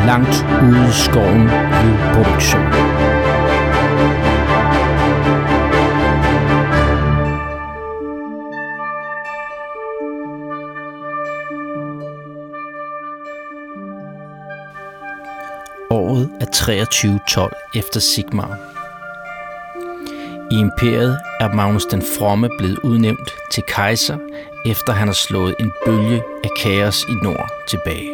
Langt ude i skoven Lydproduktion. Året er 2312 efter Sigmar. I imperiet er Magnus den Fromme blevet udnævnt til kejser, efter han har slået en bølge af kaos i nord tilbage.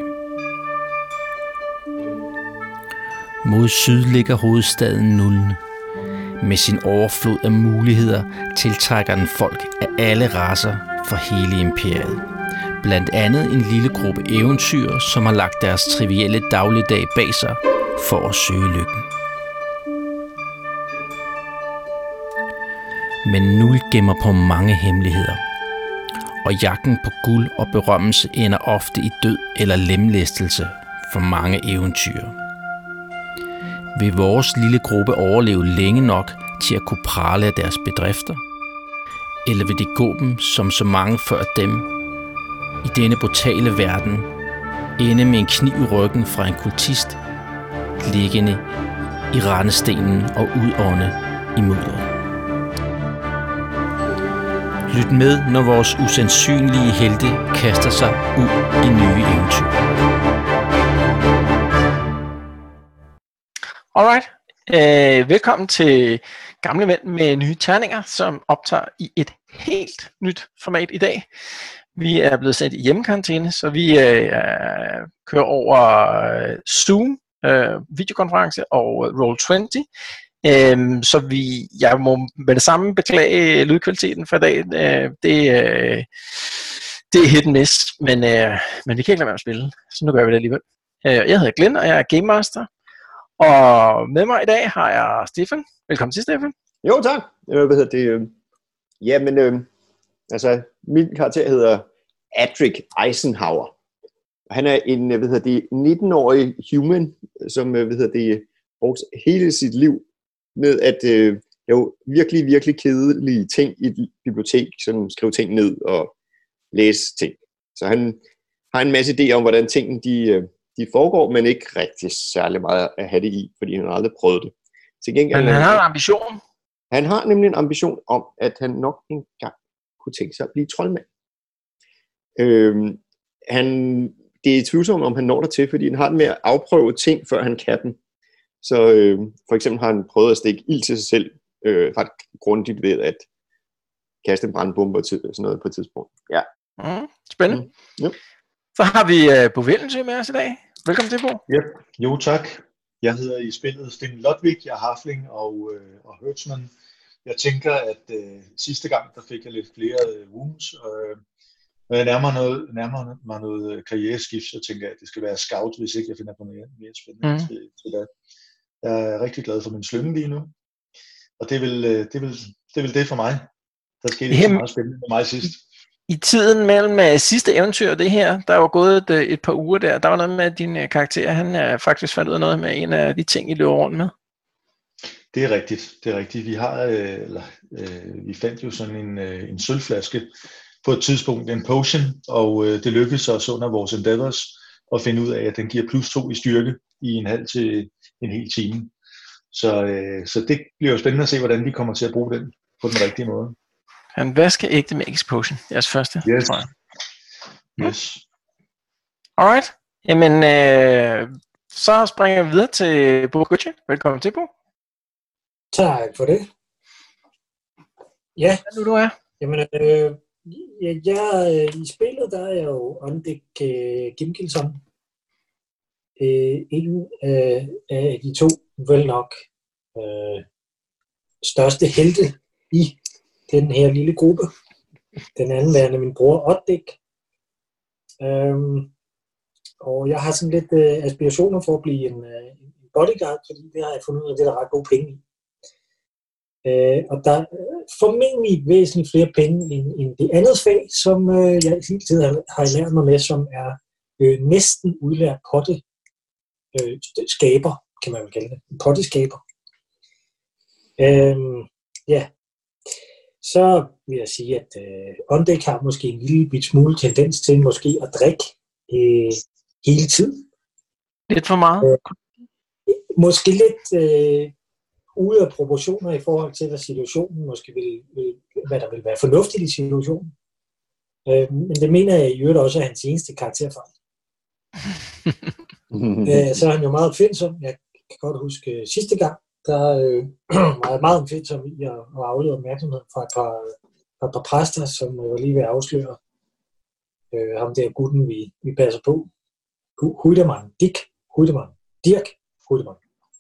Mod syd ligger hovedstaden Nuln. Med sin overflod af muligheder tiltrækker den folk af alle racer fra hele imperiet. Blandt andet en lille gruppe eventyr, som har lagt deres trivielle dagligdag bag sig for at søge lykken. Men Nul gemmer på mange hemmeligheder, og jagten på guld og berømmelse ender ofte i død eller lemlæstelse for mange eventyr. Vil vores lille gruppe overleve længe nok til at kunne prale af deres bedrifter? Eller vil det gå dem, som så mange før dem, i denne brutale verden, ende med en kniv i ryggen fra en kultist, liggende i rendestenen og udånde i mudderet? Lyt med, når vores usandsynlige helte kaster sig ud i nye eventyr. Alright. Velkommen til Gamle Mænd med nye terninger, som optager i et helt nyt format i dag. Vi er blevet sendt i hjemmekarantæne, så vi kører over Zoom, videokonference og Roll20. Så jeg må med det samme beklage lydkvaliteten for i dag. Det er hit and miss, men vi kan ikke lade være at spille, så nu gør vi det alligevel. Jeg hedder Glenn, og jeg er Game Master. Og med mig i dag har jeg Stefan. Velkommen til, Stefan. Jo, tak. Altså, min karakter hedder Adric Eisenhower. Han er en 19-årig human, som brugt hele sit liv med at lave virkelig, virkelig kedelige ting i et bibliotek, som skrive ting ned og læse ting. Så han har en masse idéer om, hvordan tingene de foregår, men ikke rigtig særlig meget at have det i, fordi han har aldrig prøvet det. Til gengæld, men han har en ambition. Han har nemlig en ambition om, at han nok engang kunne tænke sig at blive troldmand. Det er tvivlsomt, om han når der til, fordi han har det med at afprøve ting, før han kan dem. Så for eksempel har han prøvet at stikke ild til sig selv ret grundigt ved at kaste en brandbombe og sådan noget på et tidspunkt. Ja. Spændende. Ja. Så har vi Bo Vellensø med os i dag. Velkommen til, Bo. Yep. Jo, tak. Jeg hedder i spillet Sten Lodvig, jeg er halfling og herdsman. Jeg tænker, at sidste gang, der fik jeg lidt flere wounds, og når jeg nærmer mig noget karriereskift, så tænker jeg, at det skal være scout, hvis ikke jeg finder på noget mere spændende til det. Jeg er rigtig glad for min slynge lige nu, og det er vel det for mig. Der skete ikke så meget spændende med mig sidst. I tiden mellem sidste eventyr og det her, der var gået et par uger der var noget med, at din karakter, han faktisk fandt ud af noget med en af de ting, I løber rundt med. Det er rigtigt. Vi fandt jo sådan en sølvflaske på et tidspunkt, en potion, og det lykkedes os under vores endeavors at finde ud af, at den giver +2 i styrke i en halv til en hel time. Så det bliver jo spændende at se, hvordan vi kommer til at bruge den på den rigtige måde. Han vasker ægte magisk potion. Jeres første. Yes. Yes. Alright. Jamen, så springer vi videre til Bo Gutje. Velkommen til, Bo. Tak for det. Ja. Hvad nu du er? Jamen, i spillet, der er jeg jo Undeck Gimkelson. En af de to, vel nok, største helte i den her lille gruppe. Den anden værende min bror Oddik. Og jeg har sådan lidt aspirationer for at blive en bodyguard, fordi det har jeg fundet ud af, det er der ret gode penge i. Og der er formentlig væsentligt flere penge end det andet fag, som jeg hele tiden har lært mig med, som er næsten udlært skaber, kan man vel kalde det. Potteskaber. Ja. Så vil jeg sige, at Undeck har måske en lille bit smule tendens til måske at drikke hele tiden. Lidt for meget? Måske lidt ude af proportioner i forhold til, hvad situationen måske hvad der vil være fornuftigt i situationen. Men det mener jeg i øvrigt også er hans eneste karakterfejl. Så er han jo meget opfindsom. Jeg kan godt huske sidste gang, der var jeg meget opfindsom i at aflede opmærksomhed fra et par præster, som var lige ved at afsløre ham der gutten, vi passer på. Dirk Huidemann.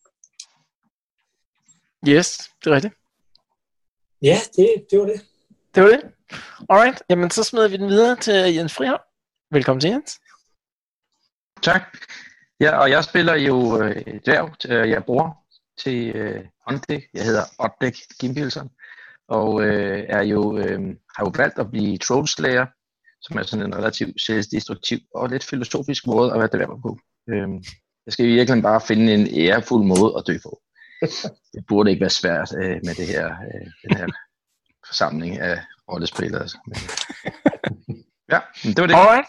Yes, det er rigtigt. Ja, det var det. Det var det. Alright, jamen så smider vi den videre til Jens Frihavn. Velkommen til, Jens. Tak. Ja, og jeg spiller jo dværg. Jeg er bror til Ondæk. Jeg hedder Oddæk Gimbjelsson. Og har jo valgt at blive Trollslayer, som er sådan en relativt selvdestruktiv og lidt filosofisk måde at være dværg på. Jeg skal virkelig bare finde en ærefuld måde at dø på. Det burde ikke være svært med det her, den her forsamling af rollespillere. Altså. Ja, det var det. Alright.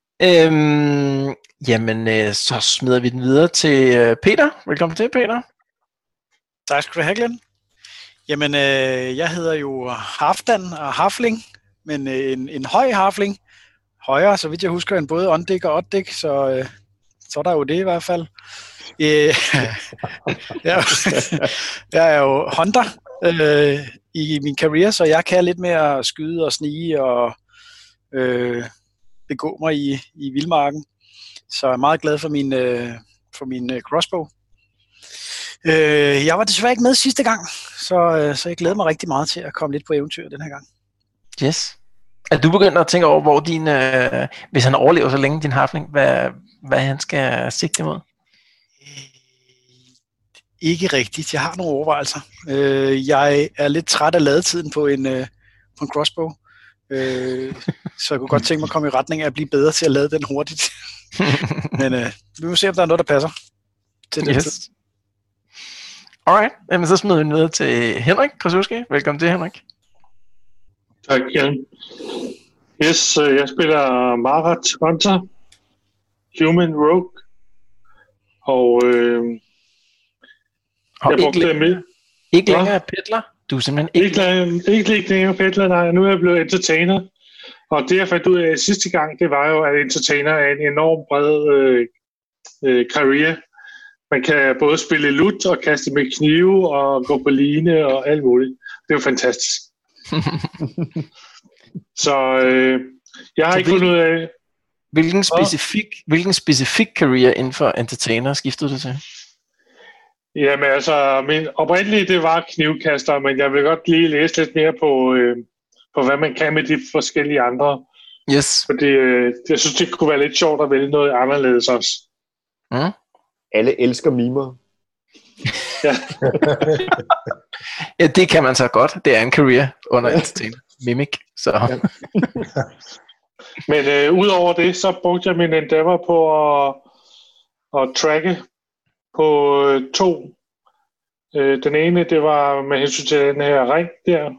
Jamen, så smider vi den videre til Peter. Velkommen til, Peter. Tak skal du have, Glenn. Jamen, jeg hedder jo Halfdan og Halfling, men en høj Halfling. Højere, så vidt jeg husker, end både Ondæk og Oddæk, så er der jo det i hvert fald. Jeg er jo hunter i min karriere, så jeg kan lidt mere skyde og snige og begå mig i vildmarken. Så jeg er meget glad for min crossbow. Jeg var desværre ikke med sidste gang, så jeg glæder mig rigtig meget til at komme lidt på eventyr den her gang. Yes. Er du begyndt at tænke over, hvor hvis han overlever så længe, din halfling, hvad han skal sigte imod? Ikke rigtigt. Jeg har nogle overvejelser. Jeg er lidt træt af ladetiden på en crossbow. Så jeg kunne godt tænke mig at komme i retning af at blive bedre til at lade den hurtigt. Men vi må se, om der er noget, der passer til den tid. Alright. Jamen, så smider vi ned til Henrik Krasuski. Velkommen til, Henrik. Tak, Jan. Yes, jeg spiller Marat Hunter, Human Rogue, og jeg brugte med. Ikke længere Peddler? Du er simpelthen ikke længere Peddler, nej. Nu er jeg blevet entertainer. Og det jeg fandt ud af sidste gang, det var jo, at entertainer er en enorm bred karriere. Man kan både spille lut og kaste med knive og gå på line og alt muligt. Det er jo fantastisk. Så jeg har ikke fundet ud af... Hvilken specifik career inden for entertainer skiftede du til? Jamen altså, min oprindelige det var knivkaster, men jeg vil godt lige læse lidt mere på hvad man kan med de forskellige andre. Yes. Fordi jeg synes, det kunne være lidt sjovt at vælge noget anderledes også. Mm. Alle elsker mimer. Ja. Ja, det kan man så godt. Det er en career under entertainer. Mimic. Så. Ja. Men udover det, så brugte jeg min endeavor på at tracke på 2. Den ene, det var med hensyn til den her ring der.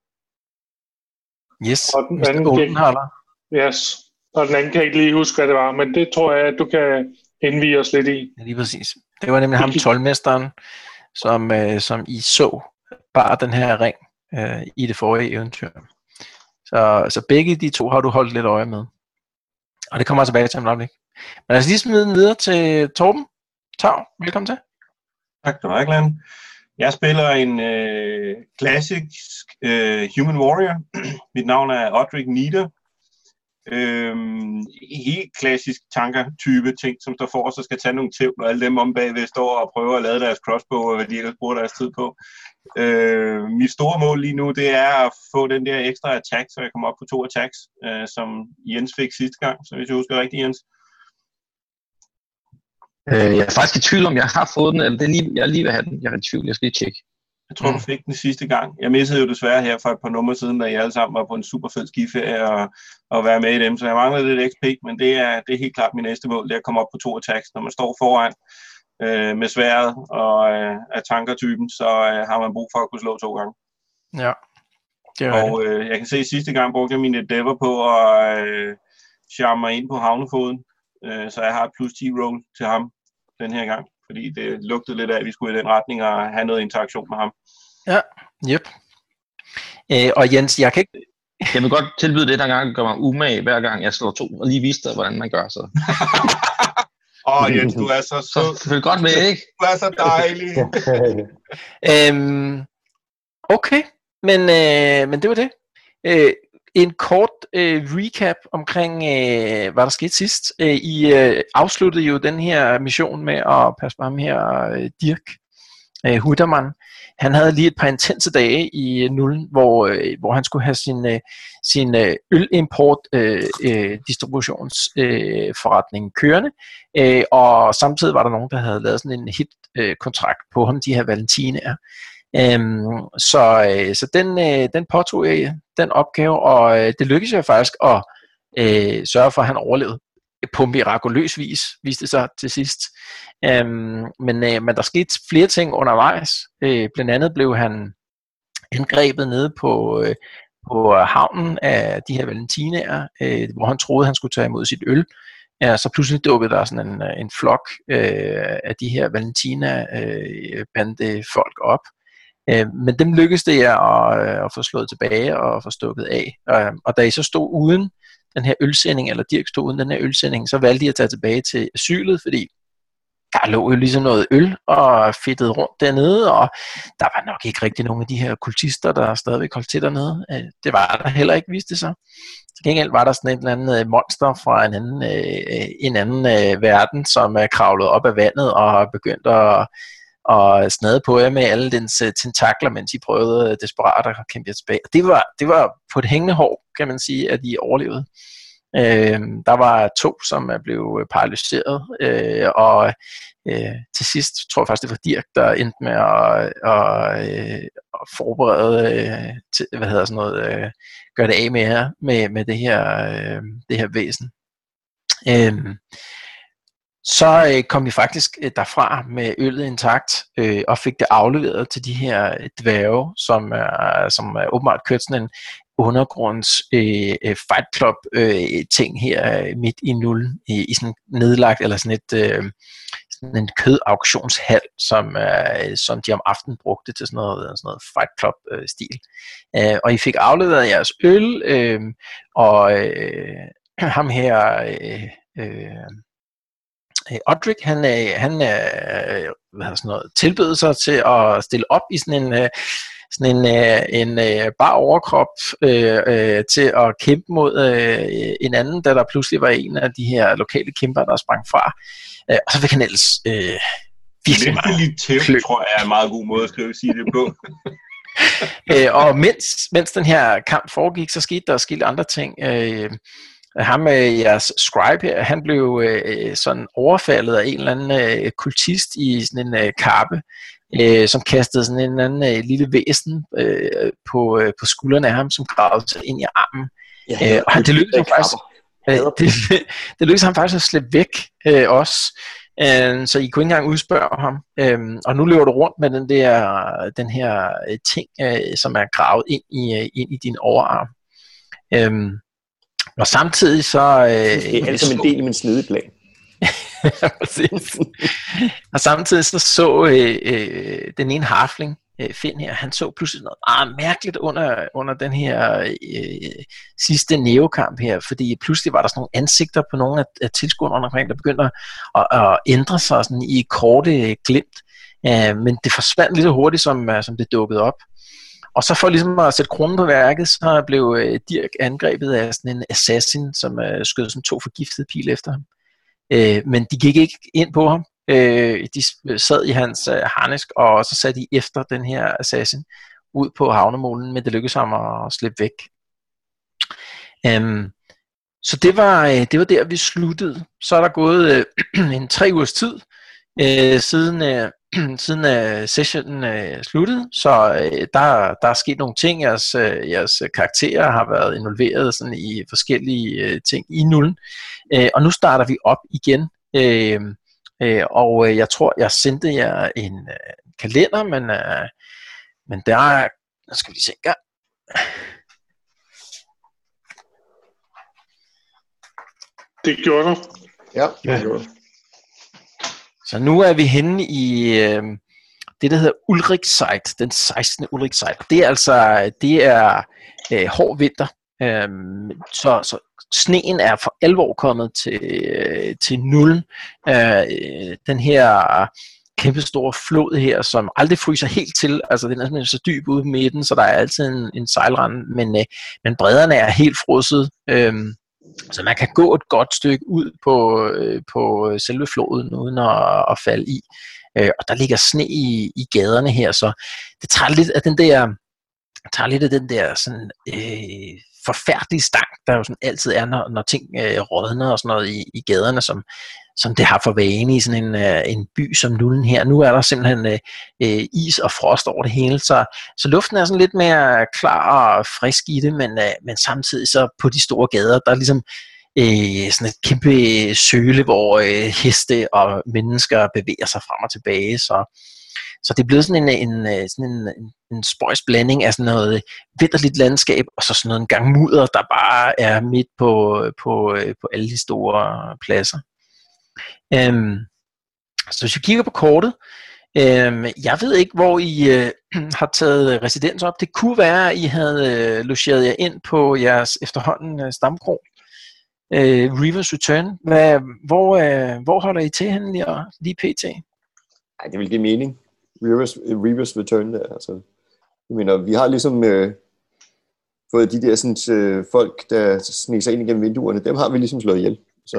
Yes, og den anden yes. Og den anden kan jeg ikke lige huske, hvad det var, men det tror jeg, at du kan indvige os lidt i. Ja, lige præcis. Det var nemlig ham, toldmesteren, som I så bare den her ring i det forrige eventyr. Så begge de to har du holdt lidt øje med. Og det kommer jeg tilbage til om et øjeblik. Men lad os lige smide den videre til Torben. Tav, velkommen til. Tak skal du have, Glenn. Jeg spiller en klassisk Human Warrior. Mit navn er Odrik Nieder. Helt klassisk tanker-type ting, som står for os og skal tage nogle tæv, og alle dem om bagved står og prøver at lade deres crossbow, og hvad de ellers bruger deres tid på. Mit store mål lige nu, det er at få den der ekstra attack, så jeg kommer op på 2 attacks, som Jens fik sidste gang, så hvis jeg husker rigtigt, Jens. Jeg er faktisk i tvivl om, jeg har fået den, eller det er lige, jeg er lige ved at have den. Jeg er i tvivl, jeg skal lige tjekke. Jeg tror, du fik den sidste gang. Jeg missede jo desværre her for et par numre siden, da I alle sammen var på en super fed skiferie og være med i dem. Så jeg mangler lidt XP, men det er helt klart min næste mål, det er at komme op på 2 attacks. Når man står foran med sværet og er tankertypen, så har man brug for at kunne slå 2 gange. Ja, det er og jeg kan se, at sidste gang brugte jeg min endeavor på at charme mig ind på havnefoden, så jeg har et plus 10 roll til ham. den her gang, fordi det lugtede lidt af, at vi skulle i den retning og have noget interaktion med ham. Ja, yep. Og Jens, jeg kan ikke... Jeg vil godt tilbyde det, der gang gør mig umage, hver gang jeg slår 2, og lige vise dig, hvordan man gør så. Jens, du er så sød. Så følg godt med, ikke? Du er så dejlig. Okay, men det var det. En kort recap omkring, hvad der skete sidst. I afsluttede jo den her mission med at passe på ham her, Dirk Hudermann. Han havde lige et par intense dage i nullen, hvor han skulle have sin ølimport distributionsforretning kørende, og samtidig var der nogen, der havde lavet sådan en hit-kontrakt på ham, de her valentiner. Så den påtog jeg, den opgave, og det lykkedes jeg faktisk at sørge for, at han overlevede på mirakuløs vis, viste det sig til sidst. Men der skete flere ting undervejs. Blandt andet blev han angrebet nede på havnen af de her valentiner, hvor han troede, han skulle tage imod sit øl. Så pludselig dukkede der sådan en flok af de her Valentina folk op. Men dem lykkedes det at få slået tilbage og få stukket af. Og da I så stod uden den her ølsending, eller Dirk stod uden den her ølsending, så valgte de at tage tilbage til asylet, fordi der lå jo ligesom noget øl og fedtede rundt dernede, og der var nok ikke rigtig nogen af de her kultister, der stadigvæk holdt til dernede. Det var der heller ikke, viste det sig. Til gengæld var der sådan et eller andet monster fra en anden verden, som kravlede op af vandet og begyndte at snade på jer med alle dens tentakler, mens de prøvede desperat at kæmpe jer tilbage. Det var på et hængende hår, kan man sige, at de overlevede. Der var 2, som blev paralyseret, og til sidst tror jeg faktisk, det var Dirk, der endte med at forberede til, gøre det af med det her væsen. Så kom vi faktisk derfra med øllet intakt og fik det afleveret til de her dværge, som åbenbart kørte sådan en undergrunds Fight Club ting her midt i nullen i sådan nedlagt, eller sådan en kødauktionshal, som de om aftenen brugte til sådan noget Fight Club stil. Og I fik afleveret jeres øl, og ham her Odrik, han tilbød sig til at stille op i sådan en bar overkrop til at kæmpe mod en anden, da der pludselig var en af de her lokale kæmper, der sprang fra. Og så fik han ellers virkelig meget tæv, tror jeg er en meget god måde at sige det på. Og mens den her kamp foregik, så skete der forskellige andre ting. Ham, jeres scribe her, han blev sådan overfaldet af en eller anden kultist i sådan en kappe, som kastede sådan en eller anden lille væsen på skuldrene af ham, som gravede sig ind i armen. Og det lykkedes ham faktisk at slippe væk også. Så I kunne ikke engang udspørge ham. Og nu løber du rundt med den her ting, som er gravet ind i din overarm. Og samtidig så... det er altså en del i min snedeplan. Præcis. Og samtidig så den ene harfling, Finn her, han så pludselig noget mærkeligt under den her sidste neokamp her, fordi pludselig var der sådan nogle ansigter på nogle af tilskuerne omkring, der begyndte at ændre sig sådan i korte glimt, men det forsvandt lige så hurtigt, som det dukkede op. Og så for ligesom at sætte kronen på værket, så blev Dirk angrebet af sådan en assassin, som skød sådan 2 forgiftede pile efter ham. Men de gik ikke ind på ham. De sad i hans harnisk, og så satte de efter den her assassin ud på havnemolen, men det lykkedes ham at slippe væk. Så det var der, vi sluttede. Så er der gået en 3 ugers tid, siden sessionen sluttede, så der er sket nogle ting. Jeres karakterer har været involveret sådan i forskellige ting i nullen, og nu starter vi op igen, og jeg tror, jeg sendte jer en kalender, men der er, nu skal vi se, ja. Det gjorde du. Ja, det gjorde du. Så nu er vi henne i det, der hedder Ulrichseid, den 16. Ulrichseid. Det er hård vinter, så sneen er for alvor kommet til nullen. Den her kæmpe store flod her, som aldrig fryser helt til, altså den er simpelthen så dyb ude på midten, så der er altid en sejlrand, men bredderne er helt frosset, så man kan gå et godt stykke ud på selve floden uden at falde i, og der ligger sne i gaderne her, så det tager lidt af den der sådan forfærdelige stank, der jo sådan altid er, når ting rådner og sådan noget i gaderne, som det har for vane i sådan en by som Nullen her. Nu er der simpelthen is og frost over det hele, så luften er sådan lidt mere klar og frisk i det, men samtidig så på de store gader, der er ligesom sådan et kæmpe søle, hvor heste og mennesker bevæger sig frem og tilbage, så det er blevet sådan en spøjs blanding af sådan noget vinterligt landskab, og så sådan noget en gang mudder, der bare er midt på alle de store pladser. Så hvis vi kigger på kortet, jeg ved ikke, hvor I har taget residens op. Det kunne være, at I havde logeret jer ind på jeres efterhånden stamkro. Reavers Return. Hvor holder I til henne lige pt? Ej, det vil give mening. Reavers Return der, altså. Jeg mener, vi har ligesom fået de der sådan, folk, der sniger sig ind igennem vinduerne, dem har vi ligesom slået ihjel. Så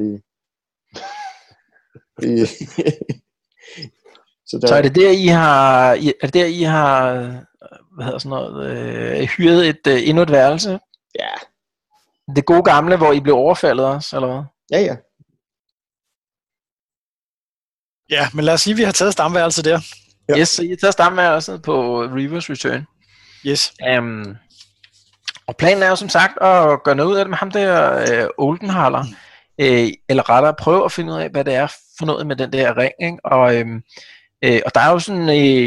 så er det der, I har hvad hedder sådan noget, hyret endnu et værelse? Ja. Det gode gamle, hvor I blev overfaldet også, eller hvad? Ja. Ja, men lad os sige, at vi har taget stamværelset der. Ja. Yes, så I har taget stamværelset på Reavers Return. Yes. Og planen er jo som sagt at gøre noget ud af det med ham der Oldenhaler. Eller rettere prøve at finde ud af, hvad det er for noget med den der ring, ikke? Og der er jo sådan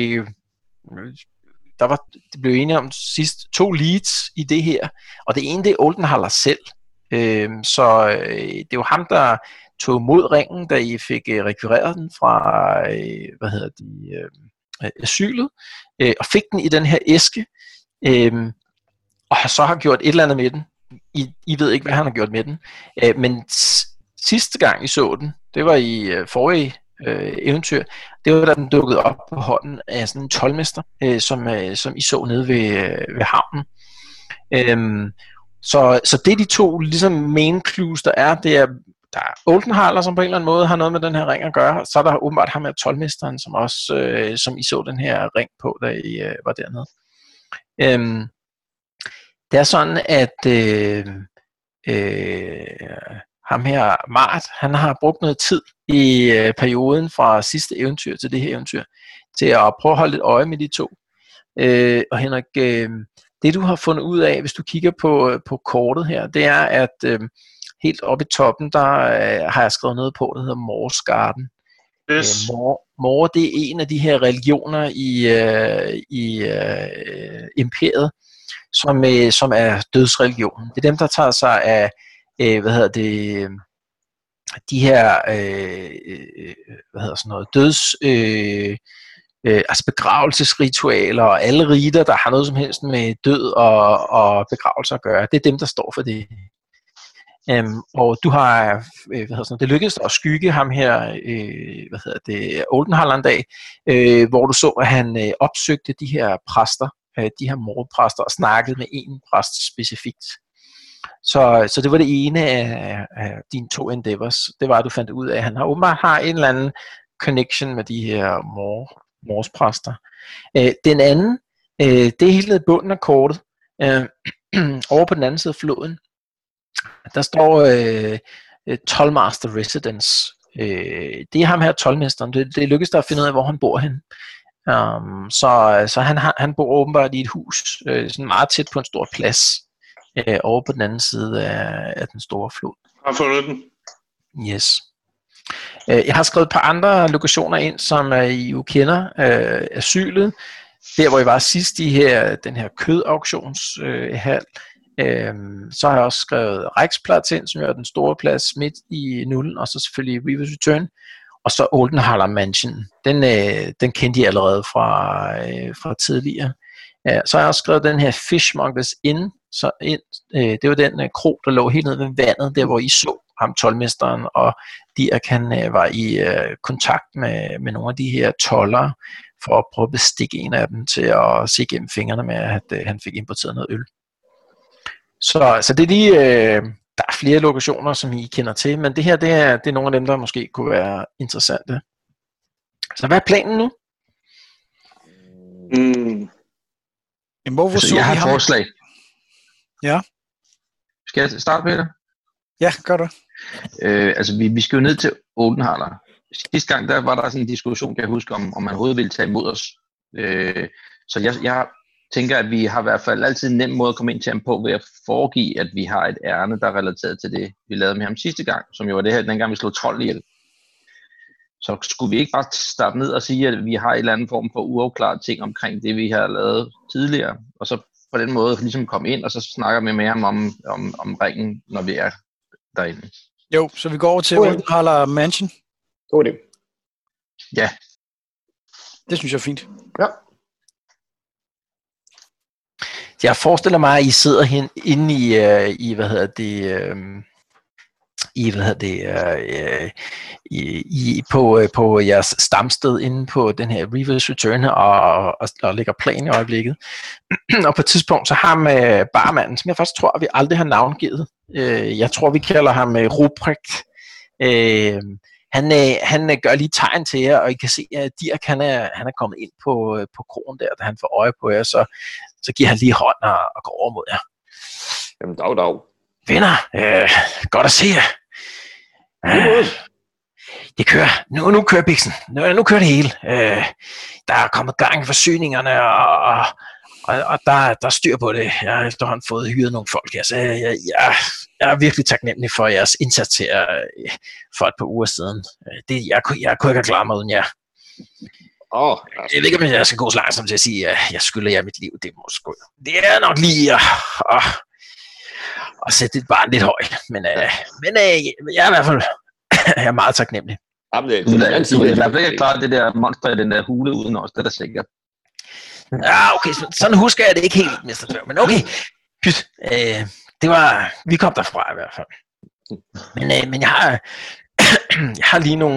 det blev enige om sidst 2 leads i det her, og det ene det er Oldenhaler selv, så det er jo ham, der tog mod ringen, da I fik rekvireret den fra asylet, og fik den i den her æske, og så har gjort et eller andet med den. I ved ikke, hvad han har gjort med den, men sidste gang I så den, det var i forrige eventyr, det var da den dukkede op på hånden af sådan en toldmester, som I så nede ved havnen. Så det er de 2 ligesom main clues, der er der er Oldenhaler, som på en eller anden måde har noget med den her ring at gøre, så er der åbenbart ham med toldmesteren, som også som I så den her ring på, da I var dernede. Det er sådan, at ham her, Mart, han har brugt noget tid i perioden fra sidste eventyr til det her eventyr, til at prøve at holde lidt øje med de 2. Og Henrik, det du har fundet ud af, hvis du kigger på kortet her, det er, at helt oppe i toppen, der har jeg skrevet noget på, der hedder Morsgarden. Yes. Mor, det er en af de her religioner i imperiet, som er dødsreligionen. Det er dem, der tager sig af de her altså begravelsesritualer og alle riter, der har noget som helst med død og begravelse at gøre. Det er dem, der står for det. Og du har det lykkedes at skygge ham her Oldenhaler en dag, hvor du så, at han opsøgte de her præster, de her morpræster, og snakkede med en præst specifikt. Så det var det ene af dine 2 endeavors. Det var, at du fandt ud af, at han åbenbart har en eller anden connection med de her morspræster. Den anden, det er helt nede i bunden af kortet, over på den anden side af floden. Der står Tollmaster Residence. Det er ham her, toldmesteren. Det lykkedes der at finde ud af, hvor han bor henne. Så han bor åbenbart i et hus, sådan meget tæt på en stor plads, over på den anden side af den store flod. Jeg har fundet den. Yes. Jeg har skrevet et par andre lokationer ind, som I jo kender. Asylet, der hvor I var sidst i den her kødauktionshal. Så har jeg også skrevet Reichsplatz ind, som er den store plads midt i Nullen, og så selvfølgelig Reavers Return. og så Oldenhaler Mansion. Den kendte I allerede fra tidligere. Så har jeg også skrevet den her Fishmongers Inn. Det var den kro, der lå helt nede ved vandet, der hvor I så ham, toldmesteren, og Dirk, han var i kontakt med nogle af de her toldere, for at prøve at bestikke en af dem til at se gennem fingrene med, at han fik importeret noget øl. Så det er lige, der er flere lokationer, som I kender til, men det her, det er nogle af dem, der måske kunne være interessante. Så hvad er planen nu? Altså, jeg har et forslag. Ja. Skal jeg starte, Peter? Ja, gør du. Altså, vi skal jo ned til Oldenhaler. Sidste gang, der var der sådan en diskussion, kan jeg huske, om man overhovedet ville tage imod os. Så jeg tænker, at vi har i hvert fald altid en nem måde at komme ind til ham på, ved at foregive, at vi har et ærne, der er relateret til det, vi lavede med ham sidste gang, som jo var det her, dengang vi slog trold ihjel. Så skulle vi ikke bare starte ned og sige, at vi har en eller anden form for uafklaret ting omkring det, vi har lavet tidligere, og så på den måde ligesom komme ind, og så snakker vi med ham om ringen, når vi er derinde. Jo, så vi går over til Oldenhaler Mansion. God idé. Ja. Det synes jeg er fint. Ja. Jeg forestiller mig, at I sidder inde på jeres stamsted inde på den her Reaver's Return og lægger plan i øjeblikket. Og på et tidspunkt så har med barmanden, som jeg faktisk tror, at vi aldrig har navngivet. Jeg tror, vi kalder ham Ruprecht. Han gør lige tegn til jer, og I kan se, at Dirk han er kommet ind på krogen der, da han får øje på jer, så giver han lige hånd og går over mod jer. Jamen, dag. Venner, godt at se jer. Det kører. Nu kører biksen. Nu kører det hele. Der er kommet gang i forsyningerne, og der er styr på det. Jeg har efterhånden fået hyret nogle folk her, så jeg er virkelig taknemmelig for jeres indsats her for et par uger siden. Jeg kunne ikke have klaret mig uden jer. Jeg ved ikke, om jeg skal gå så langsomt til at sige, at jeg skylder jer mit liv. Det er nok lige at sætte dit barn lidt højt. Men jeg er i hvert fald jeg er meget taknemmelig. Du er i hvert fald ikke klart det der monster i den der hule uden os, det er der sikkert. Ja, okay, sådan husker jeg det ikke helt, Mr. Tør, men okay. Vi kom derfra i hvert fald. Men jeg har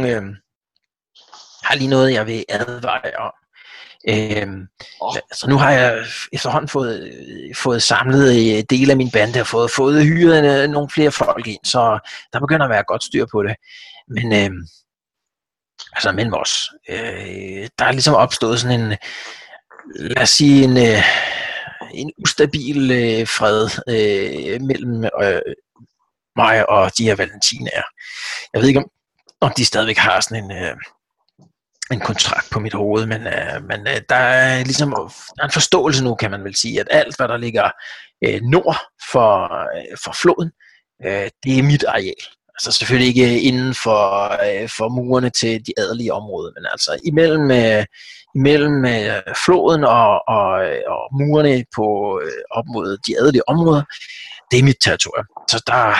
lige noget, jeg vil advare jer om. Så nu har jeg efterhånden fået samlet dele af min bande og fået hyret nogle flere folk ind, så der begynder at være godt styr på det. Men mellem os, der er ligesom opstået sådan en, lad os sige, en ustabil fred mellem mig og de her valentinaer. Jeg ved ikke, om de stadigvæk har sådan en kontrakt på mit hoved, men der er ligesom der er en forståelse nu, kan man vel sige, at alt, hvad der ligger nord for floden, det er mit areal. Altså selvfølgelig ikke inden for murene til de adelige områder, men altså imellem floden og murene op mod de adelige områder, det er mit territorium. Så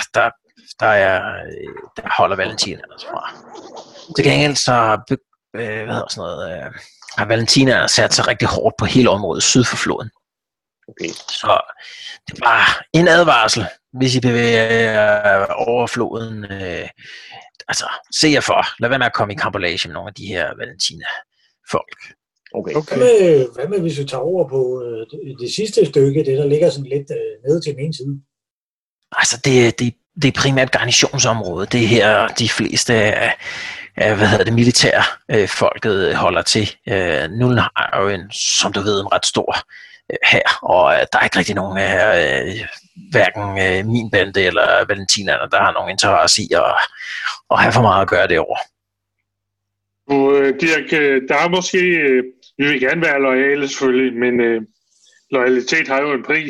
der holder Valentinerne fra. Til gengæld så har Valentinerne sat sig rigtig hårdt på hele området syd for floden. Okay. Så det var en advarsel, hvis I bevæger jer over floden. Se jer for. Lad være med at komme i kampolage med nogle af de her Valentina-folk. Okay. Hvad med, hvis vi tager over på det sidste stykke, det der ligger sådan lidt nede til den ene side? Altså, det er primært garnisonsområdet. Det er her de fleste af militærfolket holder til. Nullen har jo som du ved, en ret stor her, og der er ikke rigtig nogen hverken min bande eller Valentinerne, der har nogen interesse i at have for meget at gøre det over. Dirk, der er måske, vi vil gerne være loyale selvfølgelig, men loyalitet har jo en pris.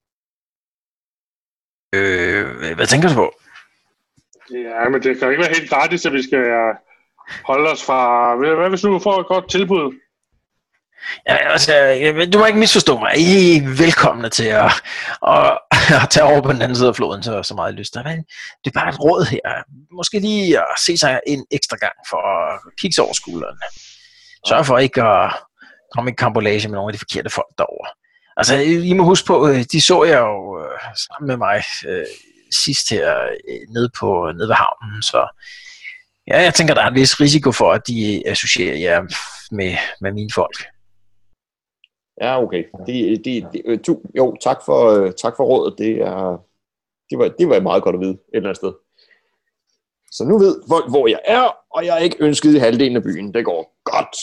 Hvad tænker du på? Ja, men det kan ikke være helt gratis, at vi skal holde os fra... Hvad hvis nu får et godt tilbud? Ja, altså, du må ikke misforstå mig. I er velkomne til at tage over på den anden side af floden, så meget lyst. Men det er bare et råd her. Måske lige at se sig en ekstra gang for at kigge over skulderen. Sørg for ikke at komme i kampolage med nogle af de forkerte folk derovre. Altså, I må huske på, de så jeg jo sammen med mig sidst her nede ved havnen, så ja, jeg tænker, der er en vis risiko for, at de associerer jer med mine folk. Ja, okay. Jo, tak for rådet. Det var meget godt at vide et eller andet sted. Så nu ved folk, hvor jeg er, og jeg er ikke ønsket i halvdelen af byen. Det går godt.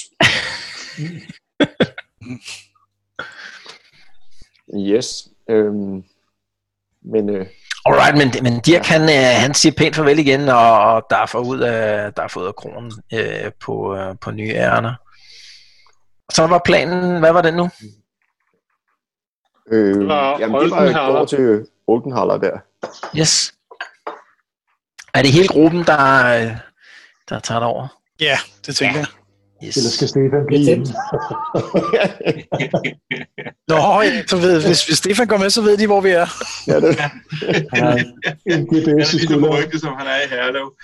Yes. Alright, men Dirk, han siger pænt farvel igen, og der er fået af kronen på nye ærner. Så var planen, hvad var det nu? Det var går til Oldenhaller der. Yes. Er det hele gruppen, der tager det over? Ja, det tænker jeg. Yes. Eller skal Stefan blive hjemme? Nå, så hvis Stefan går med, så ved de, hvor vi er. Ja, det er en GPS i skulderen. Rygte, som han er i Herlev.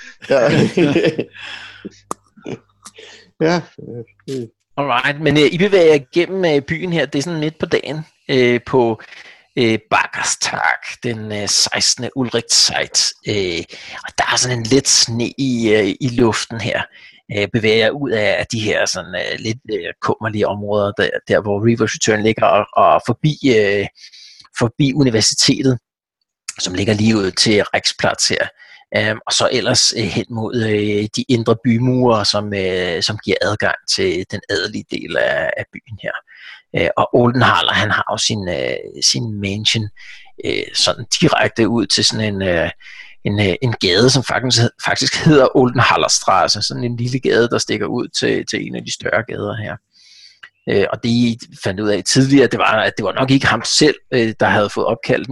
Ja. Alright, men I bevæger jer gennem byen her, det er sådan midt på dagen, på Baggerstag, den 16. Ulrichszeit, og der er sådan en let sne i luften her. Bevæger jeg ud af de her sådan lidt kummerlige områder, der hvor Reavers Return ligger, og forbi universitetet, som ligger lige ud til Riksplatz her. Og så ellers hen mod de indre bymure, som giver adgang til den adelige del af byen her. Og Oldenhaller, han har jo sin mansion sådan direkte ud til sådan en gade, som faktisk hedder Oldenhallerstraße, sådan en lille gade, der stikker ud til en af de større gader her. Og det I fandt ud af tidligere, at det var nok ikke ham selv, der havde fået opkaldt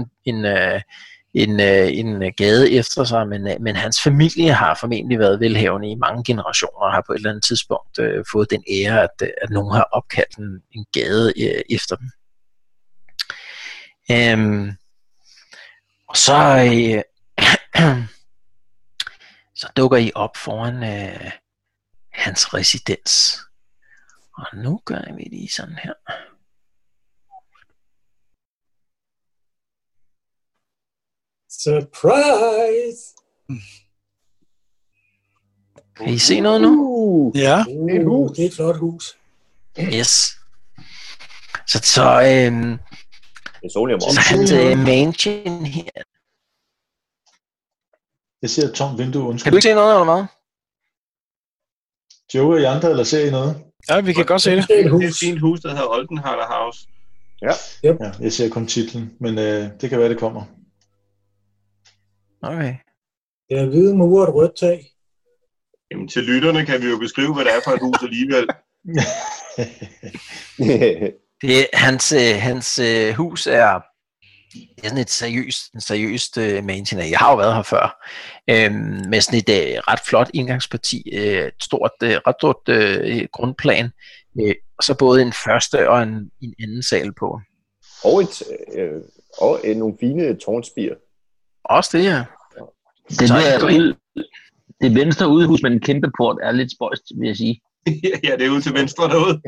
en gade efter sig, men hans familie har formentlig været velhavende i mange generationer, og har på et eller andet tidspunkt fået den ære, at nogen har opkaldt en gade efter dem. Og så dukker I op foran hans residens. Og nu gør vi lige sådan her. Surprise! Kan I se noget nu? Ja. Det er et hus. Det er et flot hus. Yes. Så hans mansion her. Jeg ser et tomt vindue, undskyld. Kan du ikke se noget, eller hvad? Joker I andre, eller ser I noget? Ja, vi kan godt se det. Det er et fint hus, der hedder Oldenhaller House. Ja. Yep. Ja, jeg ser kun titlen, men det kan være, det kommer. Okay. Det er hvide mure og et rødt tag. Jamen, til lytterne kan vi jo beskrive, hvad det er for et hus alligevel. Det hans hus er sådan et seriøst mansion. Jeg har jo været her før. Med sådan et ret flot indgangsparti, et ret stort grundplan, og så både en første og en anden sal på. Og nogle fine tårnspir. Også det, ja. Det venstre udhus med en kæmpe port er lidt spøjst, vil jeg sige. Ja, det er ude til venstre derude.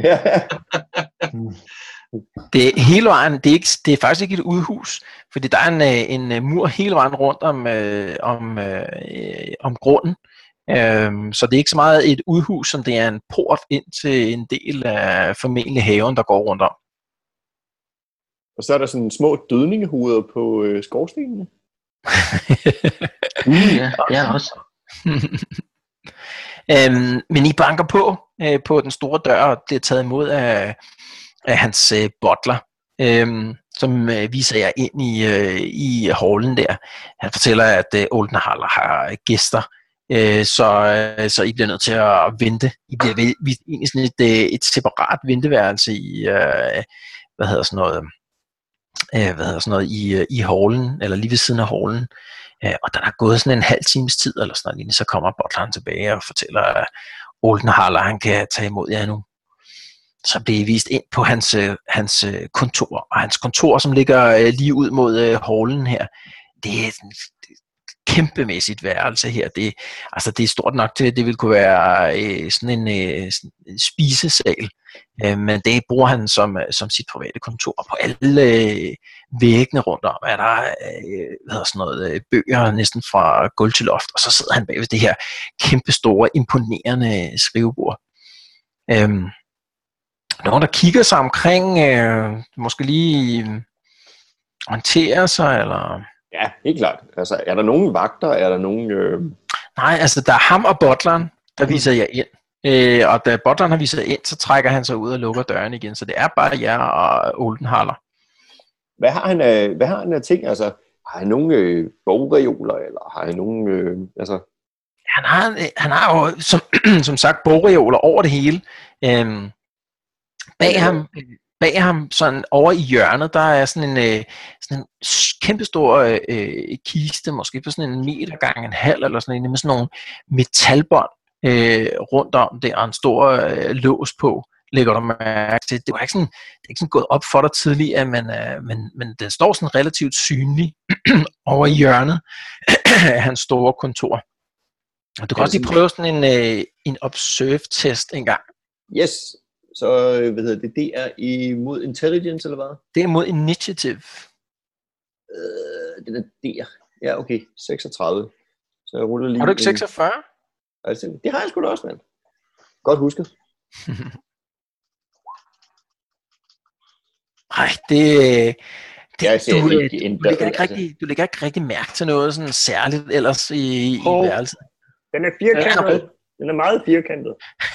Det er hele vejen, det er faktisk ikke et udhus, fordi der er en mur hele vejen rundt om grunden. Så det er ikke så meget et udhus, som det er en port ind til en del af formentlig haven, der går rundt om. Og så er der sådan små dødningehuder på skorstenene. Ja, også. Men I banker på den store dør og bliver taget imod af hans butler, som viser jer ind i hallen der. Han fortæller, at Oldenhaller har gæster, så I bliver nødt til at vente. I bliver vist ind i sådan et separat venteværelse i i hallen, eller lige ved siden af hallen. Og der er gået sådan en halv times tid, eller sådan noget, så kommer butleren tilbage og fortæller, at Oldenhaller, han kan tage imod jer nu. så blev I vist ind på hans kontor. Og hans kontor, som ligger lige ud mod hallen her, det er sådan kæmpemæssigt værelse her. Det er stort nok til, at det vil kunne være sådan en spisesal. Men det bruger han som sit private kontor. På alle væggene rundt om er der bøger næsten fra gulv til loft. Og så sidder han bag ved det her kæmpestore, imponerende skrivebord. Nogen, der kigger sig omkring, måske lige orienterer sig, eller... Ja, helt klart. Altså, er der nogen vagter? Er der nogen... Nej, altså, der er ham og butleren, der viser jer ind. Og da butleren har vist jer ind, så trækker han sig ud og lukker døren igen. Så det er bare jer og Oldenhaler. Hvad har han af ting? Altså, har han nogle bogreoler, eller har han nogle... Han har jo, som sagt, bogreoler over det hele. Bag ham, sådan over i hjørnet, der er sådan en kæmpestor kiste, måske på sådan 1 meter gange en halv, eller sådan en, med sådan nogle metalbånd rundt om det, og en stor lås på, lægger du mærke til. Det er ikke sådan gået op for dig tidligere, men den står sådan relativt synlig over i hjørnet af hans store kontor. Og du kan også lige prøve sådan en observe-test en gang. Yes. Så det er imod intelligence, eller hvad? Det er mod initiative. Det er der. Ja, okay. 36. Så jeg ruller lige... Har du ikke 46? Altså, det har jeg sgu da også, mand. Godt husket. Nej, du lægger ikke rigtig mærke til noget sådan særligt ellers i værelset. Den er firkantet. Den er meget firkantet.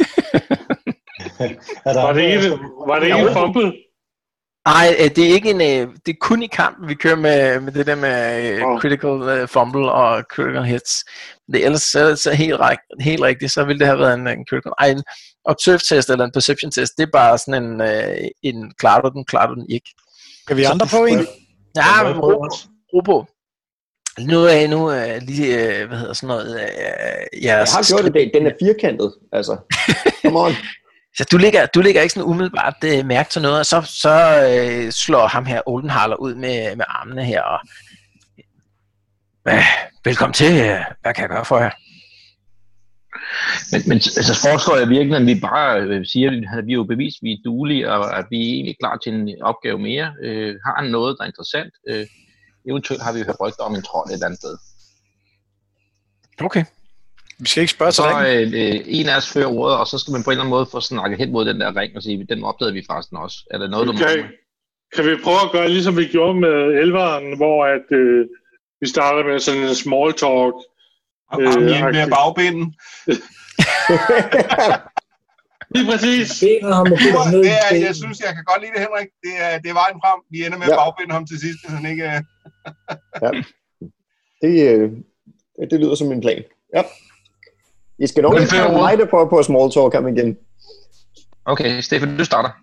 Var det ikke en fumble? Nej, det er ikke det er kun i kampen, vi kører med det der med critical fumble og critical hits. Det er ellers så helt rigtigt, så ville det have været en critical. En observe test eller en perception test, det er bare sådan en klarer du den ikke. Kan vi andre få en? Ja, ro på. Nu lige, hvad hedder sådan noget... jeg har gjort det, den er firkantet, altså. Come on. Så du lægger ikke sådan umiddelbart mærke til noget, og så slår ham her Oldenhaler ud med armene her, og velkommen til, hvad kan jeg gøre for jer? Men altså foreslår jeg virkelig, at vi bare siger, at vi er jo bevist, at vi er duelige, og at vi er egentlig klar til en opgave mere. Har han noget, der er interessant? Eventuelt har vi jo hørt rygter om en trold et eller andet sted. Okay. Vi skal ikke spørge så længe. En af os fører ordet, og så skal man på en eller anden måde få snakket hen mod den der ring og sige, den opdagede vi forresten også. Er der noget, Kan vi prøve at gøre, ligesom vi gjorde med elveren, hvor at, vi starter med sådan en small talk. Og hjemme med bagbinden. Lige præcis. Jeg synes, jeg kan godt lide det, Henrik. Det er vejen frem. Vi ender med at bagbinde ham til sidst, hvis han ikke... Ja. Det lyder som en plan. Ja. I skal nok ikke have mig der på small talk ham igen. Okay, Stefan, du starter.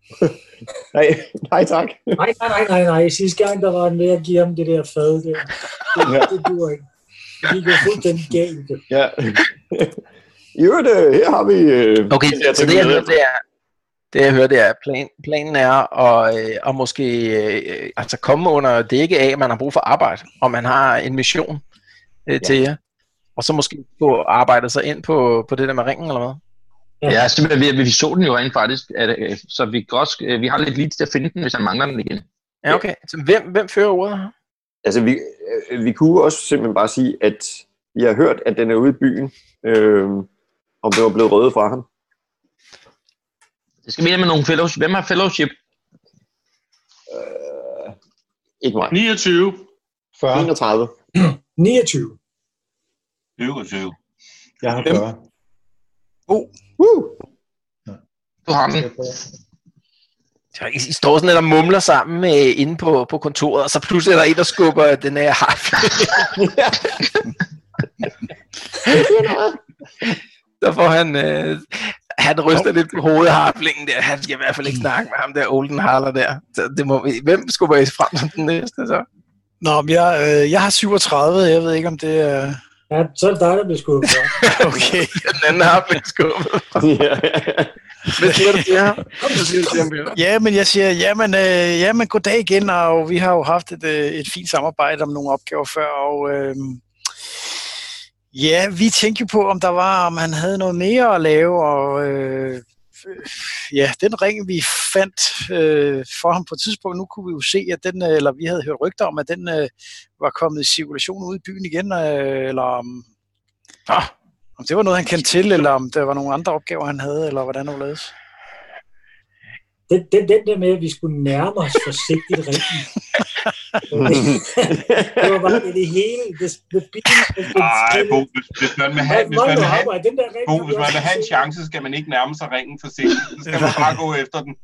Nej tak. Nej. Sidste gang, der var en med at give ham det der fad der. Det duer ikke. Det gik jo fuldstændig galt. Ja. I øvrigt, her har vi... Okay, så det jeg hører, det er, planen er at måske komme under dække af, at man har brug for arbejde, og man har en mission til jer. Og så måske få arbejdet sig ind på det der med ringen, eller hvad? Ja, simpelthen, vi så den jo rent faktisk, så vi har lidt lige til at finde den, hvis han mangler den igen. Ja, okay. Så hvem fører ordet her? Altså, vi kunne også simpelthen bare sige, at vi har hørt, at den er ude i byen, om det var blevet røget fra ham. Det skal vi med nogle fellowship. Hvem har fellowship? Ikke mig. 29. 40. 31. 29. 27. Jeg har 40. Du har den. I står sådan lidt og mumler sammen inde på kontoret, og så pludselig er der en, der skubber den her harfling. Der får han ryster lidt på hovedet af harflingen der. Han skal i hvert fald ikke snakke med ham der Oldenhaler der. Så hvem skubber I frem som den næste så? Nå, jeg har 37. Jeg ved ikke, om det er... Ja, så er det dig, der bliver skubbet. Okay. Den anden harfling skubbet. Hvad siger du til ham? Ja, men jeg siger, jamen goddag igen, og vi har jo haft et fint samarbejde om nogle opgaver før, og ja, vi tænkte på, om han havde noget mere at lave, og ja, den ring, vi fandt for ham på et tidspunkt, nu kunne vi jo se, at den, eller vi havde hørt rygter om, at den var kommet i cirkulation ude i byen igen, eller om det var noget, han kendte til, eller om der var nogle andre opgaver, han havde, eller hvordan det var lavet. Den der med, at vi skulle nærme os forsigtigt ringen. Det var bare det hele. Bo, hvis man vil have en chance, skal man ikke nærme sig ringen forsigtigt. Så skal man bare gå efter den.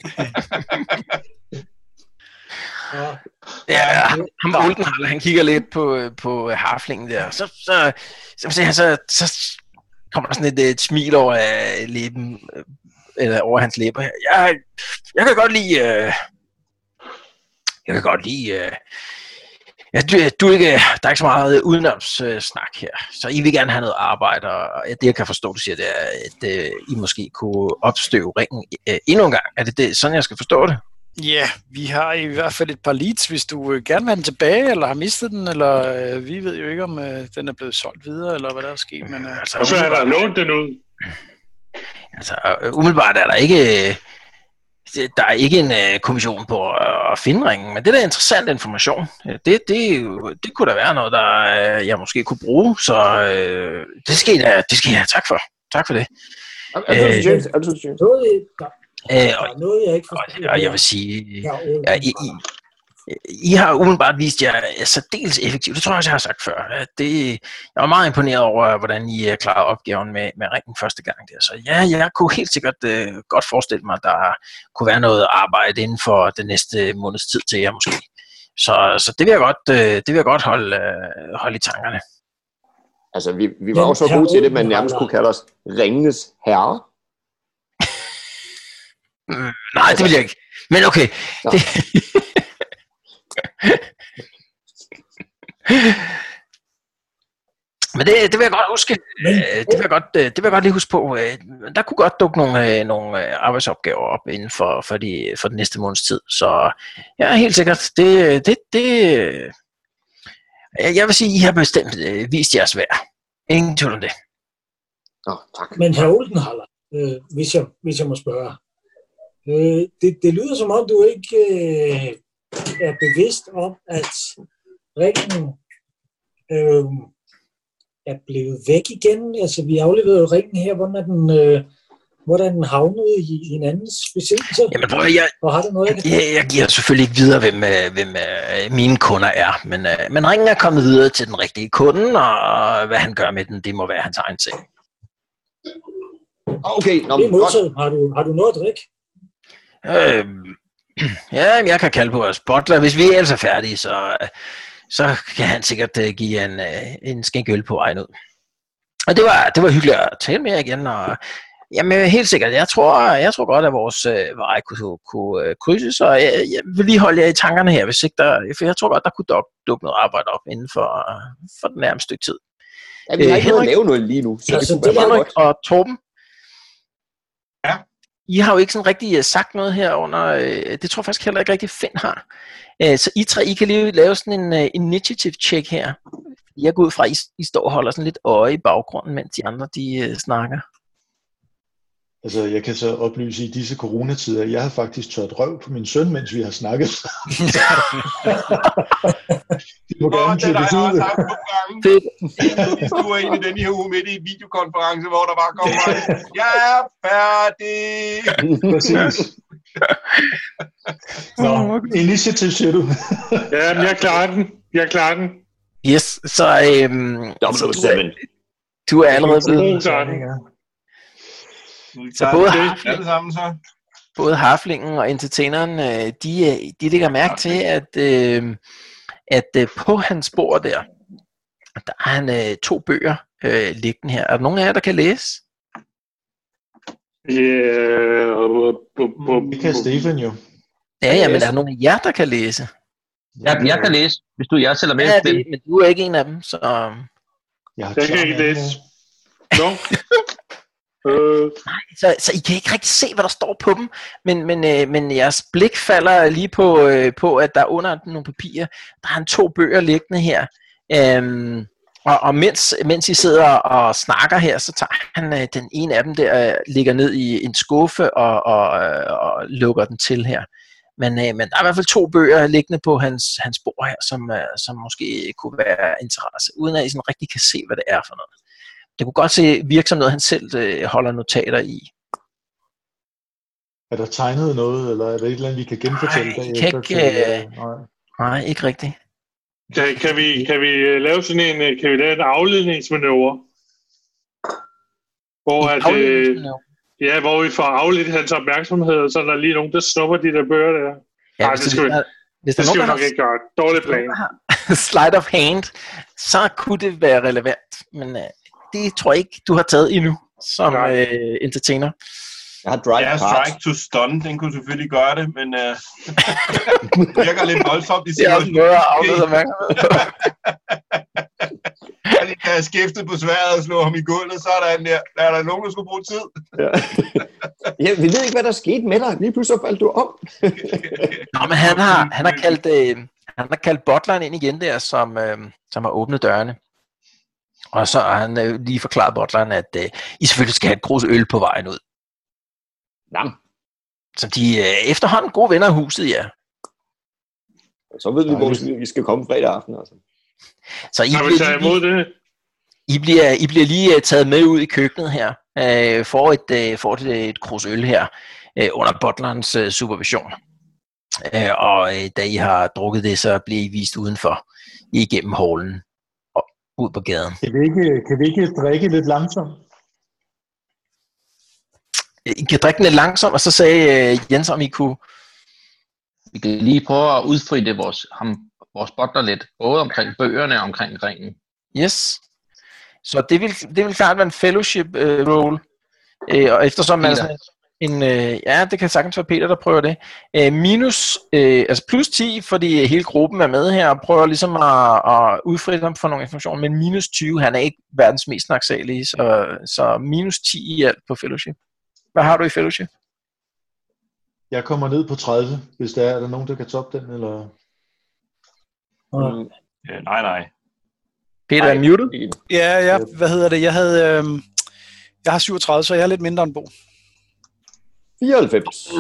Ja, ham Oldenhaler, han kigger lidt på harflingen der. Så kommer der sådan et smil over læben, eller over hans læber her. Jeg kan godt lide, du ikke, der er ikke så meget udenomssnak her, så I vil gerne have noget arbejde, og det jeg kan forstå, du siger, det er, at I måske kunne opstøve ringen endnu en gang. Er det sådan, jeg skal forstå det? Ja, vi har i hvert fald et par leads, hvis du gerne vil have den tilbage, eller har mistet den, eller vi ved jo ikke, om den er blevet solgt videre, eller hvad der er sket. Men, og så er der lånt den ud. Altså, umiddelbart er der er ikke en kommission på at finde ringen, men det der er interessant information. Det kunne da være noget, der jeg måske kunne bruge, så det skal jeg have tak for. Tak for det. Noget, jeg ikke forstår. Og jeg vil sige, I har umiddelbart vist jer særdeles effektivt. Det tror jeg også, jeg har sagt før. Jeg var meget imponeret over, hvordan I klarede opgaven med ringen første gang der. Så ja, jeg kunne helt sikkert godt forestille mig, at der kunne være noget arbejde inden for den næste måneds tid til jer måske. Så det vil jeg godt holde i tankerne. Altså, vi var jo så gode til det, man nærmest kunne kalde os ringenes herre. Nej, det vil jeg ikke. Men okay. Men det vil jeg godt huske. Det vil jeg godt lige huske på. Der kunne godt dukke nogle arbejdsopgaver op inden for den næste måneds tid. Så ja, helt sikkert. Jeg vil sige, I har bestemt vist jeres værd. Ingen tvivl om det. Tak. Men hr. Oldenhaler, hvis jeg må spørge. Det lyder som om, du ikke er bevidst om, at ringen er blevet væk igen. Altså, vi afleverede jo ringen her, hvordan den havnede i en andens besiddelse. Jamen, og har det noget, jeg giver selvfølgelig ikke videre, hvem mine kunder er, men ringen er kommet videre til den rigtige kunde, og hvad han gør med den, det må være hans egen sag. Okay, det er modtaget. Har du noget at drikke? Ja, jeg kan kalde på vores butler. Hvis vi er altså færdige, så kan han sikkert give en skænk øl på vejen ud. Og det var hyggeligt at tale med jer igen. Og, jamen, helt sikkert. Jeg tror godt, at vores veje kunne krydses, og jeg vil lige holde jer i tankerne her, hvis ikke for jeg tror godt, der kunne dukke noget arbejde op inden for den nærmeste stykke tid. Ja, vi har ikke noget at lave noget lige nu, så det kunne være meget godt. Og Torben? Ja? I har jo ikke sådan rigtig sagt noget her under, det tror jeg faktisk heller ikke rigtig Finn har. Så I kan lige lave sådan en initiative check her. Jeg går ud fra, at I står og holder sådan lidt øje i baggrunden, mens de andre de snakker. Altså, jeg kan så oplyse i disse coronatider, jeg har faktisk tørt røv på min søn, mens vi har snakket. Det må gerne til det ud. Hvis du er inde i den her uge midt i en videokonference, hvor der bare kommer, jeg er færdig. Præcis. Nå, initiativ siger du. Ja, men jeg klarer den. Yes, så du er allerede blevet... Så både harflingen og entertaineren, de lægger mærke til, at på hans bord der har han 2 bøger liggende her. Er der nogen af jer, der kan læse? Det kan Stefan jo. Ja, men er der nogen af jer, der kan læse? Jeg kan læse, hvis jeg tæller med. Ja, men du er ikke en af dem, så... Jeg kan ikke læse. No. Så I kan ikke rigtig se, hvad der står på dem, men jeres blik falder lige på, at der under nogle papirer, der er han 2 bøger liggende her. Og mens I sidder og snakker her, så tager han den ene af dem der, ligger ned i en skuffe og lukker den til her. Men der er i hvert fald 2 bøger liggende på hans bord her, som måske kunne være interesse, uden at I sådan rigtig kan se, hvad det er for noget. Det kunne godt virke som noget, han selv holder notater i. Er der tegnet noget, eller er der et eller andet, vi kan genfortælle? Nej, ikke rigtigt. Kan vi lave sådan en afledningsmanøvre? Hvor vi får afledt hans opmærksomhed, så der er lige nogen, der snupper de der bøger der. Ja, Nej, det skal vi nok ikke gøre. Dårlig plan. Slide of hand, så kunne det være relevant, men det tror jeg ikke, du har taget endnu som entertainer. Jeg har strike to stun, den kunne selvfølgelig gøre det, men det virker lidt voldsomt i det er også noget at aflede opmærksomhed. Jeg kan skifte på sværet og slå ham i gulvet, så er der nogen, der skulle bruge tid. Ja, vi ved ikke, hvad der skete med dig. Lige pludselig faldt du om. Nå, men han har kaldt butleren ind igen der, som har åbnet dørene. Og så har han lige forklaret butleren, at I selvfølgelig skal have et krus øl på vejen ud. Nam. Så de efterhånden gode venner af huset, ja. Så ved vi, hvor vi skal komme fredag aften. Altså. Så I bliver lige taget med ud i køkkenet her, får et krus øl her, under butlerens supervision. Og da I har drukket det, så bliver I vist udenfor, igennem hallen og ud på gaden. Kan vi ikke drikke lidt langsomt? I kan drikke den lidt langsomt, og så sagde Jens, om I kunne... Vi kan lige prøve at udfritte vores butler lidt, både omkring bøgerne og omkring ringen. Yes. Så det vil klart være en fellowship role. Og eftersom man det kan sagtens være Peter, der prøver det. Altså plus 10, fordi hele gruppen er med her og prøver ligesom at udfritte ham for nogle informationer, men minus 20, han er ikke verdens mest snaksalige, så minus 10 i alt på fellowship. Hvad har du i fellowship? Jeg kommer ned på 30, hvis der er der nogen, der kan toppe den, eller... Nej. Peter er muted? Ja, hvad hedder det? Jeg har 37, så jeg er lidt mindre end Bo. 94.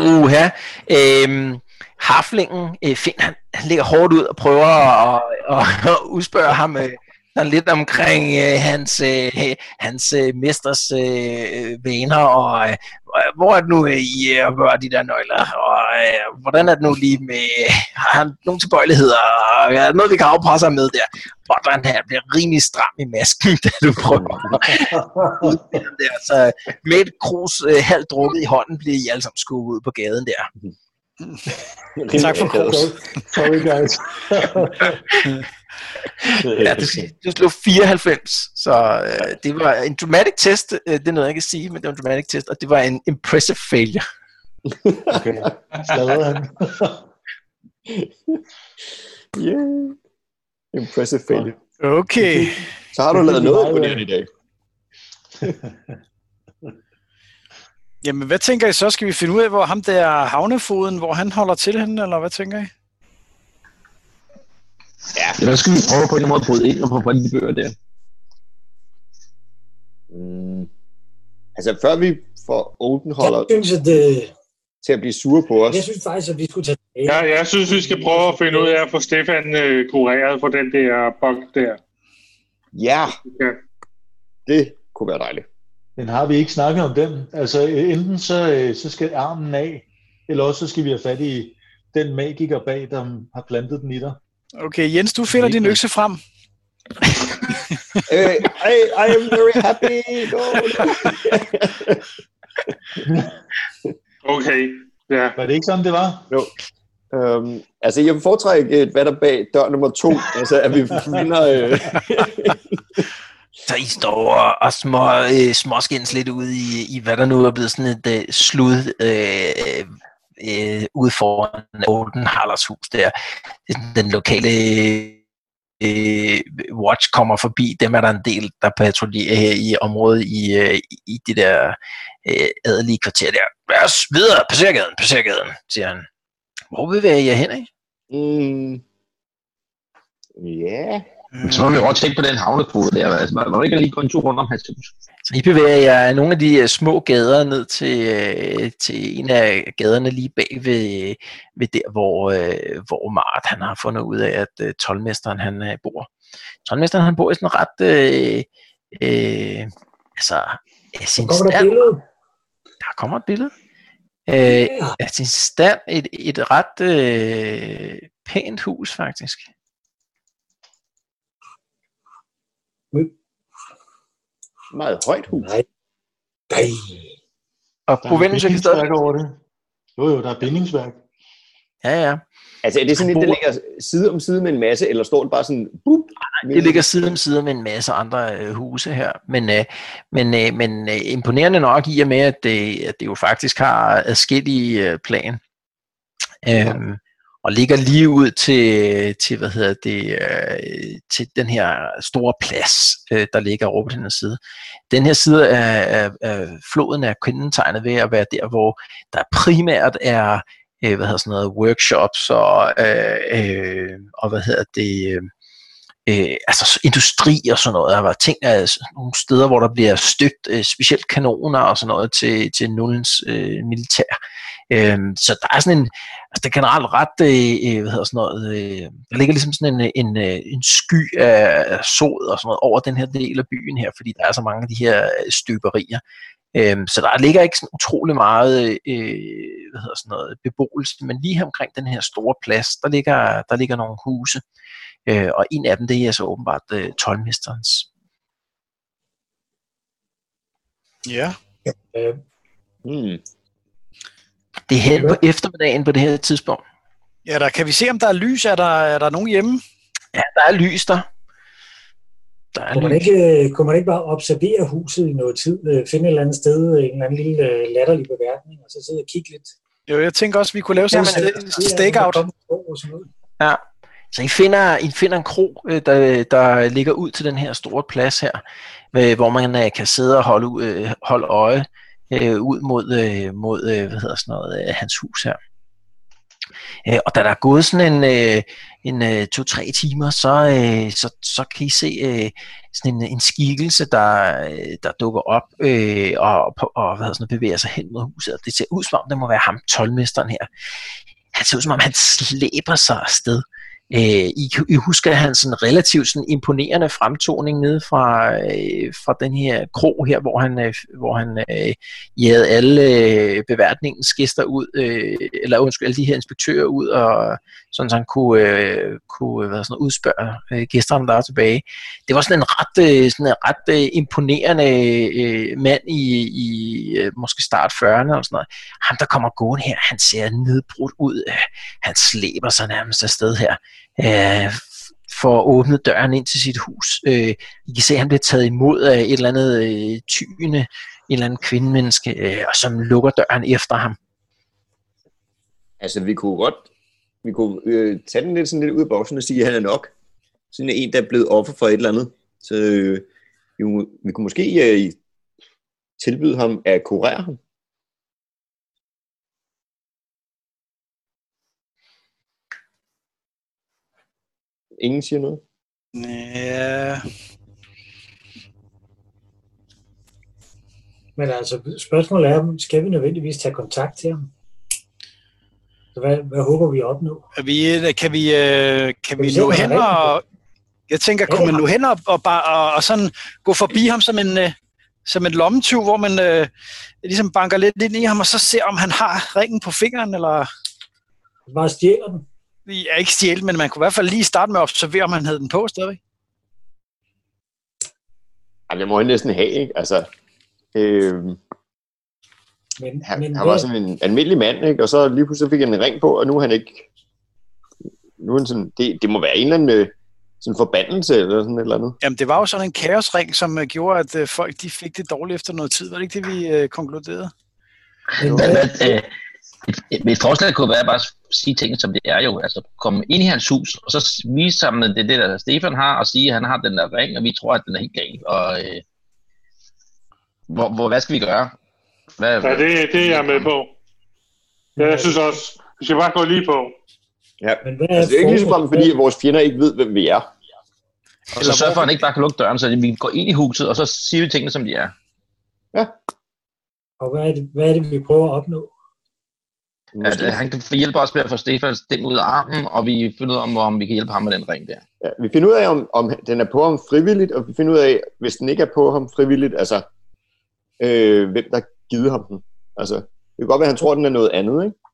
Haflingen, Finn, han ligger hårdt ud og prøver at udspørge ham lidt omkring hans mesters vaner, og hvor er det nu, I rører de der nøgler, og hvordan er det nu lige med, har han nogle tilbøjeligheder, og er noget, vi kan afpresse med der. Butleren her bliver rimelig stram i masken, da du prøver der. Så med et krus halvt drukket i hånden, bliver I alle sammen skubbet ud på gaden der. Tak for krus. Sorry guys. Ja, du slog 94, så det var en dramatic test, det er noget, jeg kan sige, men det var en dramatic test, og det var en impressive failure. Okay, sladrede han. Yeah. Impressive failure. Okay. Så har du lavet noget på det i dag. Jamen, hvad tænker I så? Skal vi finde ud af, hvor ham der havnefoden, hvor han holder til henne, eller hvad tænker I? Ja, der skal vi prøve på en måde at bryde ind og på de bøger der. Altså, før vi får Oldenholder til at blive sure på os. Jeg synes faktisk, at vi skulle tage det. Ja, jeg synes, vi skal prøve at finde ud af at få Stefan kureret for den der bug der. Ja, det kunne være dejligt. Men har vi ikke snakket om den? Altså, enten så skal armen af, eller også så skal vi have fat i den magiker bag, der har plantet den i dig. Okay, Jens, du finder din økse frem. I am very happy. Okay, ja. Var det ikke sådan, det var? Jo. Altså, jeg vil foretrække, hvad der bag dør nummer 2. Altså, at vi finder... Så I står og småskændes lidt ude i, hvad der nu er blevet sådan et slud ude foran Oldenhallers hus der. Den lokale Watch kommer forbi. Dem er der en del, der patruljerer her i området i det der adelige kvarter der. Lad os videre, passer gaden, siger han. Hvor bevæger jeg hen, ikke? Ja. Så må vi også tænke på den havnekode der. Altså, var der ikke lige kun 2 rundt om hans hus? Så I bevæger jer nogle af de små gader ned til en af gaderne lige bag ved der, hvor Mart han har fundet ud af, at toldmesteren han bor. Toldmesteren han bor i sådan en ret sin stand. Der kommer et billede. Af sin stand et ret pænt hus faktisk. Meget højt hus. Nej. Og provinsen kan stadig... over det. Jo, der er bindingsværk. Ja. Altså er det sådan et, der ligger side om side med en masse, eller står det bare sådan... Nej, det ligger side om side med en masse andre huse her. Men imponerende nok i og med, at det jo faktisk har adskillige plan. Og ligger lige ud til til den her store plads, der ligger over på den her side. Den her side af floden er kendetegnet ved at være der, hvor der primært er workshops og altså industri og sådan noget. Der var ting, nogle steder, hvor der bliver støbt specielt kanoner og sådan noget til nullens militær. Så der er sådan en, altså det er generelt ret, der ligger ligesom sådan en sky af sod og sådan noget over den her del af byen her, fordi der er så mange af de her støberier. Så der ligger ikke sådan utrolig meget beboelse, men lige her omkring den her store plads, der ligger nogle huse. Og en af dem, det er så åbenbart toldmesterens. Ja. Det er hen på eftermiddagen på det her tidspunkt. Ja, der kan vi se, om der er lys. Er der nogen hjemme? Ja, der er lys der. Kunne man ikke bare observere huset i noget tid, finde et eller andet sted, en eller anden lille latterlig beværtning, og så sidde og kigge lidt? Jo, jeg tænker også, vi kunne lave sådan en stakeout. Ja, så I finder en kro, der ligger ud til den her store plads her, hvor man kan sidde og holde øje ud mod hans hus her. Og da der er gået sådan en 2-3 timer, så kan I se sådan en skikkelse, der dukker op og bevæger sig hen mod huset. Og det ser ud som om, det må være ham, toldmesteren her. Han ser ud som om, han slæber sig afsted. I husker han sådan relativt sådan imponerende fremtoning nede fra den her kro her, hvor han jagede alle beværtningens gæster ud, alle de her inspektører ud, og sådan så han kunne udspørge gæsterne, der er tilbage. Det var sådan en ret imponerende mand i måske start 40'erne eller sådan noget. Ham, der kommer gående her, han ser nedbrudt ud. Han slæber sig nærmest afsted her. For at åbne døren ind til sit hus. I kan se, at han bliver taget imod af et eller andet tyende, en eller anden kvindemenneske, som lukker døren efter ham. Altså, vi kunne tage den lidt ud af boksen og sige, at han er nok sådan en, der er blevet offer for et eller andet. Så vi kunne måske tilbyde ham at kurere ham. Ingen siger noget? Ja. Men altså, spørgsmålet er, skal vi nødvendigvis tage kontakt til ham? Så hvad håber vi at opnå? Kan vi nå hen og... Jeg tænker, kunne man nå hen og sådan gå forbi ham som en lommetyv, hvor man ligesom banker lidt ind i ham, og så ser, om han har ringen på fingeren, eller... Bare stjæler den? Ja, ikke stjæle, men man kunne i hvert fald lige starte med at observere, om han havde den på stadig. Jamen, det må han næsten have, ikke? Altså, han var sådan en almindelig mand, ikke? Og så lige pludselig fik han en ring på, og nu er han ikke... Nu er han sådan... Det må være en eller anden sådan forbandelse, eller sådan et eller andet. Jamen, det var jo sådan en kaosring, som gjorde, at folk de fik det dårligt efter noget tid. Var det ikke det, vi konkluderede? Et forslag kunne være bare at sige tingene, som det er jo. Altså komme ind i hans hus, og så vise ham det der Stefan har, og sige, at han har den der ring, og vi tror, at den er helt galt. Og hvad skal vi gøre? Det er jeg med på. Ja, jeg synes også, vi skal bare gå lige på. Ja, altså, det er ikke lige så frem, fordi vores fjender ikke ved, hvem vi er. Og så sørg for, at han ikke bare kan lukke døren, så vi går ind i huset, og så siger vi tingene, som de er. Ja. Og hvad er det, vi prøver at opnå? At han kan hjælpe os med at få Stefans den ud af armen, og vi finder ud af, om vi kan hjælpe ham med den ring der. Ja, vi finder ud af, om den er på ham frivilligt, og vi finder ud af, hvis den ikke er på ham frivilligt, altså hvem der har givet ham den. Altså, det kan godt være, at han tror, den er noget andet, ikke?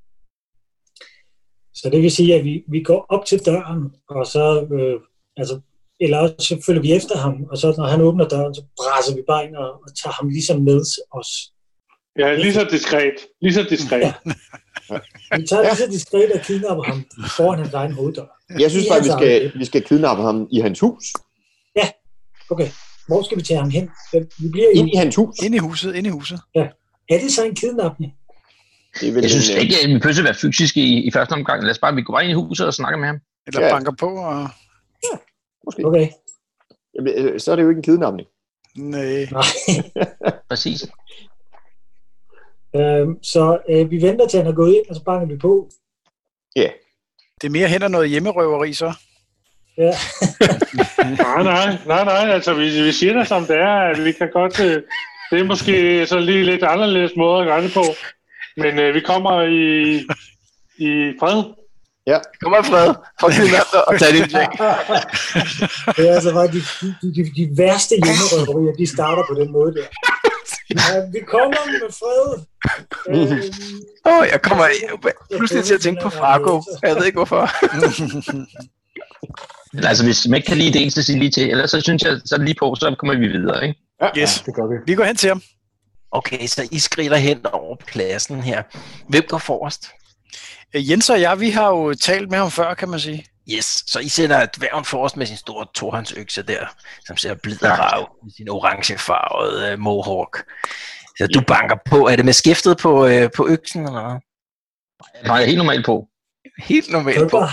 Så det vil sige, at vi går op til døren, og så, eller også så følger vi efter ham, og så når han åbner døren, så bræser vi bare ind og tager ham ligesom med os. Ja, lige så diskret. Ja. Vi tager lige så diskret og kidnapper ham foran hans egen hoveddør. Jeg synes bare, vi skal kidnappe ham i hans hus. Ja, okay. Hvor skal vi tage ham hen? Vi bliver ind i hans hus. Ind i huset. Ja. Er det så en kidnapning? Jeg synes ikke, at vi behøver at være fysiske i første omgang. Lad os bare, vi går bare ind i huset og snakker med ham. Eller banker på og... Ja, måske. Okay. Jamen, så er det jo ikke en kidnapning. Nej. Præcis. Så vi venter til, han er gået ind, og så banker vi på. Ja. Yeah. Det er mere hen ad noget hjemmerøveri, så. Ja. nej. Altså, vi siger det som det er, at vi kan godt... Det er måske så lige lidt anderledes måde at gøre det på. Men vi kommer i fred. Ja. Kommer i fred. For kidnappet og tage din check. Det er altså bare de værste hjemmerøverier, de starter på den måde der. Ja, vi kommer med fred. Jeg kommer pludselig til at tænke på Fargo. Jeg ved ikke hvorfor. Altså, hvis man ikke kan lide det eneste, så sige lige til. Ellers så synes jeg, så lige på, så kommer vi videre, ikke? Ja, yes, det gør vi. Vi går hen til ham. Okay, så I skrider hen over pladsen her. Hvem går forrest? Jens og jeg, vi har jo talt med ham før, kan man sige. Yes, så I sætter dværgen forrest med sin store tohåndsøkse der, som ser blid og rav med sin orangefarvede mohawk. Så du banker på. Er det med skæftet på øksen eller hvad? Nej, helt normalt på. Helt normalt på.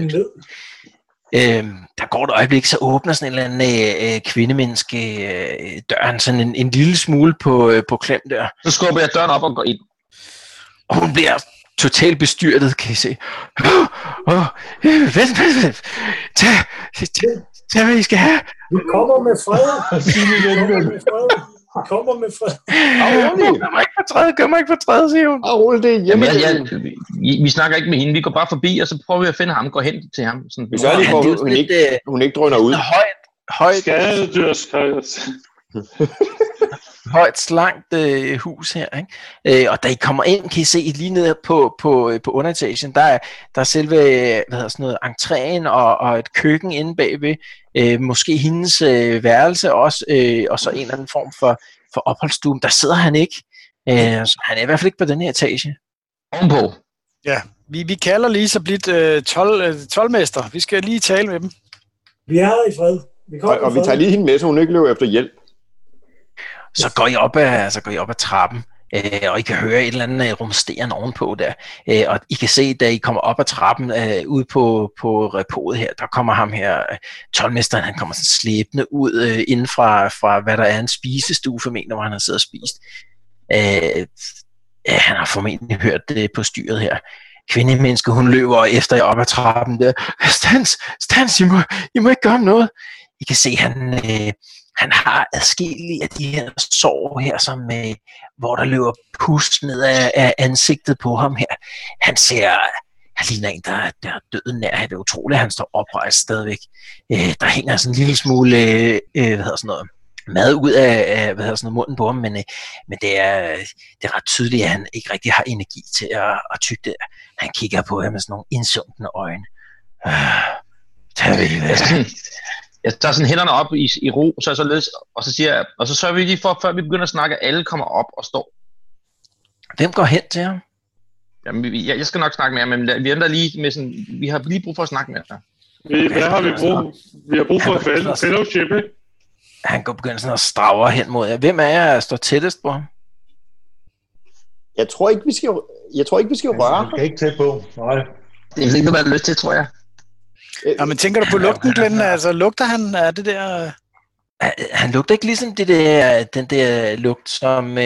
Der går et øjeblik, så åbner sådan en eller anden kvindemenneske døren sådan en lille smule på klem der. Så skubber jeg døren op og går ind. Og hun bliver totalt bestyrtet, kan I se. Vent. Tag hvad I skal have. Vi kommer med fred. Vi kommer med fred. Gør mig ikke for træde, siger hun. Rulle det hjemme. Vi snakker ikke med hende. Vi går bare forbi, og så prøver vi at finde ham. Går hen til ham. Sådan. Vi gør lige, hvor hun ikke drøner ud. Højt. Højt, slankt hus her, ikke? Og da I kommer ind, kan I se lige nede på underetagen, der er selve entréen og et køkken inde bagved, måske hendes værelse også, og så en eller anden form for opholdsstue. Der sidder han ikke, så han er i hvert fald ikke på den her etage. Ovenpå. Ja, vi kalder lige så blidt 12-mester. Vi skal lige tale med dem. Vi er i fred. Og vi tager lige hende med, så hun ikke løber efter hjælp. Så går I op ad trappen, og I kan høre et eller andet rumsteren ovenpå der. Og I kan se, da I kommer op ad trappen ude på repoet her, der kommer ham her, toldmesteren, han kommer sådan slæbende ud inden fra hvad der er en spisestue, formentlig, hvor han har siddet og spist. Han har formentlig hørt det på styret her. Kvindemenneske, hun løber efter jer op ad trappen der. Stans, I må ikke gøre noget. I kan se, han har adskillige af de her sår her, hvor der løber pust ned af ansigtet på ham her. Han ligner en, der er døden nær. Det er utroligt, at han står oprejst stadigvæk. Der hænger sådan en lille smule mad ud af munden på ham, men det er ret tydeligt, at han ikke rigtig har energi til at tygge det. Han kigger på jer med sådan nogle indsunkne øjne. Jeg tager sådan hænderne op i ro, og så siger jeg, og så sørger vi lige for, før vi begynder at snakke, at alle kommer op og står. Hvem går hen til ham? Jamen, jeg skal nok snakke med ham, men vi ender lige med sådan, vi har lige brug for at snakke med ham. Hvad har vi brug? Vi har brug for fellowship. Han går begyndt sådan at strave hen mod jer. Hvem er jer, der står tættest på ham? Jeg tror ikke, vi skal Jeg tror ikke, vi skal røre. Du skal ikke tæt på. Nej. Det er ikke noget, man har lyst til, tror jeg. Ja, men tænker du på lugten, Glenn? Altså, lugter han af det der... Han lugter ikke ligesom den der lugt, som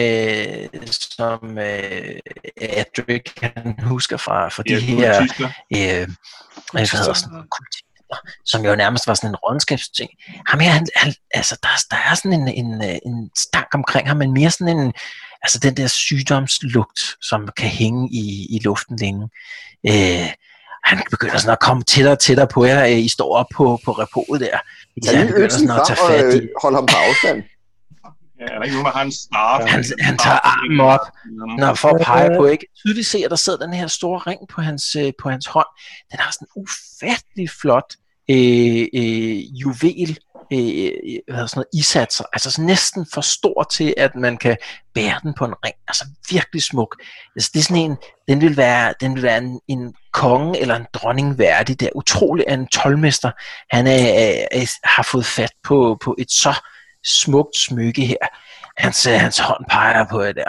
Adric han husker fra de her hvad hedder sådan kultister, som jo nærmest var sådan en rådenskabsting. Ham her, altså der er sådan en stank omkring ham, men mere sådan en, altså den der sygdomslugt, som kan hænge i luften længe. Han begynder sådan at komme tættere og tættere på jer. I står op på repoet der. Han begynder sådan at tage fat i. Holde ham på afstand. Ja, er der ikke nogen, der har en snart? Han tager armen op, når for at pege på, ikke? Tydeligt se, at der sidder den her store ring på hans hånd. Den har sådan en ufattelig flot juvel, sådan noget isatser, altså sådan næsten for stor til, at man kan bære den på en ring. Altså virkelig smuk. Altså, det er sådan en, den vil være en konge eller en dronning værdig. Det er utroligt, at en toldmester, han har fået fat på et så smukt smykke her. Hans hånd peger på det der.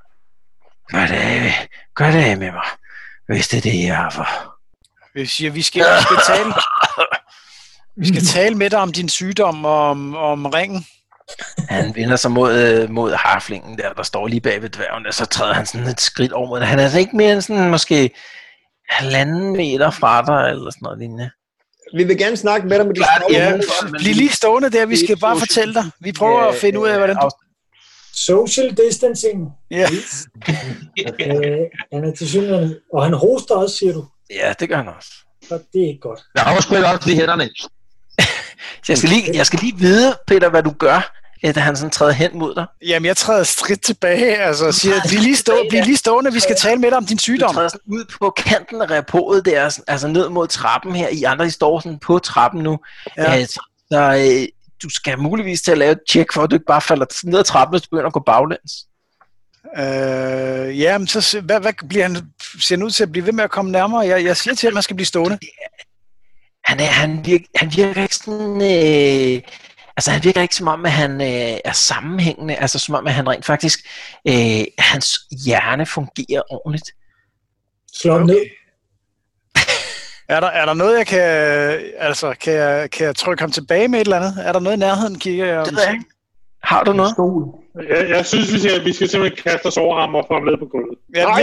Gør det af med mig, hvis det er det, jeg har for. Vi skal tale med dig om din sygdom og om ringen. Han vender sig mod harflingen der står lige bag ved dværgen, og så træder han sådan et skridt over mod det. Han er altså ikke mere end sådan måske 1,5 meter fra dig, eller sådan noget lignende. Vi vil gerne snakke med dig med de bliv lige stående der, vi skal bare fortælle dig. Vi prøver at finde ud af, hvordan du... Social distancing. Ja. Han er til synligheden, og han hoster også, siger du. Ja, det gør han også. Og det er ikke godt. Jeg har også også lige hænderne. Jeg skal lige vide, Peter, hvad du gør, da han sådan træder hen mod dig. Jamen, jeg træder skridt tilbage, altså siger, bliv lige stående, vi skal tale med dig om din sygdom. Du træder sådan ud på kanten af repoet der, altså ned mod trappen her. I andre, I står sådan på trappen nu. Ja. Så du skal muligvis til at lave et tjek, for at du ikke bare falder ned ad trappen, hvis du begynder at gå baglæns. Ja, men så hvad bliver han, ser han ud til at blive ved med at komme nærmere? Jeg siger til, at man skal blive stående. Han virker ikke sådan... altså han virker ikke som om, at han er sammenhængende, altså som om, at han rent faktisk... hans hjerne fungerer ordentligt. Slå ham ned. Er der noget, jeg kan... Altså, kan jeg trykke ham tilbage med et eller andet? Er der noget i nærheden, kigger jeg? Det ved jeg ikke. Har du noget? Jeg synes, vi skal simpelthen kaste os over ham og få ham ned på gulvet.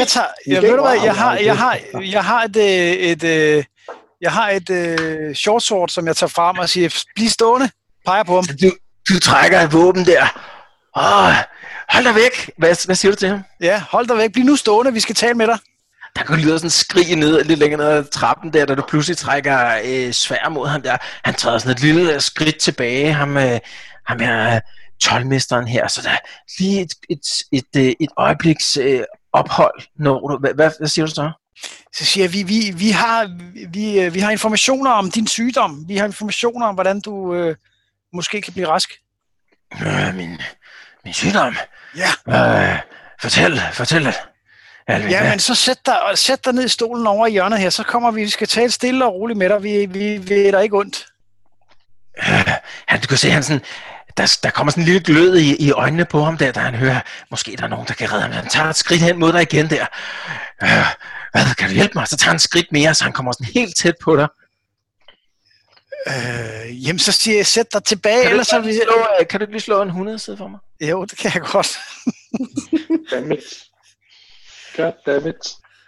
Jeg har et short sword, som jeg tager frem og siger, bliv stående, peger på ham. Du trækker et våben der. Hold dig væk. Hvad siger du til ham? Ja, hold dig væk. Bliv nu stående, vi skal tale med dig. Der kan lyde sådan en skrig ned, lidt længere ned ad trappen der, da du pludselig trækker sværd mod ham der. Han træder sådan et lille skridt tilbage, ham er toldmesteren her, så der er lige et øjebliks ophold. Hvad siger du så? Så siger jeg, vi har informationer om din sygdom. Vi har informationer om, hvordan du måske kan blive rask. Min sygdom? Ja. Fortæl. Ja, men så sæt dig ned i stolen over i hjørnet her, så kommer vi skal tale stille og roligt med dig. Vi er der ikke ondt. Du kan se, han sådan... Der kommer sådan en lille glød i øjnene på ham der, da han hører, måske der er nogen, der kan redde ham. Han tager et skridt hen mod dig igen der. Kan du hjælpe mig? Så tager han et skridt mere, så han kommer sådan helt tæt på dig. Jamen, så siger jeg, sæt dig tilbage. Kan du ikke lige slå en 100 side for mig? Jo, det kan jeg godt. Goddammit.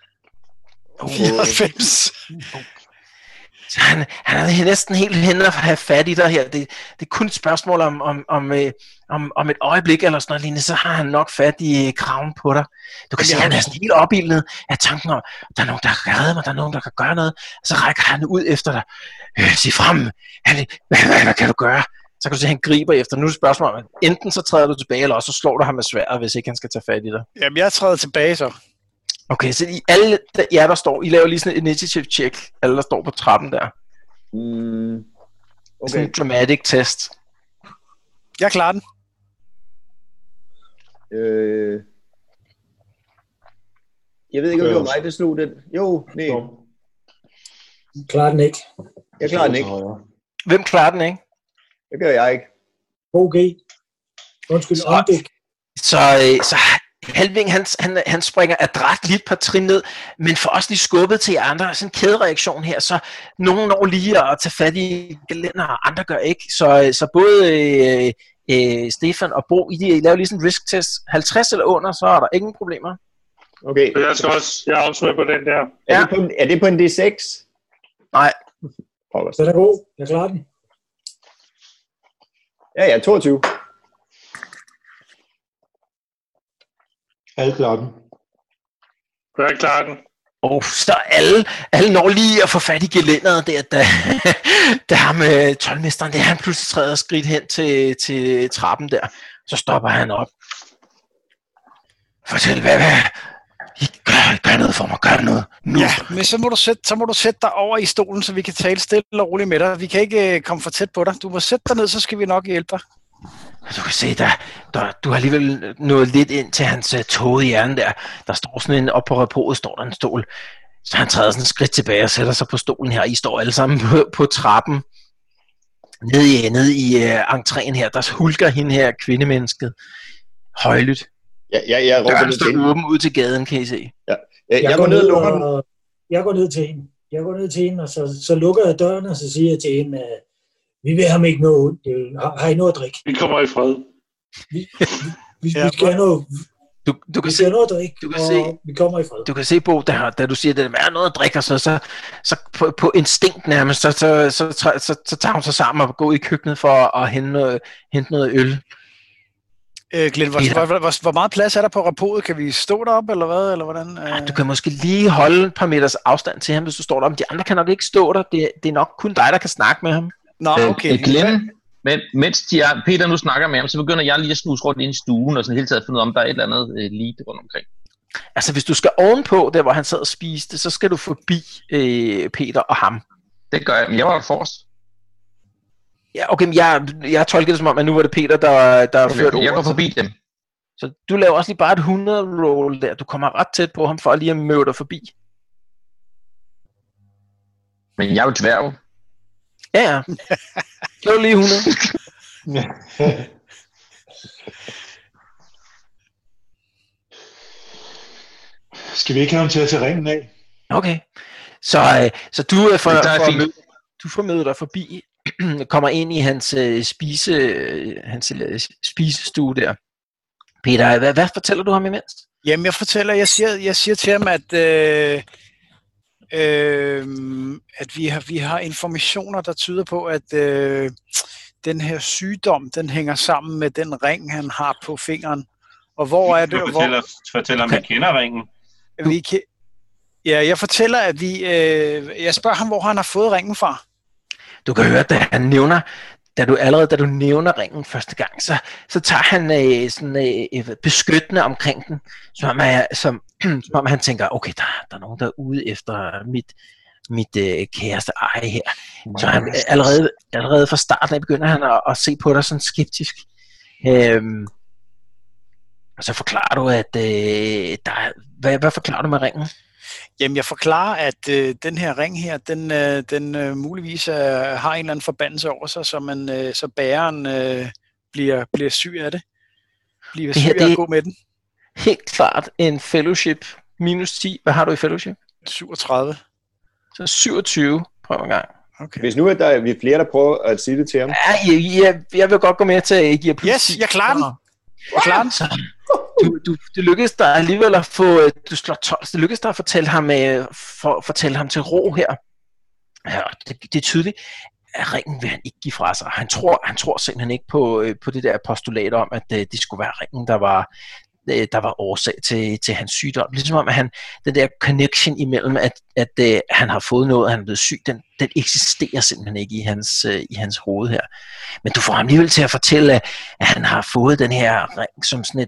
94. Så han er næsten helt hen at have fat i dig her. Det er kun et spørgsmål om et øjeblik eller sådan noget lignende, så har han nok fat i kraven på dig. Du kan se, at han er sådan helt opildnet af tanken om, der er nogen, der kan redde mig, der er nogen, der kan gøre noget. Så rækker han ud efter dig. Sig frem. Hvad kan du gøre? Så kan du se, at han griber efter. Nu er det spørgsmål om, enten så træder du tilbage, eller også så slår du ham med sværdet, hvis ikke han skal tage fat i dig. Jamen, jeg træder tilbage så. Okay, så alle jer, der står, I laver lige sådan et initiative check, alle der står på trappen der. Okay. Sådan en dramatic test. Jeg klarer den. Jeg ved ikke, om det var mig, der slog den. Jo, nej. Jeg klarer den ikke. Jeg klarer den ikke. Hvem klarer den ikke? Det gør jeg ikke. OG. Undskyld, omdæk. Så Helving, han springer adræt lige et par trin ned, men får også lige skubbet til andre. Sådan en kædereaktion her, så nogen når lige at tage fat i gelænder, og andre gør ikke. Så både Stefan og Bo, I laver lige sådan en risk-test. 50 eller under, så er der ingen problemer. Okay. Jeg er også med på den der. Er det på en D6? Nej. Så er det god. Jeg klarer den. Ja, 22. Alle klarer den. Jeg klarer den. Og så alle når lige at få fat i gelænderet der, da ham toldmesteren, han pludselig træder skridt hen til trappen der. Så stopper han op. Fortæl, hvad I gør noget for mig, gør noget nu. Ja, men så må du sætte dig over i stolen, så vi kan tale stille og roligt med dig. Vi kan ikke komme for tæt på dig. Du må sætte dig ned, så skal vi nok hjælpe dig. Du kan se, du har alligevel nået lidt ind til hans tåede hjerne der. Der står sådan en, op på repotet står der en stol. Så han træder sådan et skridt tilbage og sætter sig på stolen her. I står alle sammen på trappen. Nede i entréen her, der hulker hende her kvindemennesket. Højlydt. Jeg døren står åben ud til gaden, kan I se. Ja. Jeg går ned og lukker den. Jeg går ned til hende. Og så lukker jeg døren, og så siger jeg til hende, vi vil ham ikke noget. Har I noget at drikke? Vi kommer i fred. Vi skal have noget. Du kan se noget at drikke, vi kommer i fred. Du kan se, Bo, da du siger, at der er noget at drikke, og så på instinkt nærmest, så tager hun sig sammen og går i køkkenet for at hente noget øl. Glenn, hvor meget plads er der på repotet? Kan vi stå derop eller hvad? Eller hvordan? Ja, du kan måske lige holde et par meters afstand til ham, hvis du står der. Men de andre kan nok ikke stå der. Det er nok kun dig, der kan snakke med ham. Nå, okay. Glenn, men mens Peter nu snakker med ham, så begynder jeg lige at snuse rundt ind i stuen, og sådan hele taget finde ud af, om der er et eller andet lead rundt omkring. Altså, hvis du skal ovenpå, der hvor han sad og spiste, så skal du forbi Peter og ham. Det gør jeg, men jeg var forrest. Ja, okay, men jeg tolker det som om, at nu var det Peter, der okay, førte ordet. Jeg går forbi dem. Så du laver også lige bare et 100-roll der. Du kommer ret tæt på ham, for lige at møde dig forbi. Men jeg er jo dværg. Ja. Slå lige 100. Skal vi ikke have ham til at tage ringen af? Okay. Så du får mødet dig forbi, kommer ind i hans spisestue der. Peter, hvad fortæller du ham imens? Jamen, jeg siger til ham, at vi har informationer, der tyder på, at den her sygdom, den hænger sammen med den ring, han har på fingeren. Og hvor er det? Fortæller om vi kender ringen. Jeg fortæller, at jeg spørger ham, hvor han har fået ringen fra. Du kan høre, da du nævner ringen første gang, så tager han sådan beskyttende omkring den, som om han tænker, okay, der er nogen, der er ude efter mit kæreste eje her. Så han allerede fra starten af begynder han at se på dig sådan skeptisk. Og så forklarer du, at hvad forklarer du med ringen? Jamen, jeg forklarer, at den her ring her, den muligvis har en eller anden forbandelse over sig, så bæreren bliver syg af det. Bliver syg af at gå med den. Helt klart en fellowship minus 10. Hvad har du i fellowship? 37. Så 27. Prøv en gang. Okay. Hvis nu er vi flere, der prøver at sige det til ham. Ja, jeg vil godt gå med til at give plus 10. Yes, jeg klarer den. Det lykkedes dig alligevel at få, du slår 12, det lykkedes dig at fortælle ham til ro her. Ja, det er tydeligt, at ringen vil han ikke give fra sig. Han tror simpelthen ikke på det der postulat om, at det skulle være ringen, der var årsag til hans sygdom. Ligesom om, at den der connection imellem, at han har fået noget, han er blevet syg, den eksisterer simpelthen ikke i hans hoved her. Men du får ham alligevel til at fortælle, at han har fået den her ring som sådan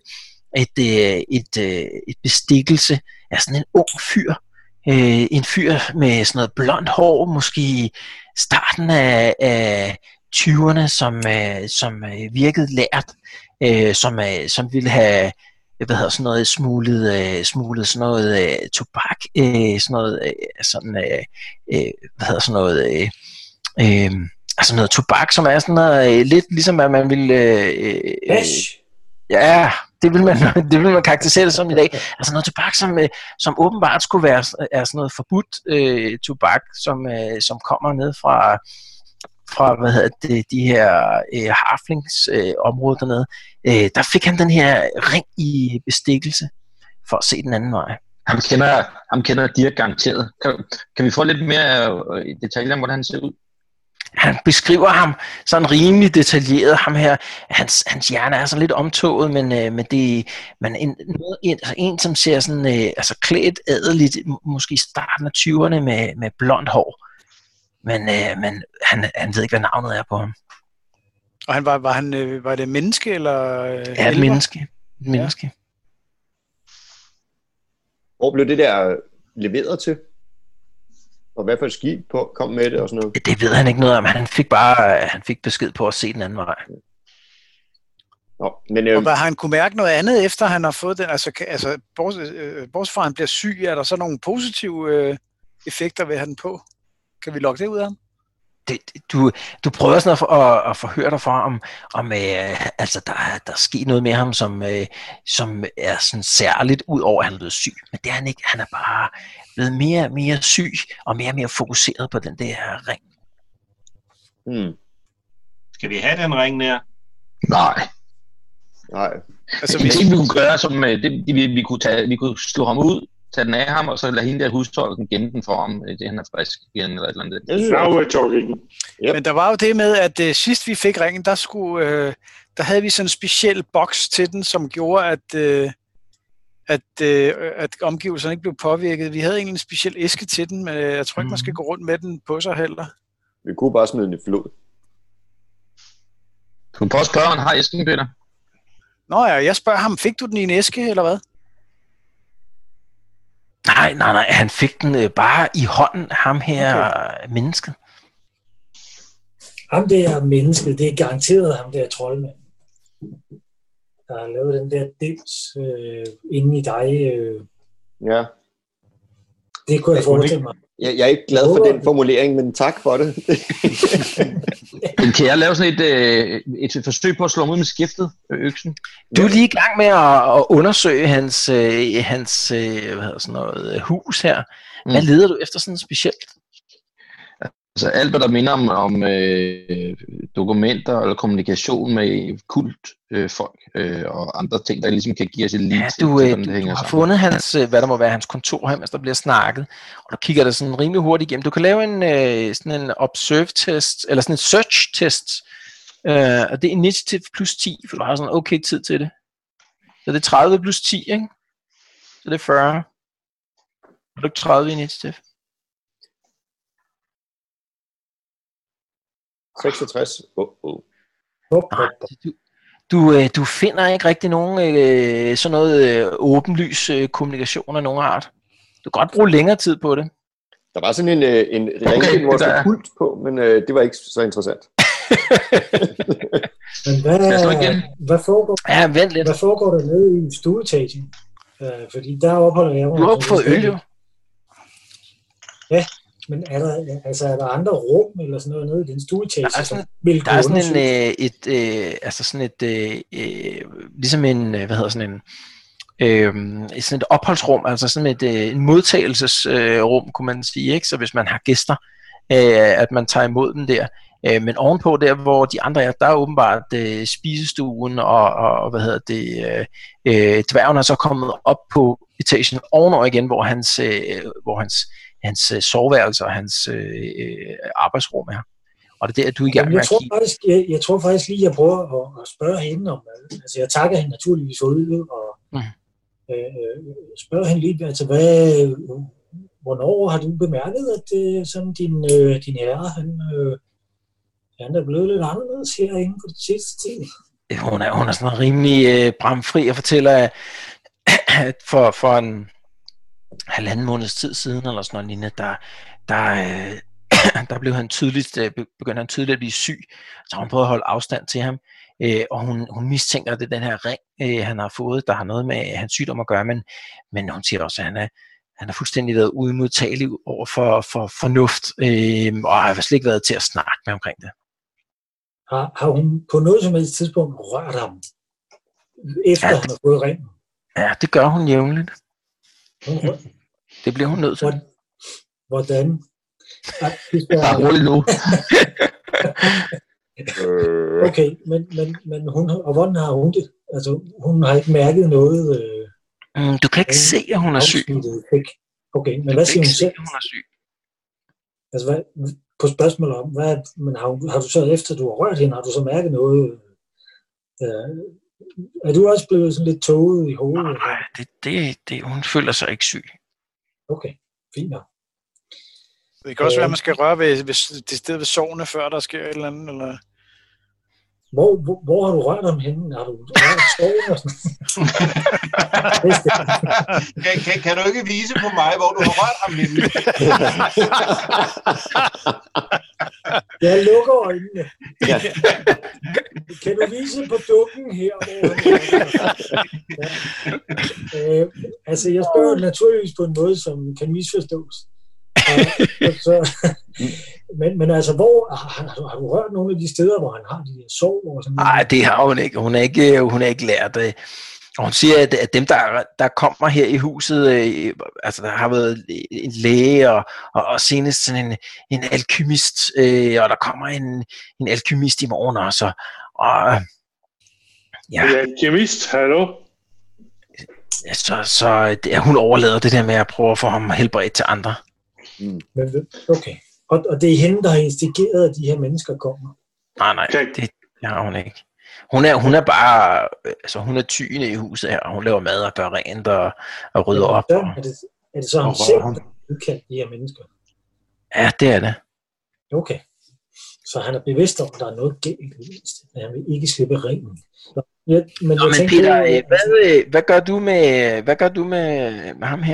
et bestikkelse af sådan en ung fyr. En fyr med sådan noget blondt hår, måske i starten af 20'erne, som virkede lært, som ville have sådan noget smuglet sådan noget tobak, altså noget tobak, som er sådan noget lidt ligesom at man ville hash. Ja, det vil man karakterisere det som i dag. Altså noget tobak, som åbenbart skulle være er sådan noget forbudt tobak, som kommer ned fra de her harflingsområder dernede. Der fik han den her ring i bestikkelse for at se den anden vej. Ham kender Dirk garanteret. Kan vi få lidt mere detaljer om, hvordan han ser ud? Han beskriver ham sådan rimelig detaljeret, ham her. Hans hjerne er sådan lidt omtoget, men en som ser sådan klædt adeligt, måske i starten af 20'erne med blondt hår. Men han ved ikke, hvad navnet er på ham. Og var det menneske eller? Ja, et menneske. Et menneske. Hvor blev det der leveret til? Og hvad for et skib kom med det og sådan noget? Det ved han ikke noget om. Han fik besked på at se den anden vej. Nå, men, og har han kunne mærke noget andet, efter han har fået den? Altså bortset fra han bliver syg, er der så nogle positive effekter ved at have den på? Kan vi lokke det ud af ham? Du prøver sådan at forhøre dig for, om der er sket noget med ham, som er sådan særligt, ud over at han er blevet syg. Men det er han ikke. Han er bare blevet mere syg og mere fokuseret på den der ring. Skal vi have den ring der? Nej. Altså, hvis ikke vi kunne gøre som vi kunne slå ham ud, tage den af ham, og så lade hende der hustolken gemme den for ham, det han er frisk igen, eller et eller andet. Yep. Men der var jo det med, at sidst vi fik ringen, der havde vi sådan en speciel boks til den, som gjorde, at omgivelserne ikke blev påvirket. Vi havde egentlig en speciel æske til den, men jeg tror ikke, man skal gå rundt med den på sig heller. Vi kunne bare smide den i flod. Du kan prøve at spørge, om han har æsken, Peter. Nå ja, jeg spørger ham, fik du den i en æske, eller hvad? Nej, han fik den bare i hånden, ham her mennesket. Ham der mennesket, det er garanteret ham der troldmand, der har lavet den der dims inde i dig. Ja. Det kunne jeg forestille mig. Jeg er ikke glad for den formulering, men tak for det. Kan jeg lave sådan et forsøg på at slå ham ud med skiftet, øksen? Du er lige i gang med at undersøge hans hus her. Hvad leder du efter sådan specielt? Altså alt, hvad der minder om dokumenter eller kommunikation med folk og andre ting, der ligesom kan give os et liv til, du hænger har fundet hans, hvad der må være hans kontor her, mens der bliver snakket, og du kigger der sådan rimelig hurtigt igennem. Du kan lave sådan en observe-test, eller sådan en search-test, og det er initiativ plus 10, for du har sådan okay tid til det. Så det er 30 plus 10, ikke? Så det er 40. Har du ikke 30 i initiativ? 66. Du finder ikke rigtig nogen sådan noget åbenlys kommunikation af nogen art. Du kan godt bruge længere tid på det. Der var sådan en ring, hvor der var kult på, men det var ikke så interessant. Men hvad foregår, ja, vent lidt. Hvad foregår der nede i stueetagen? Fordi der opholder jeg mig. Du har fået øl, jo. Ja, men er der andre rum eller sådan noget nede i den stueetage? Der er sådan ligesom en, sådan et opholdsrum, altså sådan en modtagelsesrum, kunne man sige, ikke? Så hvis man har gæster, at man tager imod dem der. Men ovenpå der, hvor de andre er, der er åbenbart spisestuen, og dværgen er så kommet op på etagen ovenover igen, hvor hans soveværelse og hans arbejdsrum er. Og det er der, du er i gang med at kigge. Jeg tror faktisk lige, jeg prøver at spørge hende om, altså jeg takker hende naturligvis for ud, og spørger hende lige, altså hvornår har du bemærket, at sådan din herre, han er blevet lidt anderledes herinde på det sidste tid? Hun er sådan rimelig bramfri og fortæller, at for en halvanden måneds tid siden, eller sådan noget lignende, der blev begyndte han tydeligt at blive syg, så hun prøvede at holde afstand til ham, og hun mistænker, at det er den her ring, han har fået, der har noget med hans sygdom at gøre, men hun siger også, at han har fuldstændig været uimodtagelig over for fornuft, og har slet ikke været til at snakke med omkring det. Har hun på noget som helst tidspunkt rørt ham efter han har fået ringen. Ja, det gør hun jævnligt. Det bliver hun nødt til. Hvordan? Bare roligt nu. Okay, men hun, og hvordan har hun det? Altså, hun har ikke mærket noget... Du kan ikke se, at hun er syg. Okay, men hvad siger hun selv? Hun er syg. Altså, på spørgsmålet om, men har du så efter, du har rørt hende, har du så mærket noget? Er du også blevet sådan lidt tåget i hovedet? Nej, hun føler sig ikke syg. Okay, fint nok. Det kan også være, at man skal røre ved det sted ved sårene, før der sker et eller andet, eller... Hvor har du rørt om hende? Har du rørt sårene og sådan? kan du ikke vise på mig, hvor du har rørt ham henne? Jeg lukker øjnene. Ja. Kan du vise på dukken her? Altså, jeg spørger naturligvis på en måde, som kan misforstås. Men altså, hvor har du rørt nogle af de steder, hvor han har de her sår? Nej, det har hun ikke. Hun har ikke lært det. Og hun siger, at dem, der kommer her i huset, altså der har været en læge og senest sådan en alkymist, og der kommer en alkymist i morgen også. Og ja. En alkymist, hallo? Så hun overlader det der med at prøve at få ham helbredt til andre. Okay. Og det er hende, der har instigeret, at de her mennesker kommer? Nej, det har hun ikke. Hun er bare, altså hun er tyende i huset her, og hun laver mad og gør rent og rydder op. Er det så ham selv, der udkaldt de her mennesker? Ja, det er det. Okay. Så han er bevidst om, at der er noget galt, men han vil ikke slippe ringen. Men Peter, hvad gør du med ham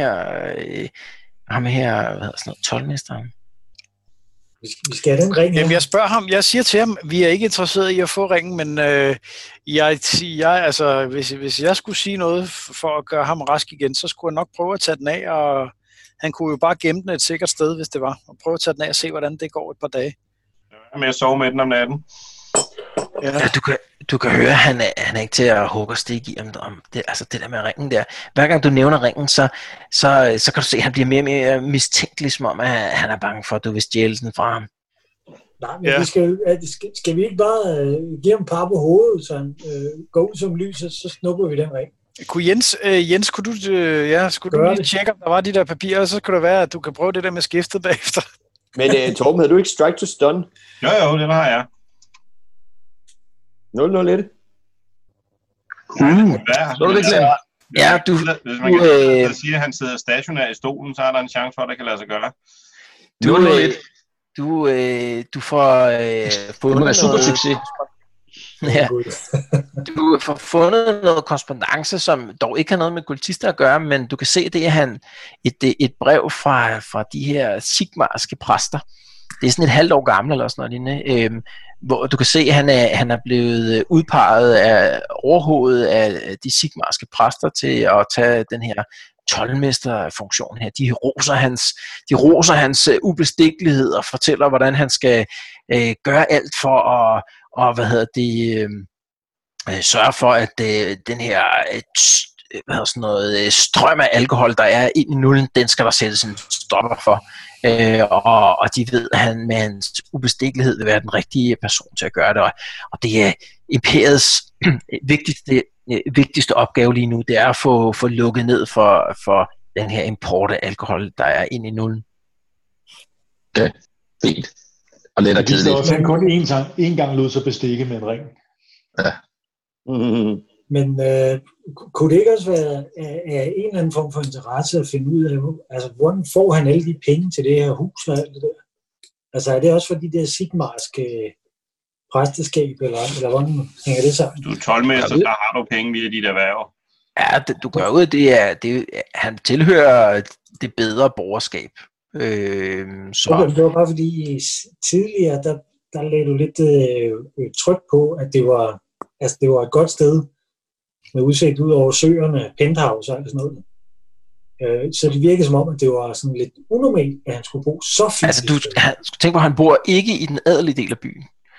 her, hvad hedder sådan noget, toldmesteren? Vi skal have den ring her. Jamen, jeg spørger ham, jeg siger til ham, vi er ikke interesseret i at få ringen, men altså, hvis jeg skulle sige noget for at gøre ham rask igen, så skulle jeg nok prøve at tage den af, og han kunne jo bare gemme den et sikkert sted, hvis det var, og prøve at tage den af og se, hvordan det går et par dage. Med at sove med den om natten. Ja, du kan høre, at han er ikke til at hugge og stikke i om det, altså det der med ringen der. Hver gang du nævner ringen, så kan du se, at han bliver mere og mere mistænkelig, som om at han er bange for, at du vil stjæle den fra ham. Nej, men skal vi ikke bare give ham par på hovedet, så han går ud som lys, så snupper vi den ring. Kunne Jens, kunne du lige tjekke, om der var de der papirer, og så kunne det være, at du kan prøve det der med skiftet bagefter. Men Torben, havde du ikke strike to stun? Jo, det har jeg. 0-0-1. Så er det klart. Ja, hvis man kan sige, at han sidder stationær i stolen, så er der en chance for, at det kan lade sig gøre. Du får fundet noget super succes. Ja. Du får fundet noget korrespondance, som dog ikke har noget med kultister at gøre, men du kan se, det er et brev fra de her sigmarske præster. Det er sådan et halvt år gammelt eller sådan noget, hvor du kan se, at han er blevet udpeget af overhovedet af de sigmarske præster til at tage den her toldmesterfunktion her. De roser hans ubestikkelighed og fortæller, hvordan han skal gøre alt for at sørge for, at den her strøm af alkohol, der er ind i nullen, den skal der sættes en stopper for. Og de ved, at han med hans ubestikkelighed vil være den rigtige person til at gøre det. Og det er imperiets vigtigste opgave lige nu, det er at få lukket ned for den her import af alkohol, der er ind i nullen. Ja, fint. Og lidt af kedeligt. Så han kun én gang lod sig bestikke med en ring. Ja. Men kunne det ikke også være af en eller anden form for interesse at finde ud af, altså hvordan får han alle de penge til det her hus og alt det der? Altså er det også for de der sigmarske præsteskab, eller hvordan hænger det sammen? Du er toldmester, der har du penge via dit erhverv. Ja, du gør ud, han tilhører det bedre borgerskab. Så. Okay, det var bare fordi tidligere, der lagde du lidt tryk på, at det var et godt sted med udsigt ud over søerne, penthouse og sådan noget. Så det virkede som om, at det var sådan lidt unormalt, at han skulle bo så fint. Altså, du tænker på, at han bor ikke i den adelige del af byen.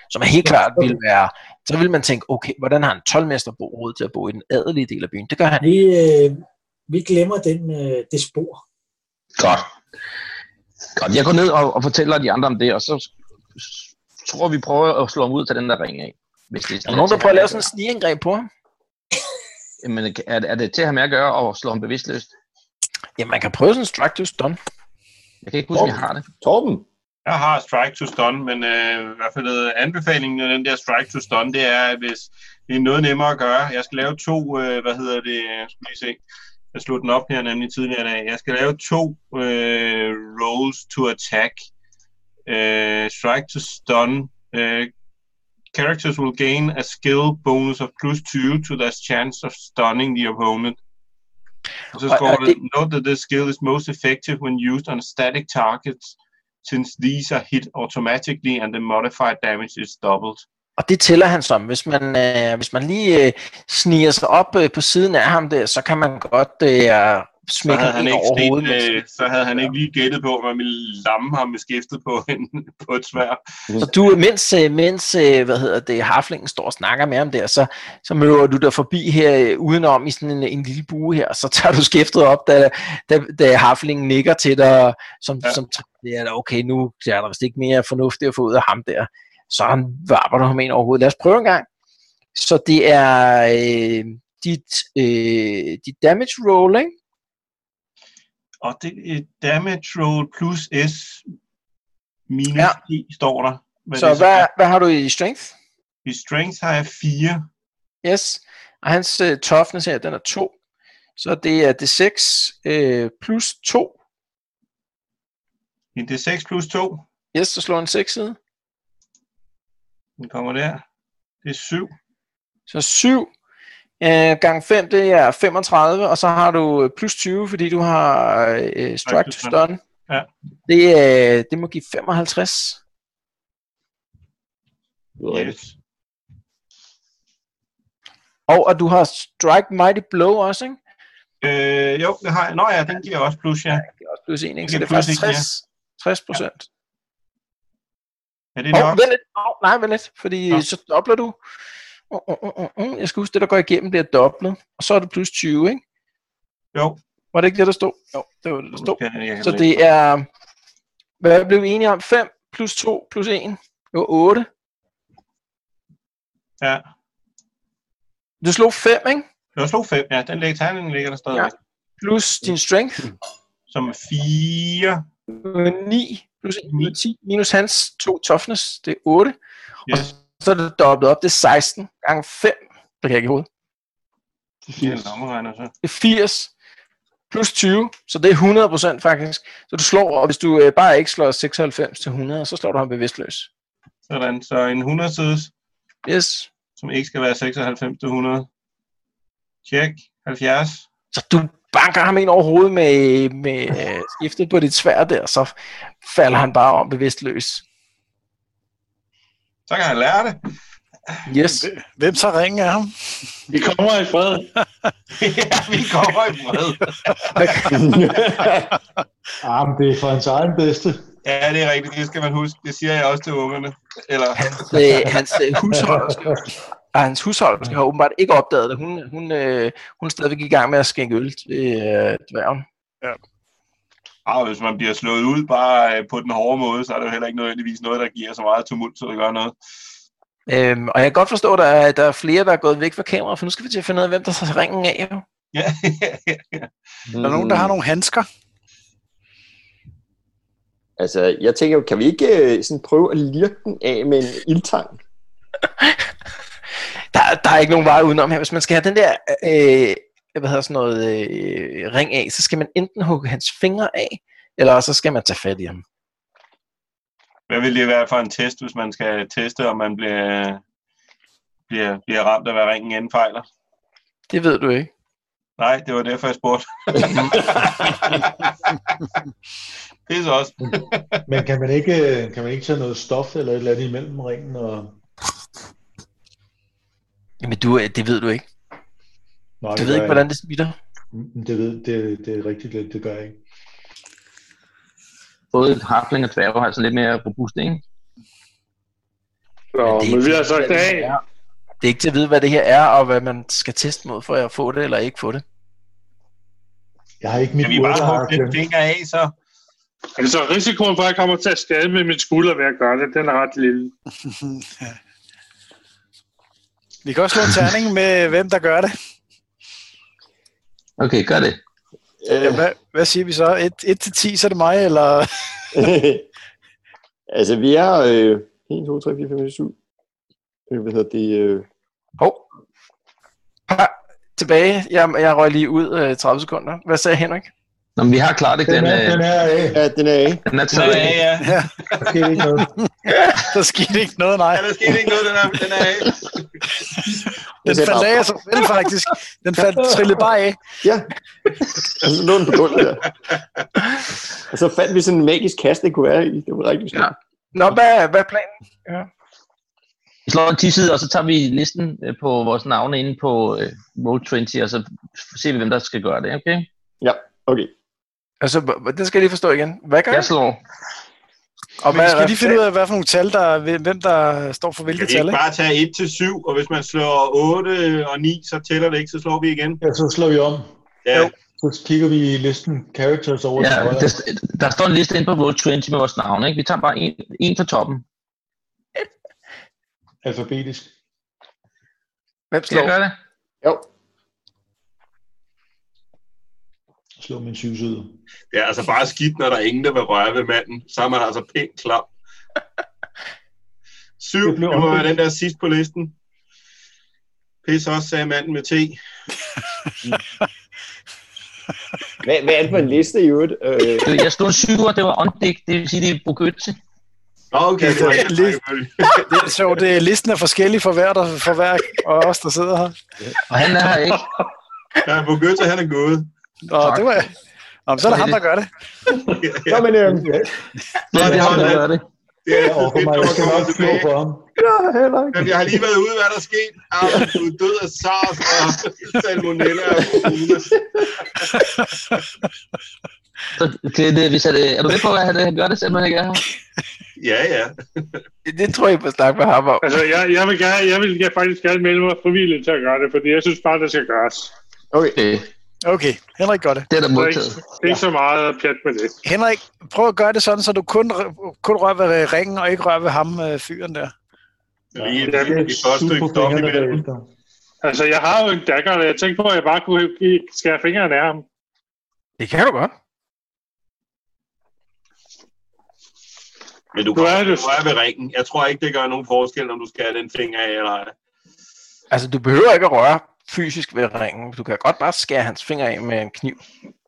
som helt klart ville være, så vil man tænke, okay, hvordan har en 12-mester råd til at bo i den adelige del af byen? Det gør han. Vi glemmer det spor. Godt. Jeg går ned og fortæller de andre om det, og så tror vi prøver at slå ham ud til den der ring af. Hvis det er nogen, der prøver at lave sådan en snigangreb på ham? Jamen, er det til at have med at gøre og slå ham bevidstløst? Jamen, man kan prøve sådan en strike to stun. Jeg kan ikke huske, at jeg har det. Torben? Jeg har strike to stun, men i hvert fald anbefalingen af den der strike to stun, det er, at hvis det er noget nemmere at gøre. Jeg skal lave 2, skal lige se. Jeg slog den op her nemlig tidligere i dag. Jeg skal lave 2 rolls to attack. Strike to stun. Characters will gain a skill bonus of +2 to their chance of stunning the opponent. Og så står det, note that this skill is most effective when used on static targets, since these are hit automatically and the modified damage is doubled. Og det tæller han som. Hvis man lige sniger sig op på siden af ham der, så kan man godt smække ham over hovedet. Så havde han ikke lige gættet på, at man ville lamme ham med skiftet på et sværd. Så du, mens harflingen står og snakker med ham der, så møder du der forbi her udenom i sådan en lille bue her, og så tager du skiftet op, da harflingen nikker til dig, som det er okay, nu er der vist ikke mere fornuftigt at få ud af ham der. Så varper du ham ind over hovedet. Lad os prøve en gang. Så det er dit damage roll, ikke? Og det er damage roll plus S minus 10, står der. Hvad har du i strength? I strength har jeg 4. Yes. Og hans toughness her, den er 2. Så det er D6 plus 2. En D6 plus 2? Yes, så slår en 6 side. Den kommer der. Det er 7. Så 7 gang 5, det er 35, og så har du plus 20, fordi du har strike to stun. Ja. Det må give 55. Yes. Og du har strike mighty blow også, ikke? Jo, det har jeg. Nå ja, den giver også plus, ja. Den giver også plus 1, ikke? Så det er faktisk 60%. Er det nok? Vent lidt, fordi så dobler du. Jeg skal huske, det der går igennem bliver doblet, og så er det plus 20, ikke? Jo. Var det ikke det, der stod? Jo, det var det, der stod. Så det er, hvad blev vi enige om? 5 plus 2 plus 1. Det var 8. Ja. Du slog 5, ikke? Jeg slog 5, ja. Den ligger der stadig. Ja. Plus din strength. Som er 4. 9 plus 1, 10. Minus hans 2 toughness, det er 8. Yes. Og så er det dobbelt op, det er 16 gange 5. Det kan jeg ikke i hovedet. Det er 80. Det er 80 plus 20, så det er 100% faktisk. Så du slår, og hvis du bare ikke slår 96 til 100, så slår du ham bevidstløs. Sådan, så en 100 sides. Yes. Som ikke skal være 96 til 100. Check. 70. Så du banker ham ind over hovedet med skiftet på dit sværd der, så falder han bare om bevidstløs. Så kan han lære det. Yes. Hvem tager ringen af ham? Vi kommer i fred. Ja, vi kommer i fred. Men det er for hans egen bedste. Ja, det er rigtigt. Det skal man huske. Det siger jeg også til ungerne. Eller... Hans husholderske har åbenbart ikke opdaget det. Hun er stadigvæk i gang med at skænke øl til dværgen. Ja. Hvis man bliver slået ud bare på den hårde måde, så er det jo heller ikke nødvendigvis noget, der giver så meget tumult, så det gør noget. Og jeg kan godt forstå, at der er flere, der er gået væk fra kameraet, for nu skal vi til at finde ud af, hvem der tager ringen af. Jo. Ja. Der er nogen, der har nogle handsker. Altså, jeg tænker jo, kan vi ikke sådan prøve at lirke den af med en ildtang? Der er ikke nogen vej udenom her. Hvis man skal have den der ring af, så skal man enten hugge hans fingre af, eller så skal man tage fat i ham. Hvad vil det være for en test, hvis man skal teste, om man bliver ramt af, hvad ringen indfejler? Det ved du ikke. Nej, det var derfor, jeg spurgte. Det er så også. Men kan man ikke tage noget stof eller et eller andet imellem ringen? Jamen, det ved du ikke. Nej, du ved ikke, hvordan det smitter? Det er rigtig lidt, det gør jeg ikke. Både harfling og dværge har sådan lidt mere robust, ikke? Nå, men vi har sagt det er ikke til at vide, hvad det her er, og hvad man skal teste mod for at få det, eller ikke få det. Jeg har ikke mit Kan vi bare hugge den finger af, så? Altså, risikoen for, at jeg kommer til at skade med min skulder ved at gøre det, den er ret lille. Vi kan også slå en terning med, hvem der gør det. Okay, gør det. Hvad siger vi så? 1-10, så er det mig, eller? Altså, vi er 1, 2, 3, 4, 5, 6, 7. Hvad hedder det? Tilbage. Jeg røg lige ud 30 sekunder. Hvad sagde Henrik? Nå, men vi har klart ikke den. Den er af. Ja, den er af. Den er taget af. Ja. Der skete ikke noget. Der skete ikke noget, nej. Ja, der skete ikke noget, den er af. Den faldt af sig selv, faktisk. Den trillede bare af. Ja. Og så lå den på gulvet der. Og så fandt vi sådan en magisk kasse, det kunne være i. Det var rigtig sjovt. Ja. Nå, hvad er planen? Ja. Vi slår en 10-side, og så tager vi listen på vores navne inde på Roll20, og så ser vi, hvem der skal gøre det, okay? Ja, okay. Altså, det skal jeg lige forstå igen. Hvad gør Jeg slår. Og Men vi skal lige finde ud af, hvad for nogle tal, hvem der står for hvilke Kan vi tal, ikke ikke? bare tage 1 til 7, og hvis man slår 8 og 9, så tæller det ikke, så slår vi igen. Ja, så slår vi om. Ja. Så kigger vi i listen characters over til Ja, højre. der står en liste inde på Roll20 med vores navne, ikke? Vi tager bare en fra toppen. Alfabetisk. Hvem Skal jeg slår? gøre det? Jo. Slå min 7-side. Det er altså bare skidt, når der er ingen, der vil røre ved manden. Så er man altså pænt klam. 7, det må være den der sidst på listen. Pis også, sagde manden med T. Hvad er det for en liste i øvrigt? Jeg stod en 7'er, det var åndigt, det vil sige, det er Bogøtse. Nå, okay. Det var ikke Det er sjovt, listen er forskellig for hver og os, der sidder her. Og han er her ikke. Ja, på Goethe, han er gået. Nå, det var... Nå, så er det ham, der gør det. Nå, men Ja, det er ham, der gør det. Det er Og for mig, jeg skal nok slå for ham. Men jeg har lige været ude, hvad der er sket. Du er død af SARS og salmonella og corona. Så er du med på, at han gør det simpelthen ikke er her? Ja. Det tror jeg på at snakke med ham om. Altså, jeg vil faktisk gerne melde mig frivilligt til at gøre det, fordi jeg synes bare, det skal gøres. Okay. Okay, Henrik gør det. Det er der Det er modtaget. ikke så meget pjat med det. Henrik, prøv at gøre det sådan, så du kun rører ved ringen, og ikke rører ved ham, fyren der. Lige et første stykke stop imellem. Altså, jeg har jo en dagger, og jeg tænkte på, at jeg bare kunne skære fingrene af ham. Det kan du godt. Men du kan røre ved ringen. Jeg tror ikke, det gør nogen forskel, om du skal have den finger af eller ej. Altså, du behøver ikke at røre fysisk ved ringen. Du kan godt bare skære hans finger af med en kniv.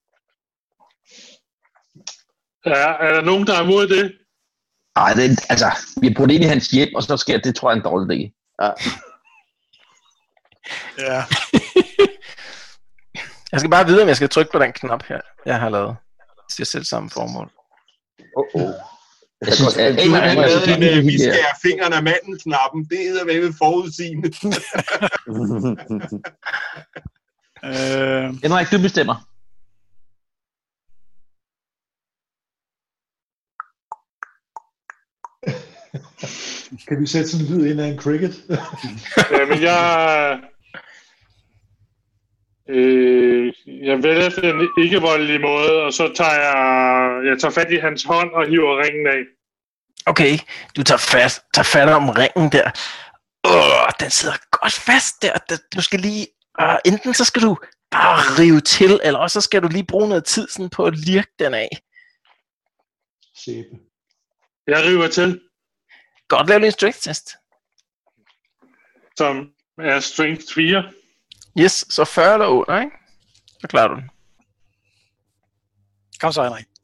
Ja, er der nogen, der er imod det? Nej, vi har brugt ind i hans hjem, og så sker det, tror jeg, en dårlig idé. Ja. Jeg skal bare vide, om jeg skal trykke på den knap her, jeg har lavet til selv samme formål. Jeg synes, at vi skærer fingrene af manden-knappen. Det er ved forudsigende. Henrik, du bestemmer. Kan vi sætte sådan en lyd ind af en cricket? Men jeg vælger den ikke-voldelige måde, og så tager jeg tager fat i hans hånd og hiver ringen af. Okay, du tager fat om ringen der. Den sidder godt fast der. Du skal lige... enten så skal du bare rive til, eller også så skal du lige bruge noget tid sådan på at lirke den af. Sæbe. Jeg river til. Godt, lav lige en strength test. Som er strength 4. Yes, så 40 eller under, ikke? Så klarer du den. Kom så, Henrik.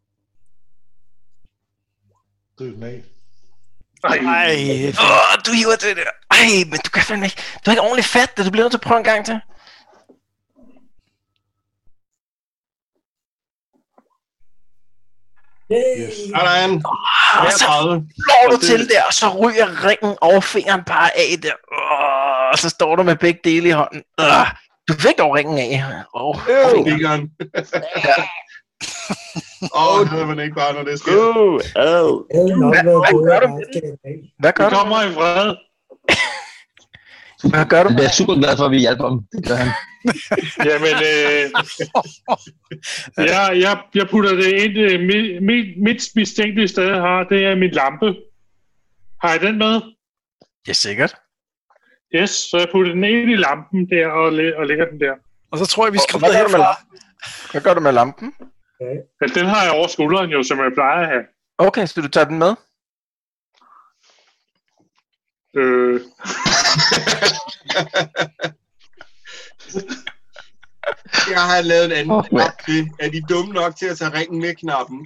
Driv den af. Ej. Du hiver det der. Ej, men du kan fandme ikke. Du har ikke ordentligt fat, det du bliver nødt til at prøve en gang til. Yes. Sådan. Så slår du til der, og så ryger ringen over fingeren bare af der. Og så står du med begge dele i hånden. Du fik dog ringen af. Fingeren. Det hedder man ikke bare, når det sker. Hvad gør du? Det kommer i fred. Hvad gør du? Jeg er super glad for, at vi hjælper ham. Det gør han. Jamen, jeg putter det ind. Mit mistænkelige sted har, det er min lampe. Har jeg den med? Ja, sikkert. Yes, så jeg putter den ind i lampen der og lægger den der. Og så tror jeg, vi skal Hvad videre gør du med herfra. Hvad gør du med lampen? Ja, den har jeg over skulderen jo, som jeg plejer at have. Okay, så du tager den med? Jeg har lavet en anden knap til. Er de dumme nok til at tage ringen med knappen?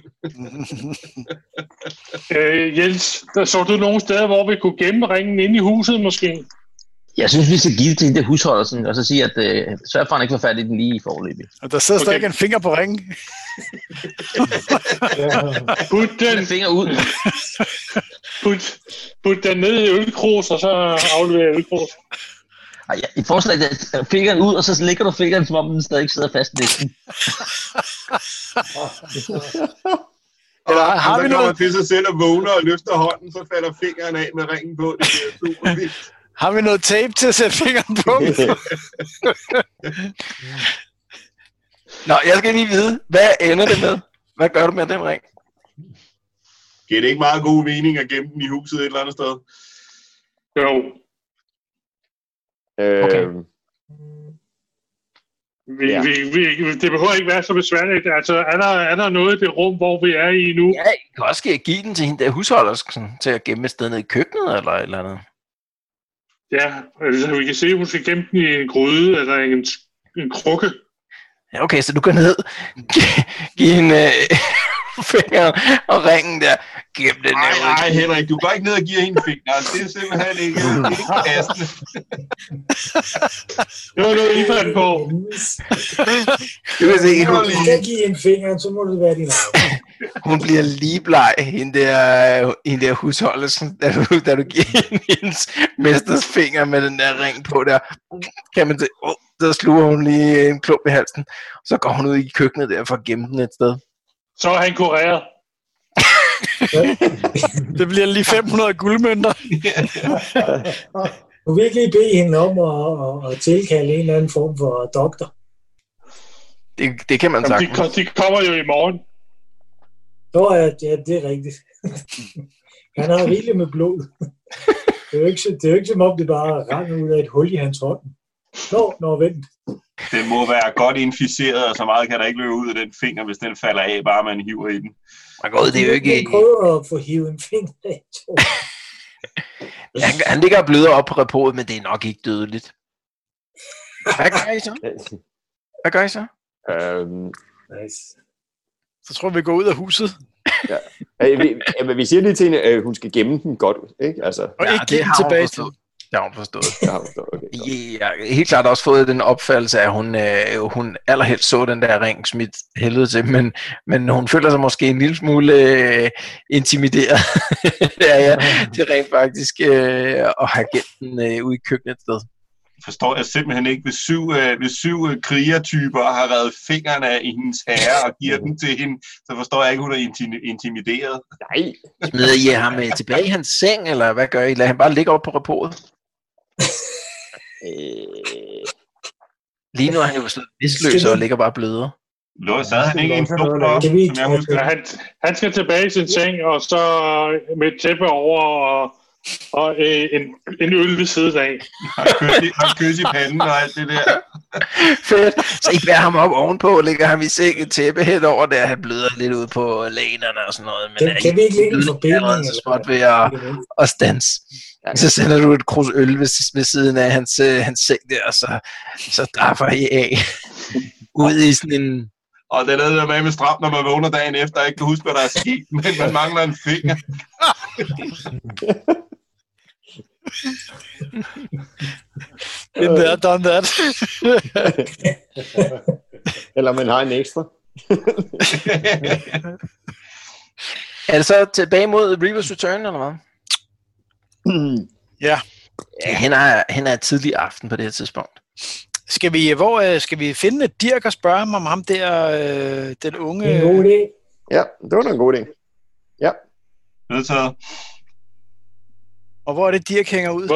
Jens, der så du nogle steder, hvor vi kunne gemme ringen inde i huset måske? Jeg synes, vi skal give det til det husholdersen, og så sige, at sørg for, at han ikke får fat i den lige i forløbet. Og der sidder stadig en finger på ringen. Put den finger ud. Put den ned i ølkrus, og så afleverer ølkrus. I forslag, at fingeren ud, og så ligger du fingeren, som om den stadig sidder fast i næsten. Eller har vi noget til sig selv og vågner og løfter hånden, så falder fingeren af med ringen på. Det er super vildt. Har vi noget tape til at sætte fingeren på? Nå, jeg skal lige vide, hvad ender det med? Hvad gør du med den ring? Giver det ikke meget god mening at gemme den i huset et eller andet sted? Jo. Okay. Det behøver ikke være så besværligt. Altså, er der noget i det rum, hvor vi er i nu? Ja, I kan også give den til hende der husholdersken til at gemme et sted nede i køkkenet eller et eller andet. Ja, altså, vi kan se, at hun skal gemme den i en gryde eller en krukke. Ja, okay, så du kan ned, give hende fingeren og ringen der. Gem den der. Nej, Henrik, du går ikke ned og giver hende fingeren. Det er simpelthen ikke passende. Det var noget, I fandt på. Du kan se, Hvis du skal give en finger, så må det være din arm. hun bliver lige bleg, hende der husholdelsen, da du giver hendes mesters finger med den der ring på der. Kan man se, der sluger hun lige en klump i halsen. Så går hun ud i køkkenet der for at gemme den et sted. Så er han kureret. Det bliver lige 500 guldmønter. Du vil virkelig bede hende om at tilkalde en eller anden form for doktor. Det kan man sagtens. De kommer jo i morgen. Ja, det er rigtigt. Han har rigeligt med blod. Det er jo ikke som om, det bare render ud af et hul i hans hånd. Vent. Det må være godt inficeret, og så meget kan der ikke løbe ud af den finger, hvis den falder af, bare man hiver i den. Det er jo ikke... Jeg prøver at få hivet en finger af, Han ligger og bløder op på repotet, men det er nok ikke dødeligt. Hvad gør I så? Nice. Så tror vi går ud af huset. Men vi siger lige til hende, at hun skal gemme den godt, ikke? Altså. Og ikke give den tilbage til. Det har hun forstået. Okay, jeg har helt klart også fået den opfattelse, at hun allerhelst så den der ring smidt helvede til, men hun føler sig måske en lille smule intimideret til rent faktisk at have gemt den ude i køkkenet et sted. Forstår jeg simpelthen ikke, hvis syv krigertyper har revet fingrene af hendes herre og giver den til hende, så forstår jeg ikke, hun er intimideret. Nej. Smider I ham tilbage i hans seng, eller hvad gør I? Lad han bare ligge op på repotet? Lige nu er han jo sådan visløs og ligger bare bløder. Sad han ikke i en flugt op, som jeg husker? Han skal tilbage i sin seng, og så med et tæppe over og en øl ved siden af. Og kys i panden og alt det der. Fedt. Så I bærer ham op ovenpå og lægger ham i seng et tæppe hen over der. Han bløder lidt ud på lænerne og sådan noget. Men kan vi ikke lægge en forbinding? Så småt ved at stands. Så sender du et krus øl ved siden af hans seng der, og så draffer I af. Ud i sådan en... Og det er noget med stramt, når man vågner dagen efter, og ikke kan huske, hvad der er sket, men man mangler en finger. Been there, done that. Eller man har en ekstra. Er det så tilbage mod Reaver's Return, eller hvad? Ja. Hen er tidlig aften på det her tidspunkt. Skal vi finde Dirk og spørge ham om ham der, den unge... Det er en god idé. Ja, det var da en god idé. Ja. Vedtaget. Og hvor er det, Dirk hænger ud?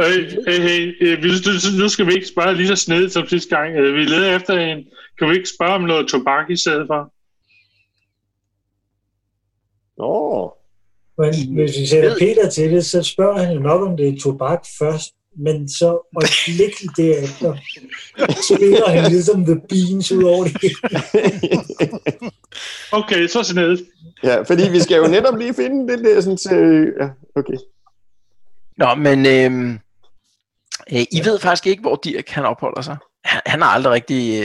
Nu skal vi ikke spørge lige så snedigt som sidste gang. Vi leder efter en. Kan vi ikke spørge om noget tobak i stedet for? Men hvis vi sætter Peter til det, så spørger han jo nok, om det er tobak først, men så øjeblikkeligt derefter spiller han ligesom The Beans ud over det. Okay, så snedigt. Ja, fordi vi skal jo netop lige finde det der sådan ja, okay. Nå, men I ved faktisk ikke, hvor Dirk han opholder sig. Han har aldrig rigtig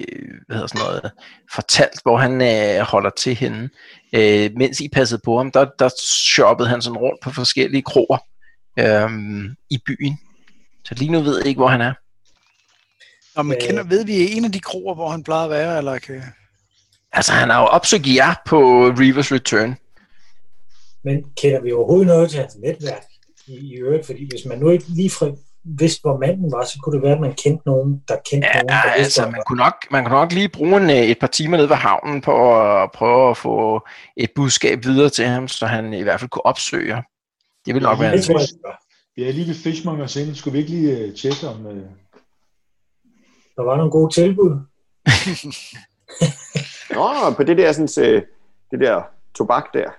fortalt, hvor han holder til henne. Mens I passede på ham, der shoppede han sådan rundt på forskellige kroer i byen. Så lige nu ved I ikke, hvor han er. Nå, men ved vi en af de kroer, hvor han plejer at være? Eller kan... Altså, han har jo opsøgt jer på Reavers Return. Men kender vi overhovedet noget til hans netværk i øvrigt? Fordi hvis man nu ikke lige vidste, hvor manden var, så kunne det være, at man kendte nogen, der kendte nogen. Der altså, man kunne nok lige bruge et par timer nede ved havnen på at prøve at få et budskab videre til ham, så han i hvert fald kunne opsøge jer. Det vil nok være det. Vi er lige ved Fishmongers Inn. Skulle vi ikke lige tjekke om... Der var nogle gode tilbud. Nå, på det der, sådan, det der tobak der.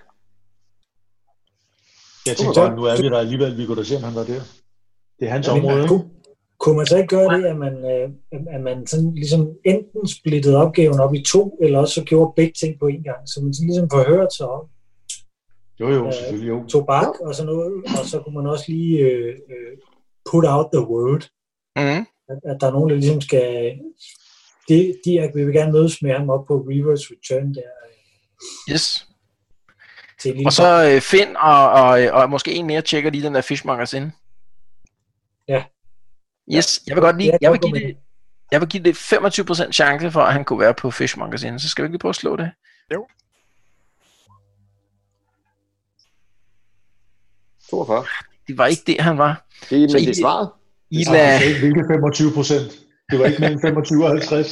Jeg tænkte bare, nu er vi der alligevel. Vi kunne da se, om han var der. Det er hans område. Kunne man så ikke gøre det, at man sådan ligesom enten splittede opgaven op i 2, eller også så gjorde begge ting på en gang, så man sådan ligesom forhørte sig om jo, selvfølgelig jo. Tobak og sådan noget, og så kunne man også lige put out the word. Mm. At der er nogen, der ligesom skal... Vi vil gerne mødes med ham op på Reavers Return der. Yes. Og så Finn og måske en mere tjekker lige den der Fishmongers Inn. Ja. Yes, jeg vil give det 25% chance for, at han kunne være på Fishmongers Inn. Så skal vi ikke lige prøve at slå det? Jo. 42. Det var ikke det, han var. Det er svaret. Hvilke 25%? Det var ikke mellem 25 og 50.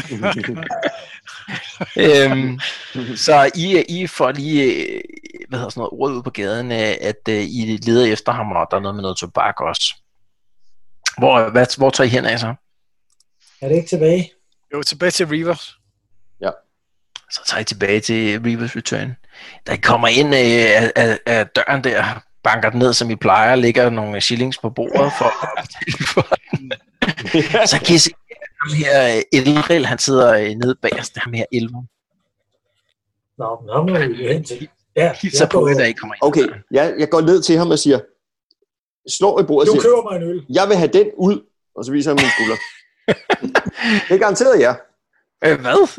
Så I får lige ordet ud på gaden, at I leder efter ham, og der er noget med noget tobak også. Hvor tager I hen af så? Er det ikke tilbage? Jo, tilbage til Reavers. Ja. Så tager I tilbage til Reavers Return. Da I kommer ind af døren der, banker den ned, som I plejer, ligger nogle shillings på bordet for at betale for den. Så kan I se ham her Elril, han sidder nede bagerst, ham her Elver. Nå, men ham er vi hen til. Ja, hilser på jer, da I kommer ind. Okay, jeg går ned til ham og siger, slår i bordet og siger, køber mig en øl. Jeg vil have den ud, og så viser han mine skulder. Det er garanteret ja. Hvad?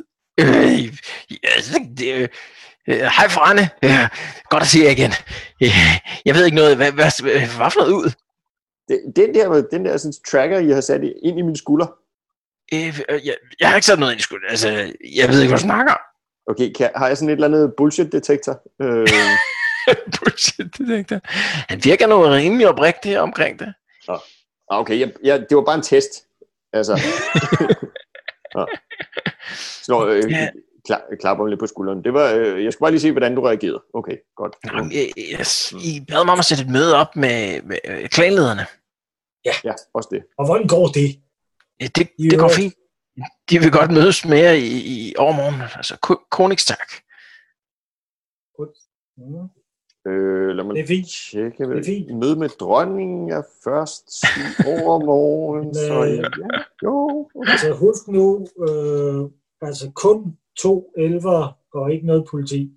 Hej Franne. Godt at se jer igen. Jeg ved ikke noget. Hvad for noget ud? Den der sådan, tracker, I har sat ind i mine skulder. Jeg har ikke sat noget ind i skulder. Altså, jeg ved ikke, hvad du snakker. Okay, har jeg sådan et eller andet bullshit-detektor? Bullshit-detektor? Han virker noget rimelig oprigtigt omkring det. Okay, det var bare en test. Altså. Klapper mig lidt på skulderen. Det var, jeg skulle bare lige se, hvordan du reagerede. Okay, godt. I bad mig om at sætte et møde op med klanlederne. Ja, også det. Og hvordan går det? Det går fint. De vil godt mødes med jer i overmorgen. Altså, Koningstag. Lad mig det er fint. tjekke. Det er fint. Møde med dronningen er først i overmorgen. Så ja, jo. Okay. Altså husk nu, altså kun 2 elver og ikke noget politi.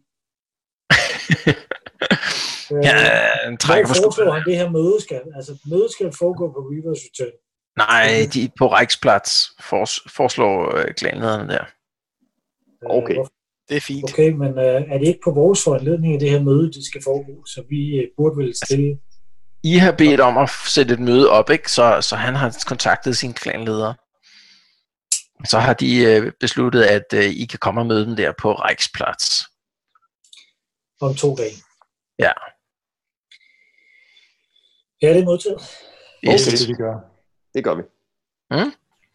Trækker hvor foreslår han det her møde skal? Altså mødet skal foregå på Reavers Return. Nej, de er på Reichsplatz, foreslår klanlederne der. Okay. Det er fint. Okay, men er det ikke på vores foranledning i det her møde, det skal foregå, så vi burde vel stille... I har bedt om at sætte et møde op, ikke? Så han har kontaktet sine klanledere. Så har de besluttet, at I kan komme og møde dem der på Reichsplatz. Om 2 dage. Ja. Ja, det er modtaget. Okay, det vi gør. Det gør vi.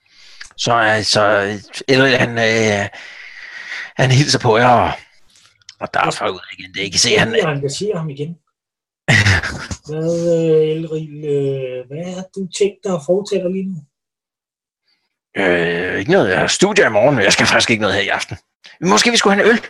Så han hilser på jer, Og der er folk ud igen. Det er ikke se, han Jeg engagerer ham igen. Hvad, Elril, hvad har du tænkt dig at foretage dig lige nu? Ikke noget. Jeg har studier i morgen, men jeg skal faktisk ikke noget her i aften. Måske vi skulle have en øl.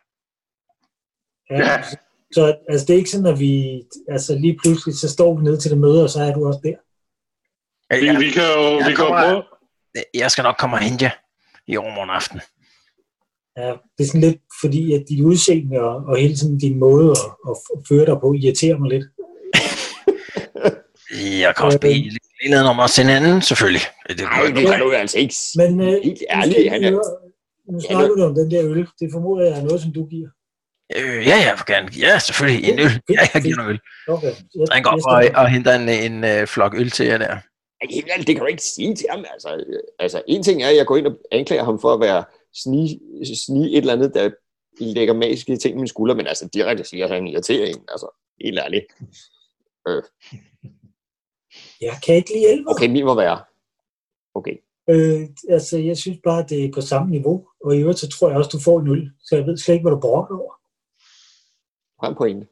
Ja. Så altså, det er ikke sådan, at vi lige pludselig, så står vi nede til det møde, og så er du også der. Vi kan jo prøve. Jeg skal nok komme og hente jer i overmorgen aften. Ja, det er sådan lidt fordi, at dit udseende og hele sådan din måde at føre dig på irriterer mig lidt. Jeg kan også bede lejligheden om at sende anden, selvfølgelig. Nej, det kan du altså ikke. Men helt ærligt, han er... Nu snakker du om den der øl. Det formoder jeg er noget, som du giver. Ja, jeg vil gerne. Ja, selvfølgelig. En øl. Ja, jeg giver en øl. Okay. Jeg går op og henter en flok øl til jer der. Det kan du ikke sige til ham. Altså, en ting er, at jeg går ind og anklager ham for at være snige et eller andet, der lægger magiske ting i mine skuldre, men altså direkte siger, at han irriterer en. Altså, helt ærligt. Jeg kan ikke lide elver. Okay, min må være. Okay. Altså, jeg synes bare, det er på samme niveau, og i øvrigt, så tror jeg også, du får en øl, så jeg ved slet ikke, hvad du brokker over. Frem på en.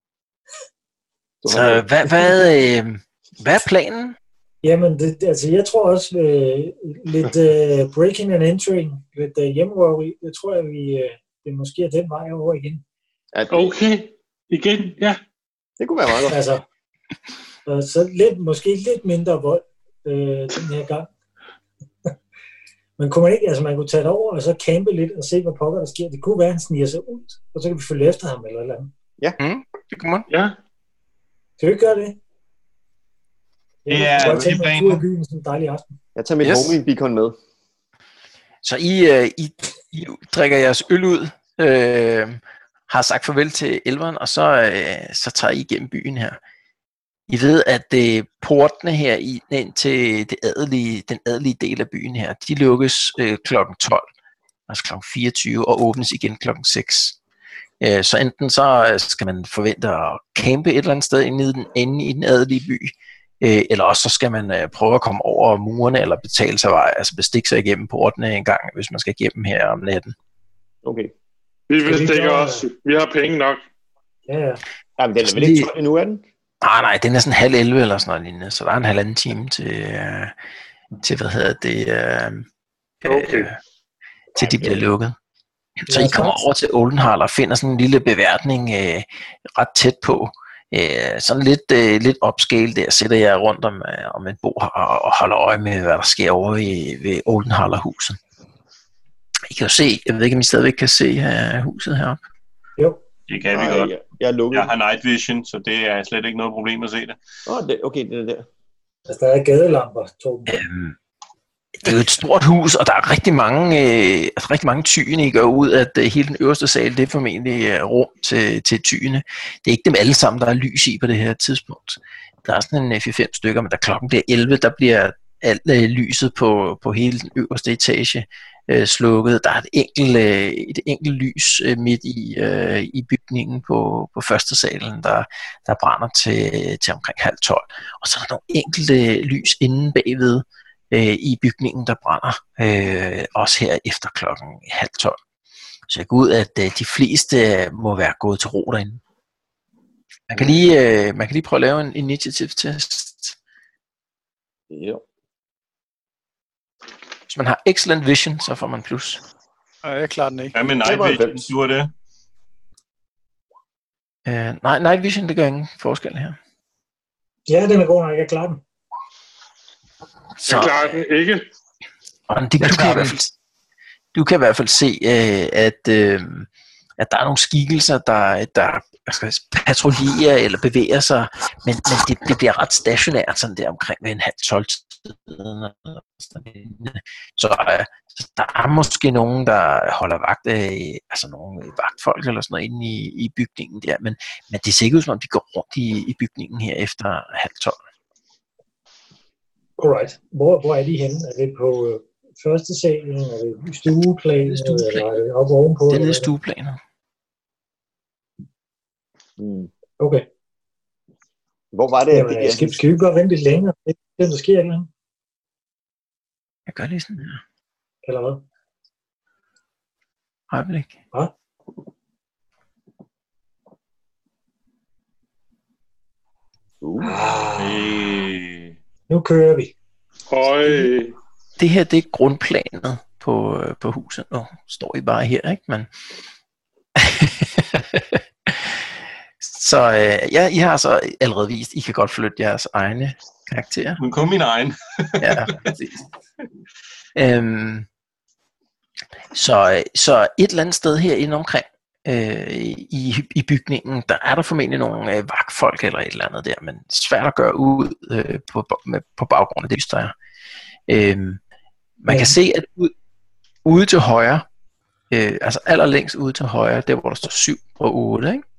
Så hvad er planen? Jamen, jeg tror også lidt breaking and entering, lidt hjemmerøveri, det tror jeg, det måske er den vej over igen. Okay, igen, ja. Det kunne være meget godt. Altså, så måske lidt mindre vold den her gang. Men kunne man ikke, altså man kunne tage det over og så campe lidt og se, hvad pokker der sker. Det kunne være, at han sniger sig ud, og så kan vi følge efter ham eller andet. Ja, det kunne man. Ja. Kan vi ikke gøre det? Ja, jeg tænker mig ud af byen sådan en dejlig aften. Jeg tager mit homing beacon med. Så I drikker jeres øl ud, har sagt farvel til elveren, og så tager I igennem byen her. I ved, at portene her ind til den adelige del af byen her, de lukkes klokken 12, altså klokken 24, og åbnes igen klokken 6. Så enten så skal man forvente at campe et eller andet sted inde i den adelige by, eller også så skal man prøve at komme over murene, eller betale sig vej, altså bestikke sig igennem portene en gang, hvis man skal igennem her om natten. Okay. Vi bestikker også. Vi har penge nok. Ja. Jamen, den er vel ikke 12 endnu, er den? Nej, den er sådan 10:30 eller sådan noget lignende, så der er en halvanden time til hvad hedder det, til de bliver lukket. Så I kommer over til Oldenhall og finder sådan en lille beværtning ret tæt på. Sådan lidt upscale der, sætter jeg rundt om et bord og holder øje med, hvad der sker over ved Oldenhallerhuset. I kan jo se, jeg ved ikke, om I stadigvæk kan se huset heroppe. Jo. Det kan vi godt. Jeg har night vision, så det er slet ikke noget problem at se det. Okay, det er der. Altså, der er gadelamper, Torben. Det er jo et stort hus, og der er rigtig mange tyene. I går ud, at hele den øverste sal, det er formentlig rum til tyene. Det er ikke dem alle sammen, der er lys i på det her tidspunkt. Der er sådan en 4-5 stykker, men da klokken bliver 11, der bliver alt lyset på hele den øverste etage slukket. Der er et enkelt lys midt i bygningen på første salen, der brænder til omkring 11:30. Og så er der nogle enkelte lys inde bagved i bygningen, der brænder også her efter klokken 11:30. Så jeg går ud, at de fleste må være gået til ro derinde. Man kan lige prøve at lave en initiativ-test. Ja. Hvis man har excellent vision, så får man plus. Jeg klarer den ikke. Hvad med night vision, du er det? Nej, night vision, det gør ingen forskel her. Ja, den er god nok, jeg klarer den. Jeg klarer den ikke. Du kan i hvert fald se, at der er nogle skikkelser, der patruljerer eller bevæger sig, men det bliver ret stationært sådan der omkring ved 11:30. Så der er måske nogen, der holder vagt, altså nogle vagtfolk eller sådan noget inde i bygningen der, men det ser ikke ud som om de går rundt i bygningen her efter 11:30. Alright. Hvor er de henne? Er det på første salen? Er det stueplanen? Eller er det oppe ovenpå? Det er nede i stueplanen. Okay. Hvor var det? Jamen, skal vi bare vente lidt længere? Det er der sker eller andet. Jeg gør lige sådan her. Eller hvad? Øjeblik. Hvad? Nu kører vi. Det her, det er grundplanet på huset. Nu står I bare her, ikke? Men så I har så allerede vist, I kan godt flytte jeres egne karakterer. Men kun min egen. Ja, præcis. Så et eller andet sted herinde omkring i bygningen, der er der formentlig nogle vagtfolk eller et eller andet der, men svært at gøre ud på baggrund af det, der er. Man kan se, at ude til højre, altså allerlængst ude til højre, der hvor der står 7 og 8, ikke?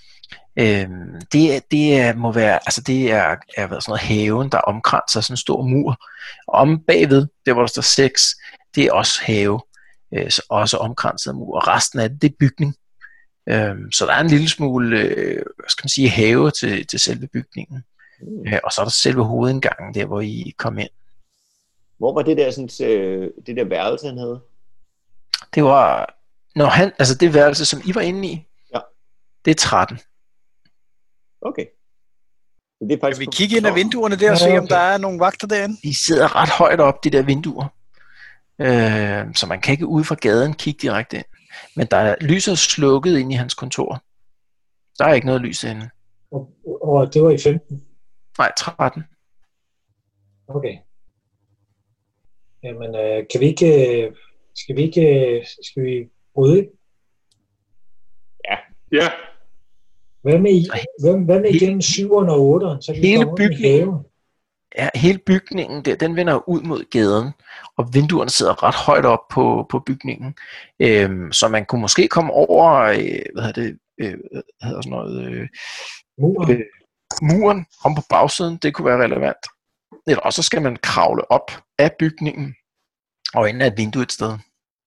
Det må være, altså det er sådan noget haven, der omkranser sådan en stor mur. Om bagved, der hvor der står 6, det er også have, også omkranset af mur, og resten af det er bygning. Så der er en lille smule, hvad skal man sige, have til selve bygningen. Og så er der selve hovedindgangen, der hvor I kom ind. Hvor var det der, sådan, det der værelse, han havde? Det var, altså det værelse, som I var inde i, ja. Det er 13. Okay. Det er faktisk kan vi kigge ind ad vinduerne der og se, om der er nogle vagter derinde? De sidder ret højt op, de der vinduer. Så man kan ikke ude fra gaden kigge direkte ind. Men der er lyset slukket inde i hans kontor. Der er ikke noget lys inde. Og det var i 15? Nej, 13. Okay. Jamen, kan vi bryde? Ja. Hvad med igennem 7'eren og 8'eren? Så hele bygningen. Ja, hele bygningen der, den vender ud mod gaden, og vinduerne sidder ret højt op på bygningen. Så man kunne måske komme over, muren om på bagsiden, det kunne være relevant. Eller også skal man kravle op af bygningen, og ind af et vindue et sted.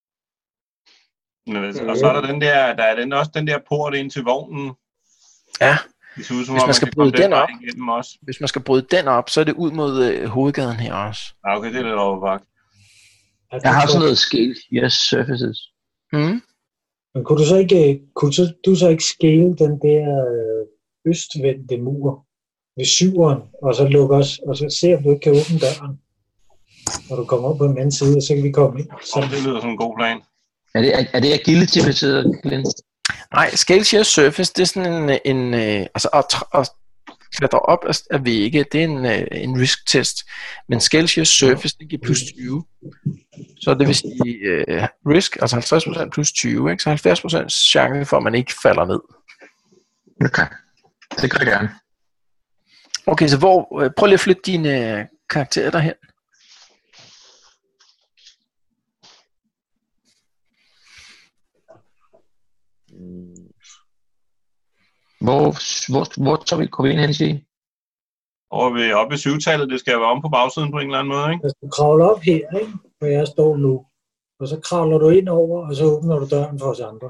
Og så er der også den der port ind til vognen. Ja. Hvis man skal bryde den op, så er det ud mod hovedgaden her også. Ja, okay, det er lidt overvagt. Jeg har sådan noget scale, yes, surfaces. Men kunne du så ikke scale den der østvendte mur ved 7'eren, og så lukke os, og så se, om du ikke kan åbne døren, når du kommer op på den anden side, og så kan vi komme ind. Det lyder som en god plan. Er det agility-baseret, Glenn? Nej, Scale Shear Surface, det er sådan altså at klatre op af vægge, det er en risk-test. Men Scale Shear Surface, det giver plus 20. Så det vil sige risk, altså 50% plus 20, ikke? Så 70% chance for, at man ikke falder ned. Okay, det gør jeg gerne. Okay, så prøv lige at flytte dine karakterer derhen. Hvor så vi komme ind hen til? Oppe ved 7-tallet, det skal være om på bagsiden på en eller anden måde, ikke? Jeg skal kravle op her, ikke? Hvor jeg står nu. Og så kravler du ind over, og så åbner du døren for os andre.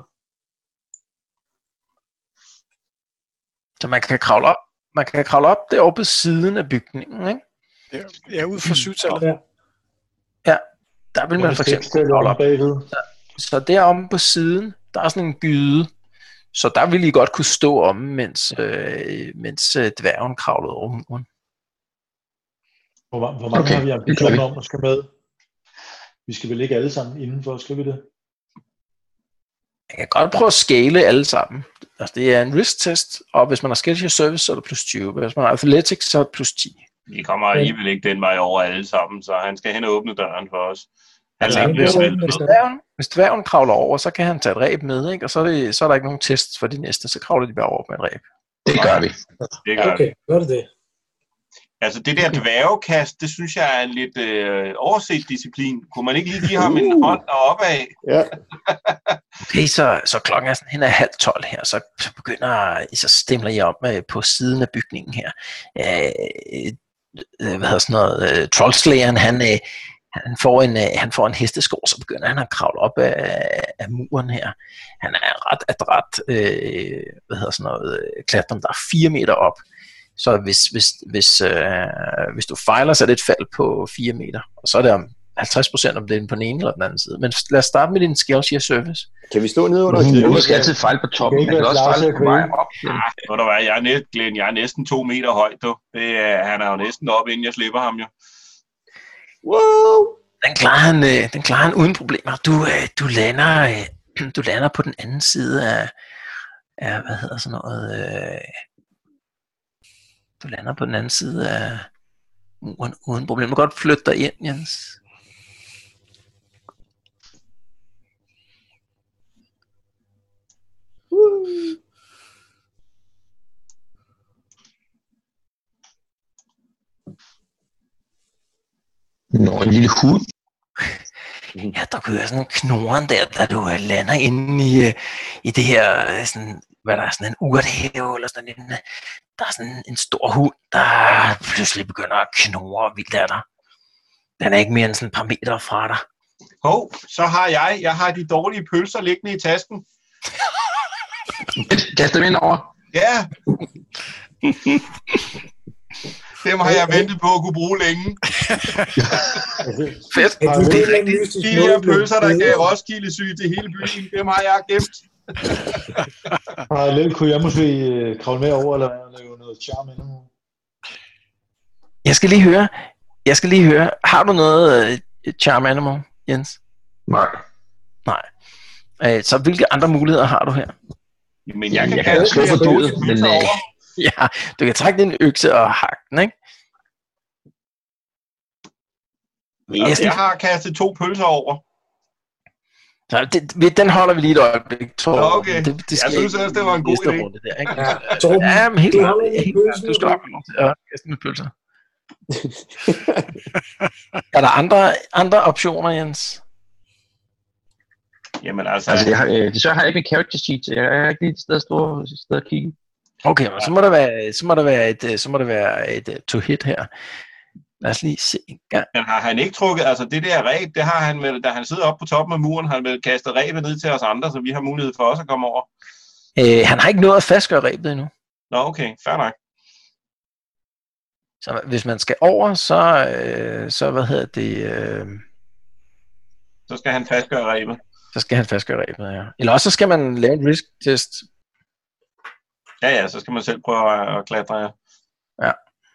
Så man kan kravle op deroppe på siden af bygningen, ikke? Ja, ud fra 7-tallet. Ja, der vil man for eksempel kravle op. Så deromme på siden, der er sådan en gyde. Så der ville I godt kunne stå om, mens dværgen kravlede over muren. Hvor mange har vi ambitioner om at skal med? Vi skal vel ikke alle sammen indenfor, skal vi det? Jeg kan godt prøve at scale alle sammen. Altså, det er en risk-test, og hvis man har Scale Shear Surface, så er det plus 20. Hvis man har Athletics, så er det plus 10. Vi kommer alligevel ikke den vej over alle sammen, så han skal hen og åbne døren for os. Hvis dværgen kravler over, så kan han tage et ræb med, ikke? Og så er der ikke nogen test for de næste, så kravler de bare over med et ræb. Det gør vi. Okay, gør det. Altså det der dværgekast, det synes jeg er en lidt overset disciplin. Kunne man ikke lige give ham en hånd opad? Ja. Okay, så klokken er sådan hen ad 11:30 her, så stemler jeg op på siden af bygningen her. Trollslayeren, han får en hesteskår, så begynder han at kravle op af muren her. Han er ret adræt, klatrer, der er 4 meter op. Så hvis du fejler, så er det et fald på 4 meter. Og så er det 50% om det er på den ene eller den anden side. Men lad os starte med din skills your service. Kan vi stå nede under Du klippen? skal altid fejle på toppen. ikke Man kan være også klar til fejle at på vej grine. op. Ved du hvad, jeg er næsten 2 meter høj, du. Han er jo næsten op, inden jeg slipper ham, jo. Wow! Den klarer han uden problemer. Du lander på den anden side af hvad hedder sådan noget? Du lander på den anden side af muren uden problemer. Du kan godt flytte dig ind, Jens. Nå, en lille hund. Ja, der kører sådan en knoren der du lander inde i det her, sådan, hvad der er, sådan en urthave, eller sådan en, der er sådan en stor hund, der pludselig begynder at knurre vildt af dig. Den er ikke mere end sådan et par meter fra dig. Hov, så har jeg har de dårlige pølser liggende i tasken. Kast dem ind over. Ja! Dem har jeg ventet på at kunne bruge længe. Fedt. Det er rigtigt. De her pølser, der gav Roskilde syge til hele byen, dem har jeg gemt. Parallelt kunne jeg måske kravle med over, eller lave noget charm endnu. Jeg skal lige høre, har du noget charm animal, Jens? Nej. Så hvilke andre muligheder har du her? Men jeg kan kan slå for dyret, men Ja, du kan trække din økse og hakke den, ikke? Jeg har kastet 2 pølser over. Så den holder vi lige et øjeblik. Okay. Jeg synes også, det var en god idé. Runde der, ikke? Torben, Ja, men helt du klart. holder lige pølsen. Du skal nok få lov til at kaste med pølser. Er der andre optioner, Jens? Jamen altså desværre har jeg ikke en character sheet, så jeg er ikke lige et sted at kigge. Okay, men så må det være et to hit her. Lad os lige se en gang. Men har han ikke trukket, altså det der ræb, det har han vel, da han sidder oppe på toppen af muren, har han vel kastet ræbet ned til os andre, så vi har mulighed for også at komme over. Han har ikke nået at fastgøre ræbet endnu. Nå, okay, fair nok. Så hvis man skal over, så hvad hedder det? Så skal han fastgøre ræbet. Så skal han fastgøre ræbet, ja. Eller også så skal man lave en risk-test. Ja, så skal man selv prøve at klatre, ja. Ja.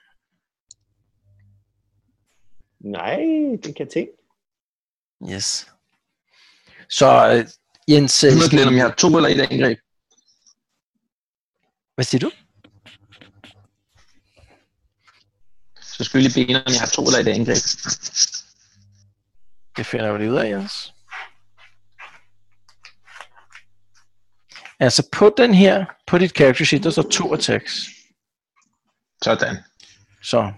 Nej, det kan tænke. Yes. Så Jens... Jeg ved ikke, om jeg har 2 eller 1 angreb. Hvad siger du? Så skal vi lige bene, om jeg har 2 eller 1 angreb. Det finder vi lige ud af, Jens. Altså på den her, på dit character sheet, der står 2 attacks. Sådan. Så.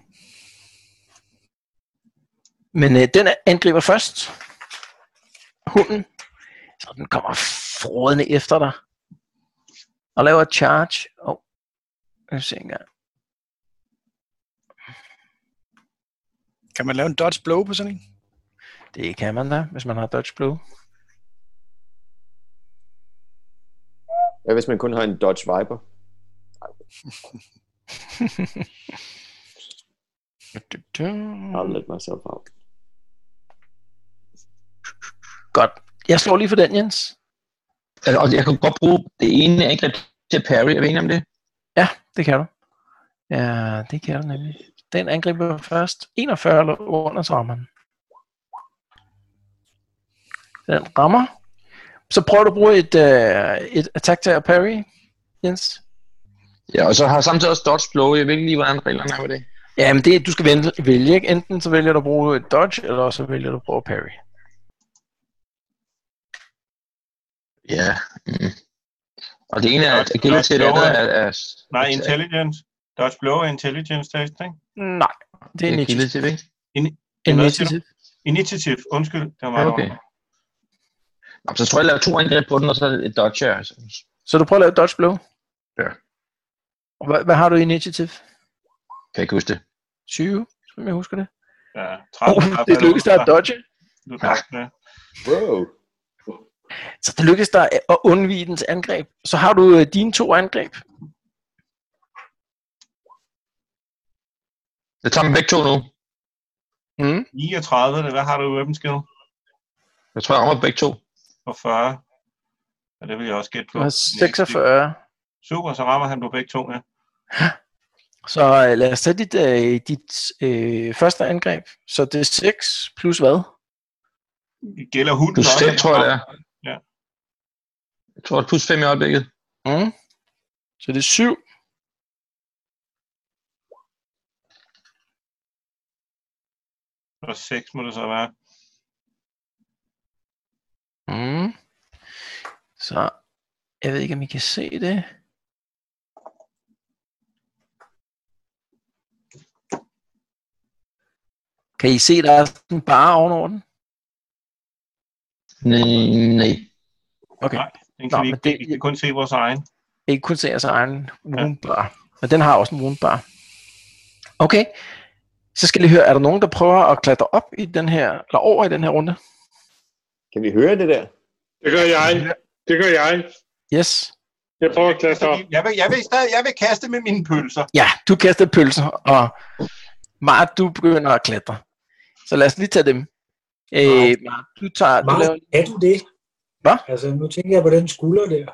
Men den angriber først. Hunden. Så den kommer frådende efter dig. Og laver et charge. Jeg se en gang. Kan man lave en dodge blow på sådan en? Det kan man da, hvis man har dodge blow. Ja, hvis man kun har en Dodge Viper. I'll let myself out. Godt. Jeg slår lige for den, Jens. Og jeg kan godt bruge det ene angreb til parry. Er vi enige om det? Ja, det kan du. Ja, det kan du nemlig. Den angriber først. 41 eller under, så rammer den. Den rammer. Så prøver du at bruge et attack til at parry, Jens. Ja, og så har jeg samtidig også dodge blow. Jeg ved ikke lige, hvordan reglerne er med det. Ja, men du skal vælge, ikke? Enten så vælger du at bruge et dodge, eller så vælger du at bruge parry. Ja. Og det ene er agility, det andet er... Nej, intelligence. Dodge blow er intelligence test, ikke? Nej, det er initiative. Initiative. Initiative, undskyld. Det var meget okay. Så tror jeg, jeg laver 2 angreb på den, og så et dodge her. Så du prøver at lave dodge blow? Ja. Og hvad har du i initiative? Kan jeg ikke huske det. 20, som jeg husker det. Ja, 30. Det lykkedes dig at dodge. Du tabte det. Wow. Så det lykkedes dig at undvige dens angreb. Så har du dine 2 angreb. Jeg tager dem begge 2 nu. 39, hvad har du i weapon skill? Jeg tror, jeg rammer begge to. Og 40. Og det vil jeg også gætte på. Du har 46. Super, så rammer han på begge to, ja. Så lad os tage dit første angreb. Så det er 6 plus hvad? Det gælder hunden Plus også. 5, tror jeg, det er. Ja. Jeg tror, det er plus 5 i øjeblikket. Så det er 7. Og 6 må det så være. Så jeg ved ikke, om I kan se det. Kan I se, der er sådan bare ovenover den? Nej. Okay. Nej, den kan vi kan kun se vores egen. I kan kun se jeres egen woundbar. Men den har også en woundbar. Okay. Så skal I høre, er der nogen, der prøver at klatre op i den her, eller over i den her runde? Kan vi høre det der? Det gør jeg. Yes. Jeg prøver at klatre op. Jeg vil kaste med mine pølser. Ja, du kaster pølser, og Mart, du begynder at klatre. Så lad os lige tage dem. Mart, du tager... Mart, er du det? Hvad? Altså, nu tænker jeg på den skulder der.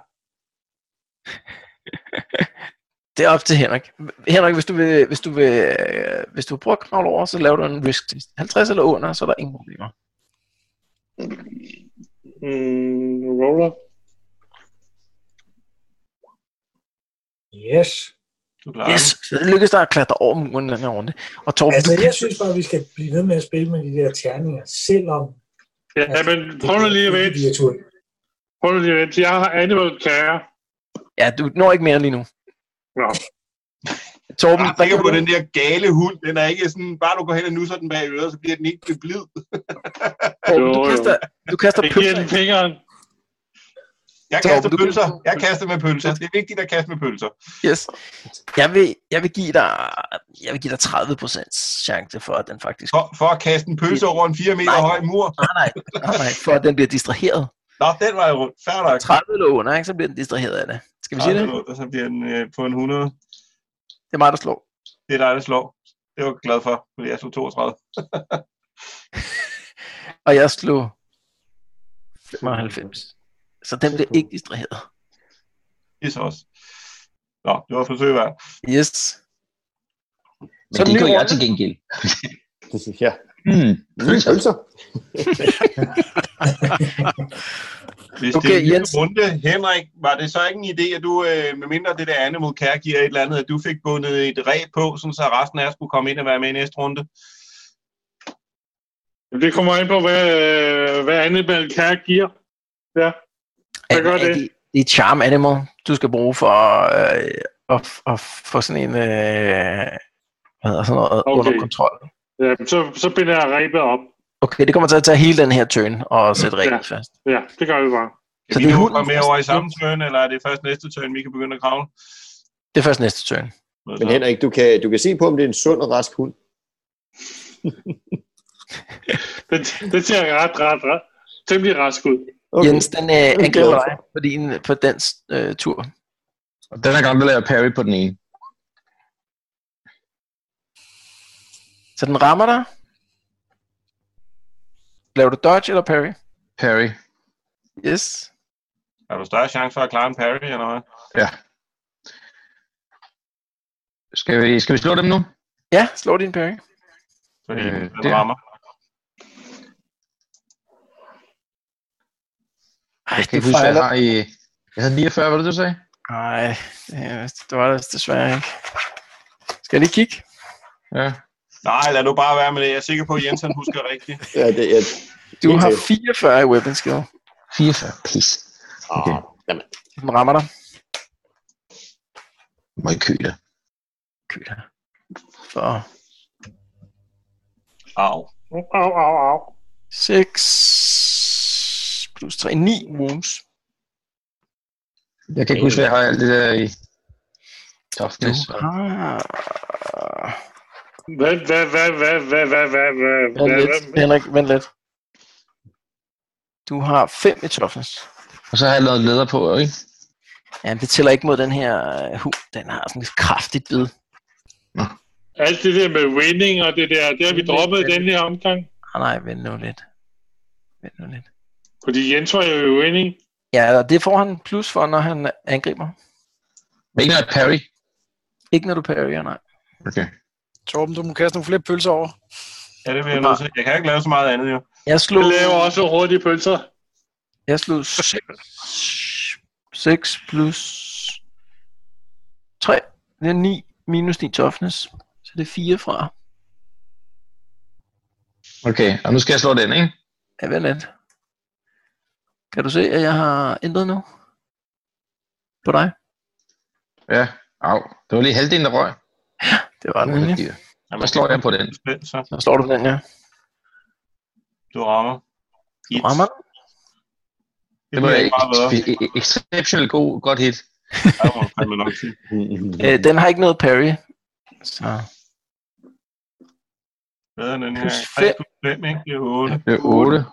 Det er op til Henrik. Henrik, hvis du prøver at knavle over, så laver du en risk test. 50 eller under, så er der ingen problemer. Roller. Yes. Yes, så det lykkedes dig at klatre over muren den her runde. Og Torben, altså, jeg synes bare, vi skal blive ved med at spille med de der terninger, selvom... Ja, men prøv nu lige at vente. Jeg har animal care. Ja, du når ikke mere lige nu. Nå. Torben, jeg tænker på den der gale hund. Den er ikke sådan, bare du går hen og nusser den bag øret, så bliver den ikke blid. Torben, du kaster pølser. Jeg kaster pølser. Jeg kaster med pølser. Det er vigtigt at kaste med pølser. Yes. Jeg vil give dig 30% chance for, at den faktisk... For at kaste en pølse over en 4 meter høj mur? Nej, for at den bliver distraheret. Nå, den var jo fair nok. 30 eller under, ikke? Så bliver den distraheret af det. Skal vi sige det? Og så bliver den på en 100. Det er mig, der slår. Det er dig, der slår. Det var jeg glad for, fordi jeg slog 32. Og jeg slog 95. Så den bliver ikke distraheret. Yes også. Nå, det var forsøg værd. Yes. Men så det gør jeg til gengæld. Ja. Pølser. Hvis det er en lille runde, Henrik, var det så ikke en idé, at du, medmindre det der animal care giver et eller andet, at du fik bundet et ræb på, sådan så resten af jer skulle komme ind og være med i næste runde? Det kommer ind på, hvad animal care giver. Ja. Hvad gør det? Det er charm animal, du skal bruge for at få sådan en sådan noget under kontrol. Ja, så binder jeg rebet op. Okay, det kommer til at tage hele den her turn og sætte rebet fast. Ja, det gør vi bare. Kan vi komme med over i samme turn, eller er det først næste turn, vi kan begynde at kravle? Det er først næste turn. Men Henrik, du kan se på, om det er en sund og rask hund. det ser ret temmelig rask ud. Okay. Jens, den angriber dig på dens tur. Og den er gang, der laver parry på den ene. Så den rammer dig. Laver du dodge eller parry? Parry. Yes. Har du større chance for at klare en parry, eller hvad? Ja. Skal vi slå dem nu? Ja, slå din parry. Fordi den rammer. Jeg kan ikke huske, hvad jeg har i... Jeg havde 49, hvad du sagde? Nej, det var det desværre ikke. Skal jeg lige kigge? Ja. Nej, lad nu bare være med det. Jeg er sikker på, at Jens han husker rigtigt. Ja, det er... Du har 44 i weapon skill. 44, pis. Okay. Den rammer dig. Må I køle. Køle. For... Au. 6 plus 3, 9 wounds. Jeg kan ikke huske, hvad jeg har alt det der i toughness. Henrik, vent lidt. Du har 5 i toughness. Og så har jeg lavet leder på, ikke? Ja, det tæller ikke mod den her hund. Den har sådan et kraftigt bid. alt det der med winning og det har vi droppet i den her omgang. Nej, vent nu lidt. Fordi Jens var jo winning. Ja, det får han plus for, når han angriber. Men ikke noget parry. Ikke når du parryer, nej. Okay. Torben, du må kaste nogle flere pølser over. Ja, det vil jeg nødt til. Jeg kan ikke lave så meget andet, jo. Jeg laver også hurtige pølser. Jeg slog 6 plus 3. Det er 9 minus 9 toughness. Så det er 4 fra. Okay, og nu skal jeg slå den, ikke? Ja, vent lidt. Kan du se, at jeg har ændret nu? På dig? Ja, det var lige halvdelen, der røg. Det var det nemlig. Hvad slår jeg på den? Så slår du den, ja. Du rammer. Du rammer? Det var exceptionelt godt hit. Den har ikke noget parry. Så. Hvad er den her? Plus 3 plus 5, ikke? Det er 8. Det er 8.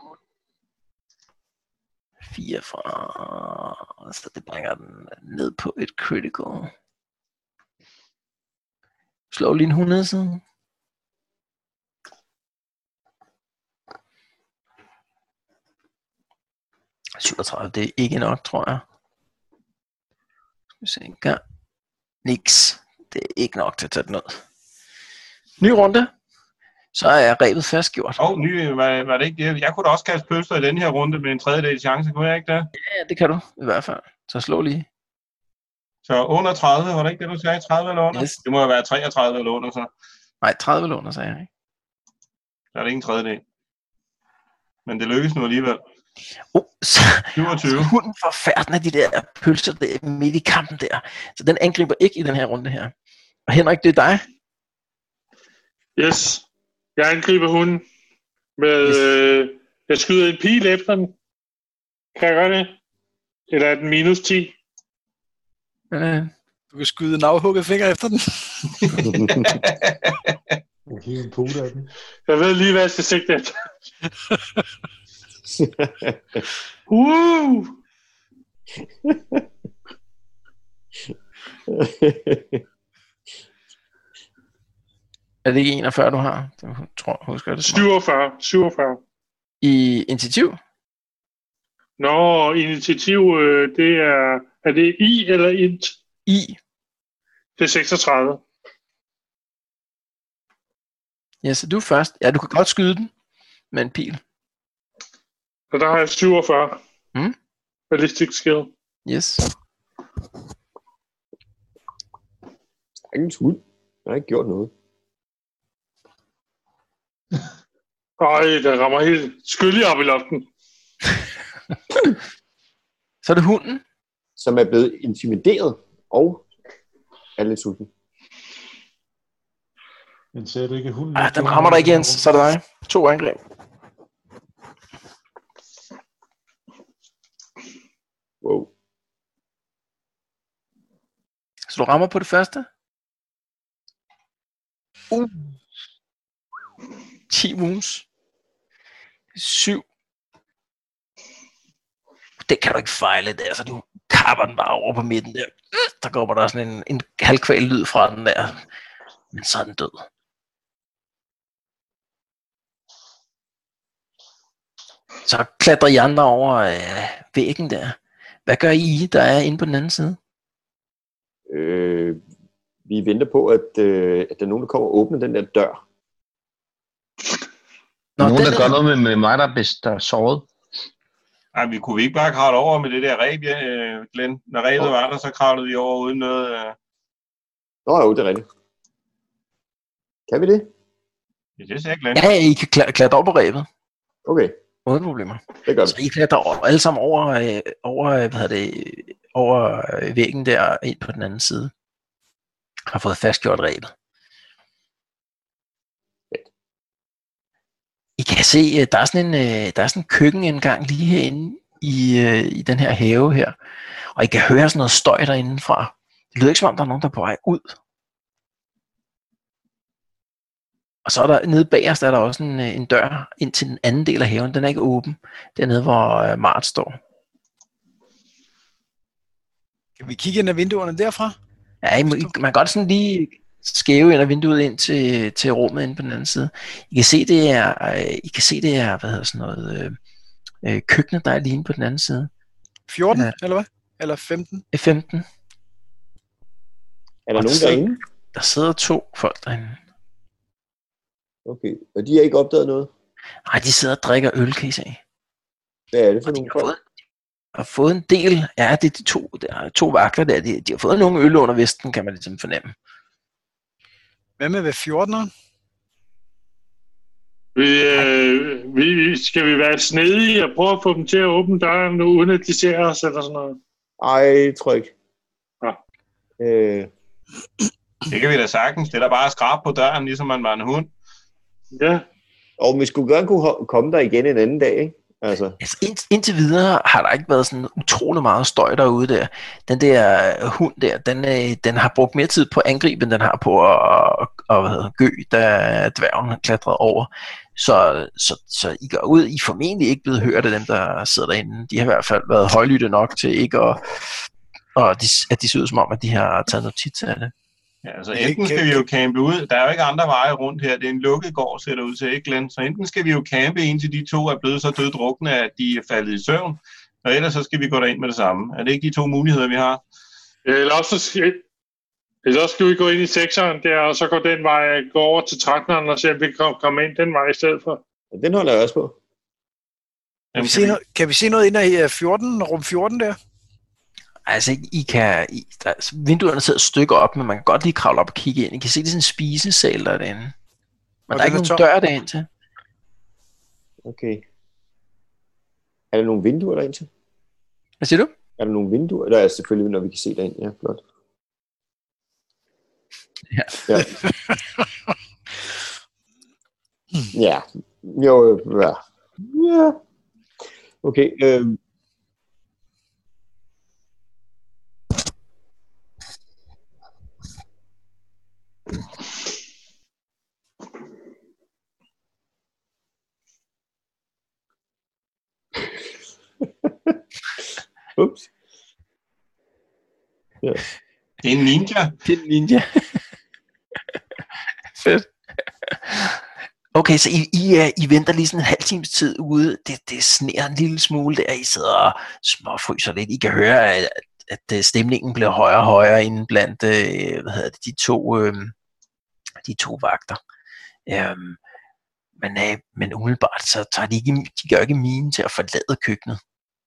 4 fra... Så det bringer den ned på et critical. Slå lige en 100 siden. – 37, det er ikke nok, tror jeg. Skal vi se en gang. Niks. Det er ikke nok til at tage den ned. Ny runde. Så er rebet fastgjort. Var det ikke det? Jeg kunne da også kaste pølser i den her runde med en tredjedel chance, kunne jeg ikke det? Ja, det kan du i hvert fald. Så slå lige. Så under 30, var det ikke det, du sagde? 30 eller under? Yes. Det må jo være 33 eller under, så. Nej, 30 eller under, sagde jeg ikke. Der er det ikke en tredjedel. Men det lykkes nu alligevel. Så 27. Hunden får færden af de der pølser der midt i kampen der. Så den angriber ikke i den her runde her. Og Henrik, det er dig. Yes. Jeg angriber hunden med... jeg skyder en pil efter den. Kan jeg gøre det? Eller er den minus 10? Du kan skyde en afhugget finger efter den. Jeg ved lige, hvad jeg skal sigte efter. Er det ikke 41, du har? Jeg tror, husker det. 47. I initiativ? Nå, initiativ, det er... Er det I eller int? I. Det er 36. Ja, så du er først. Ja, du kan godt skyde den med en pil. Så der har jeg 47. Ballistic skill. Yes. Ingen hund. Jeg har ikke gjort noget. Øj, der rammer helt skyldig op i loften. Så er det hunden. Som er blevet intimideret og er lidt sulten. Men ser du ikke hunden? Den rammer dig ikke, Jens. Så er det dig. 2 angreb. Wow. Så du rammer på det første. 10 wounds. 7. Det kan du ikke fejle der, så du kapper den bare over på midten der. Der går der sådan en halvkvæl lyd fra den der. Men så er den død. Så klatrer I andre over væggen der. Hvad gør I, der er inde på den anden side? Vi venter på, at der er nogen, der kommer og åbner den der dør. Nogen, der gør noget med mig, der er såret. Ej, vi kunne ikke bare kravle over med det der ræb, Glenn. Når ræbet var der, så kravlede vi over uden noget... Nå jo, det er rigtigt. Kan vi det? Ja, det sagde Glenn. Ja, I kan klatre op på ræbet. Okay. Uden problemer. Det gør vi. Så I klatrer alle sammen over væggen der ind på den anden side. Har fået fastgjort ræbet. I kan se, der er sådan en køkkenindgang lige herinde i den her have her. Og I kan høre sådan noget støj derindefra. Det lyder ikke som om, der er nogen, der er på vej ud. Og så er der nede bagerst, er der også en dør ind til den anden del af haven. Den er ikke åben. Dernede, hvor Mart står. Kan vi kigge ind ad vinduerne derfra? Ja, man kan godt sådan lige skæve ind af vinduet ind til rummet inde på den anden side. I kan se, det er hvad hedder sådan noget, køkkenet, der er lige inde på den anden side. 14, eller hvad? Eller 15? 15. Er der nogen derinde? Der sidder 2 folk derinde. Okay, og de har ikke opdaget noget? Nej, de sidder og drikker øl, kan I se. Hvad er det for nogle folk? Har fået en del, det er de 2 vagter der, de har fået nogle øl under vesten, kan man ligesom fornemme. Hvad med ved 14'eren? Skal vi være snedige og prøve at få dem til at åbne døren nu, uden at de ser os eller sådan noget? Ej, tror jeg ikke. Ja. Det kan vi da sagtens. Det er da bare at skrabe på døren, ligesom man var en hund. Ja. Og vi skulle gerne kunne komme der igen en anden dag, ikke? Altså indtil videre har der ikke været sådan utrolig meget støj derude der. Den der hund der, den har brugt mere tid på at angribe, end den har på at gø, da dværgen har klatret over. Så I går ud, I er formentlig ikke blevet hørt af dem, der sidder derinde. De har i hvert fald været højlytte nok til ikke at de ser ud som om, at de har taget notits af det. Ja, altså enten skal vi jo campe ud. Der er jo ikke andre veje rundt her. Det er en lukket gård, ser det ud til, ikke, Glenn? Så enten skal vi jo campe, indtil de 2 er blevet så døddrukne, at de er faldet i søvn. Og ellers så skal vi gå derind med det samme. Er det ikke de 2 muligheder, vi har? Eller også skal vi gå ind i 6'eren der, og så gå over til 13'eren og se, om vi kan komme ind den vej i stedet for. Ja, den holder jeg også på. Kan vi se noget ind af 14, rum 14 der? Altså, vinduerne sidder et stykke op, men man kan godt lige kravle op og kigge ind. I kan se, det er sådan en spisesal derinde. Men og der er ikke nogen dør derind til. Okay. Er der nogle vinduer derind til? Hvad siger du? Er der nogle vinduer? Der er selvfølgelig, når vi kan se derind. Ja, flot. Ja. Ja. Jo, ja. Ja. Okay, ups. Ja. Det er en ninja. Det er en ninja. Fedt. Okay, så I venter lige sådan en halv times tid ude. Det sneer en lille smule der. I sidder og småfryser lidt. I kan høre, at stemningen bliver højere og højere inden blandt de to vagter. Men umiddelbart, så tager de gør ikke mine til at forlade køkkenet.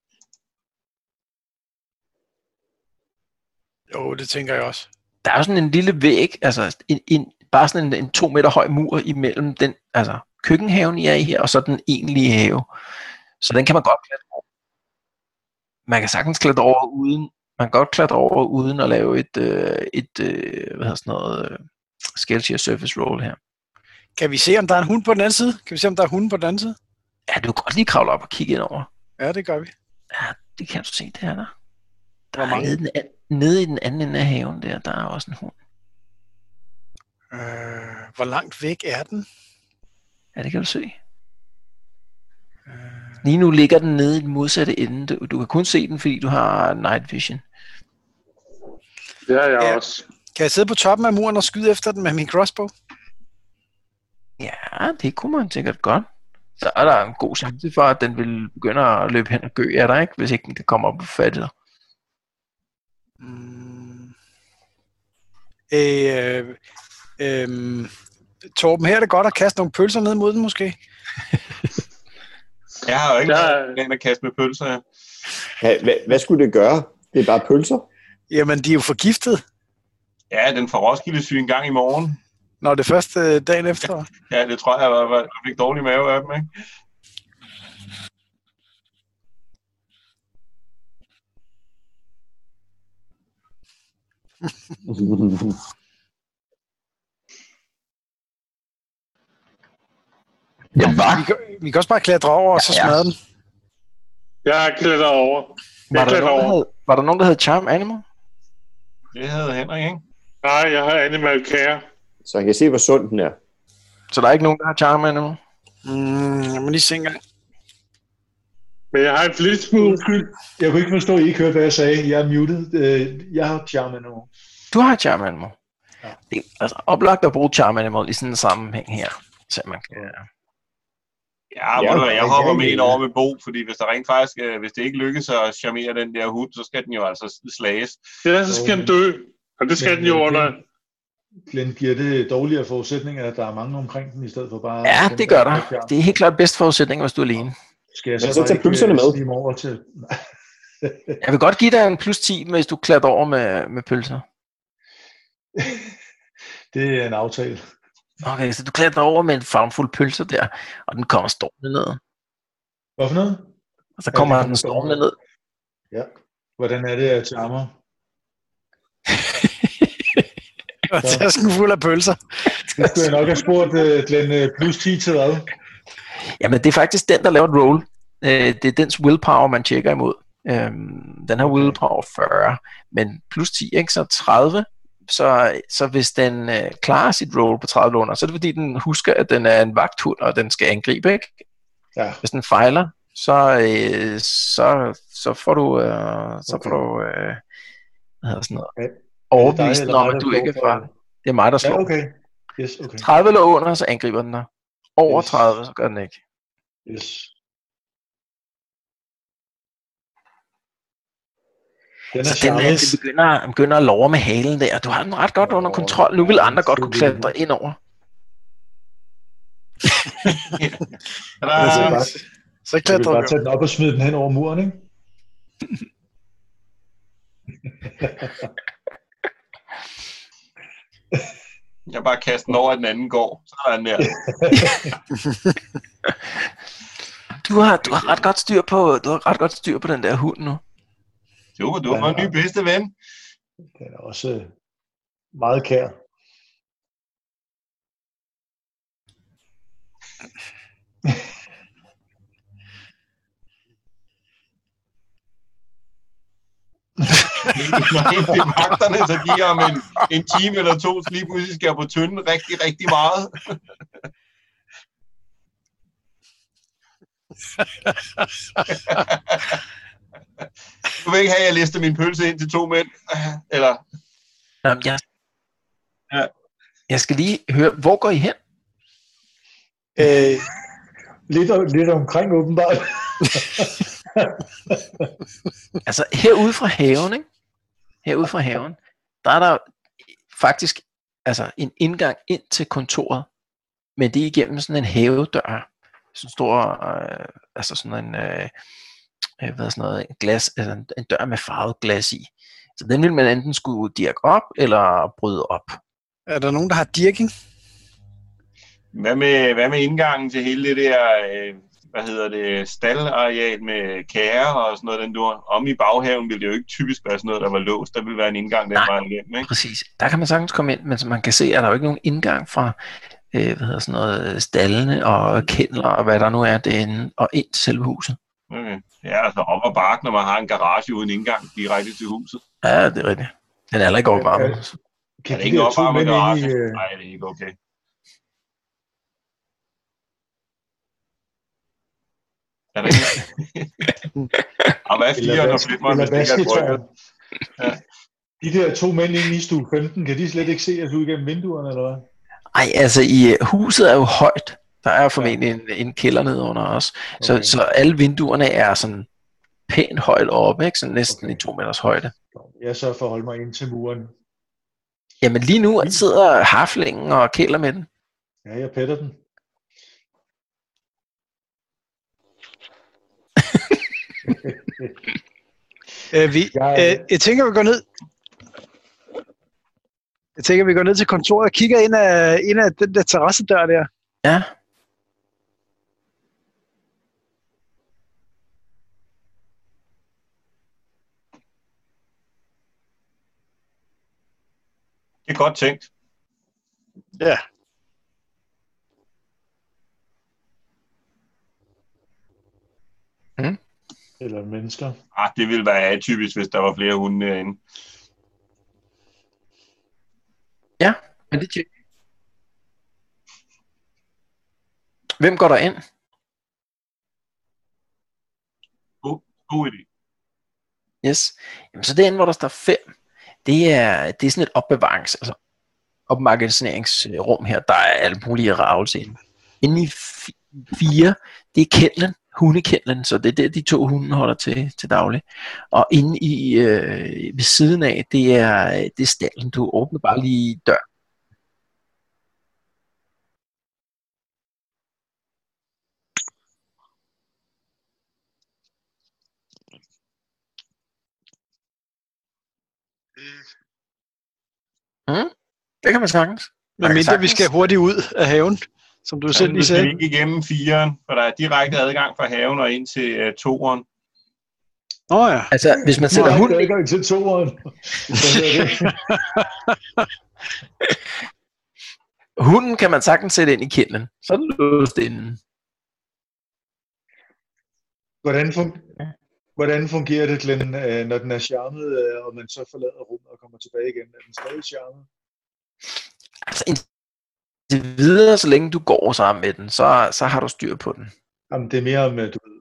Jo, det tænker jeg også. Der er jo sådan en lille væg, altså bare sådan en 2 meter høj mur imellem den, altså køkkenhaven I er i her, og så den egentlige have. Så den kan man godt klatre over. Man kan sagtens klatre over uden, uden at lave et Skillshare surface roll her. Kan vi se, om der er en hund på den anden side? Ja, du kan godt lige kravle op og kigge ind over. Ja, det gør vi. Ja, det kan du se, det er der. Der Hvor mange? er nede i den anden ende af haven der er også en hund. Hvor langt væk er den? Ja, det kan du se. Lige nu ligger den nede i den modsatte ende. Du kan kun se den, fordi du har night vision. Det har jeg også. Kan jeg sidde på toppen af muren og skyde efter den med min crossbow? Ja, det kunne man sikkert godt. Så er der en god chance for, at den vil begynde at løbe hen og gø af dig, ikke? Hvis ikke den kan komme op og fatte dig. Torben, her er det godt at kaste nogle pølser ned mod den, måske? Jeg har jo ikke noget at kaste med pølser. Ja, hvad skulle det gøre? Det er bare pølser? Jamen, de er jo forgiftet. Ja, den får Roskilde syg en gang i morgen. Nå, det første dagen efter? Ja, det tror jeg fik dårlig mave af dem, ikke? Vi kan også bare klatre over, og så smadre den. Jeg klatrer over. Var der nogen, der havde Charm Animal? Det havde Henrik, ikke? Nej, jeg har Animal Care. Så jeg kan se, hvor sund den er. Så der er ikke nogen, der har Charm Animal? Jeg må lige se engang. Men jeg har en flitsmule. Undskyld, jeg kunne ikke forstå, at I ikke hørte, hvad jeg sagde. Jeg er muted. Jeg har Charm Animal. Du har Charm Animal? Det er altså oplagt at bruge Charm Animal i sådan en sammenhæng her. Så man kan... Ja, jeg hopper med ind over med Bo, fordi hvis der rent faktisk, hvis det ikke lykkes at charmere den der hund, så skal den jo altså slages. Ja, så skal den dø, og det skal den jo under. Glenn, giver det dårligere forudsætninger, at der er mange omkring den, i stedet for bare... Ja, det gør der. Det er helt klart bedst forudsætninger, hvis du er alene. Skal jeg så tage pølserne med? Over til... Jeg vil godt give dig en plus 10, hvis du klatrer over med pølser. Det er en aftale. Okay, så du klatrer over med en farmfuld pølser der, og den kommer stormende ned. Hvad for noget? Og så kommer den stormende ned. Ja. Hvordan er det, at charmer? Og tasken fuld af pølser. Det skulle jeg nok have spurgt Glenn, plus 10 til hvad? Jamen, det er faktisk den, der laver et roll. Det er dens willpower, man tjekker imod. Den har willpower 40, men plus 10, ikke? Så 30. Så hvis den klarer sit roll på 30 under, så er det fordi, den husker, at den er en vagthund, og den skal angribe, ikke? Ja. Hvis den fejler, så får du, hvad hedder sådan noget, overbevisen om, at du ikke er farlig. Det er mig, der slår. Ja, okay. Yes, okay. 30 eller under, så angriber den dig. Over 30, så gør den ikke. Yes. Den begynder at love med halen der. Du har den ret godt under kontrol. Nu vil andre godt kunne klatre ind over. Så klatrer du. Bare tage den op og smide den hen over muren, ikke? Jeg bare kaster den over, at den anden går. Så er den der. Du har ret godt styr på den der hund nu. Jo, du var en ny bedste ven. Den er også meget kær. Når vagterne, så de om en time eller to, så lige pludselig skal jeg på tynden rigtig, rigtig meget. Du vil ikke have, at jeg lister min pølse ind til 2 mænd? Eller? Jamen, jeg skal lige høre, hvor går I hen? Lidt omkring åbenbart. Altså herude fra haven, ikke? Herude fra haven, der er der faktisk altså en indgang ind til kontoret, men det er igennem sådan en havedør, sådan stor, altså sådan en, en glas, altså en dør med farvet glas i. Så den vil man enten skulle dirke op eller bryde op. Er der nogen, der har dirking? Hvad med indgangen til hele det der, staldareal med kære og sådan noget, den du om i baghaven ville det jo ikke typisk være sådan noget, der var låst. Der ville være en indgang, der var igennem, ikke? Præcis. Der kan man sagtens komme ind, men som man kan se, er der jo ikke nogen indgang fra stallene og kælder og hvad der nu er derinde, og ind til selve huset. Okay. Ja, altså op og bakke, når man har en garage uden indgang direkte til huset. Ja, det er rigtigt. Den er heller ikke opvarmet. Er det ikke opvarmet garage? Nej, det er ikke okay. Er det ikke? Og hvad er 4, når Flipmon, hvis det ikke er brygget? Ja. De der 2 mænd inde i stue 15, kan de slet ikke se os ud gennem vinduerne, eller hvad? Nej, altså i huset er jo højt. Der er jo formentlig en kælder nede under os. Okay. Så alle vinduerne er sådan pænt højt oppe, ikke? Sådan næsten i 2 meters højde. Jeg sørger for at holde mig ind til muren. Jamen lige nu sidder harflingen og kæler med den. Ja, jeg pætter den. Jeg tænker, vi går ned til kontoret og kigger ind af den der terrassedør der. Ja. Det er godt tænkt. Ja. Eller mennesker. Det ville være atypisk, hvis der var flere hunde derinde. Ja, men det tjekker. Hvem går der ind? God idé. Yes. Jamen, så det inde, hvor der står 5, det er sådan et opbevarings. Altså, opmagasineringsrum her. Der er alle mulige ravelse inde. Inde i 4, det er kældlen, hundekældlen, så det er der, de 2 hunde holder til daglig. Og inde i ved siden af, det er stallen. Du åbner bare lige dør. Det kan man sagtens. Men mindre vi skal hurtigt ud af haven, som du selv lige sagde. Vi skal ikke igennem 4'eren, for der er direkte adgang fra haven og ind til 2'eren. Ja. Altså, hvis man sætter hunden... Der er adgang til 2'eren. Hunden kan man sagtens sætte ind i kælden. Så er den låst inden. Hvordan fungerer det, Glenn, når den er charmet, og man så forlader rummet og kommer tilbage igen? Er den stadig charmet? Altså, indtil videre, så længe du går sammen med den, så har du styr på den. Jamen, det er mere om, du ved.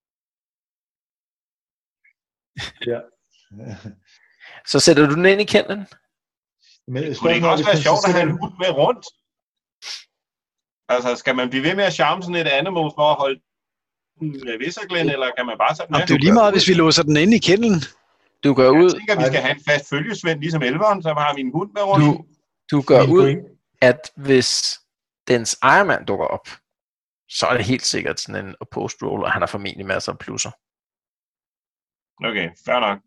Ja. Så sætter du den ind i kælden? Men det kunne ikke også være sjovt at have en hund med rundt? Altså, skal man blive ved med at charme sådan et animal for at holde ved sig, Glenn, eller kan man bare sætte den med? Det er jo lige meget, hvis vi låser den inde i kælden. Du går ud... Jeg tænker, at vi skal have en fast følgesvend, ligesom elveren, så har vi en hund med rundt. Du går ud, at hvis dens ejermand dukker op, så er det helt sikkert sådan en opposed roll, og han har formentlig masser af plusser. Okay, fair nok.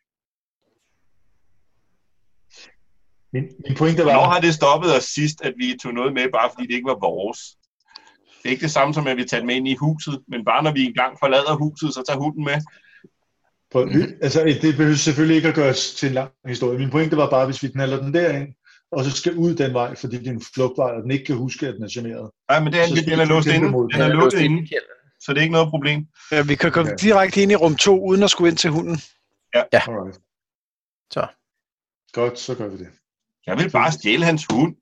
Min pointe var... Hvornår har det stoppet os sidst, at vi tog noget med, bare fordi det ikke var vores? Det er ikke det samme som, at vi tager med ind i huset, men bare når vi engang forlader huset, så tager hunden med. Altså, det behøver selvfølgelig ikke at gøres til en lang historie. Min pointe var bare, hvis vi knalder den derind, og så skal ud den vej, fordi det er en flugtvej, og den ikke kan huske, at den er charmeret. Nej, men den er låst inde. Den er lukket inde, så det er ikke noget problem. Ja, vi kan komme direkte ind i rum 2, uden at skulle ind til hunden. Ja. Alright. Så. Godt, så gør vi det. Jeg vil bare stjæle hans hund.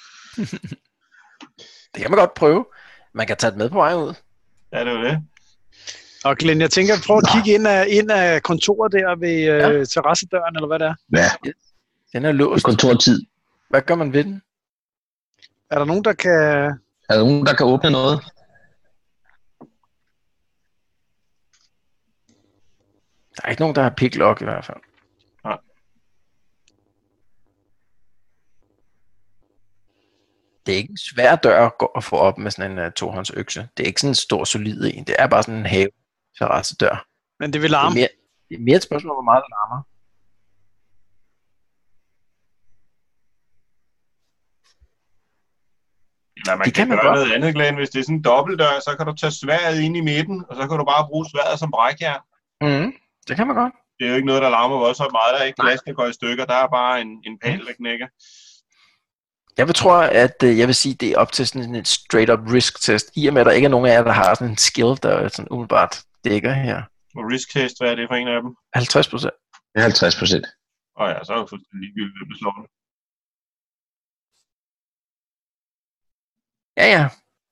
Det kan man godt prøve. Man kan tage det med på vej ud. Ja, det er det. Og Glenn, jeg tænker, prøv at kigge ind af kontoret der ved terrassedøren, eller hvad det er. Ja. Den er låst. Kontortid. Hvad gør man ved den? Er der nogen, der kan... Er der nogen, der kan åbne noget? Der er ikke nogen, der har picklock i hvert fald. Nej. Det er ikke en svær dør at få op med sådan en tohånds økse. Det er ikke sådan en stor, solid en. Det er bare sådan en have terrassedør. Men det vil larme. Det er mere et spørgsmål, hvor meget det larmer. Nej, man kan gøre noget andet, Glenn. Hvis det er sådan en dobbeltdør, så kan du tage sværdet ind i midten, og så kan du bare bruge sværdet som brækjern. Det kan man godt. Det er jo ikke noget, der larmer voldsomt meget. Der er ikke glas, der går i stykker. Der er bare en pæl, der knækker. Jeg tror, at jeg vil sige, det er op til sådan en straight-up risk-test. I og med, at der ikke er nogen af jer, der har sådan en skill, der sådan umiddelbart dækker her. Og risk-test, hvad er det for en af dem? 50%. Det er 50%. Ja, så er det fuldstændig ligegyldigt, at beslå det. Ja.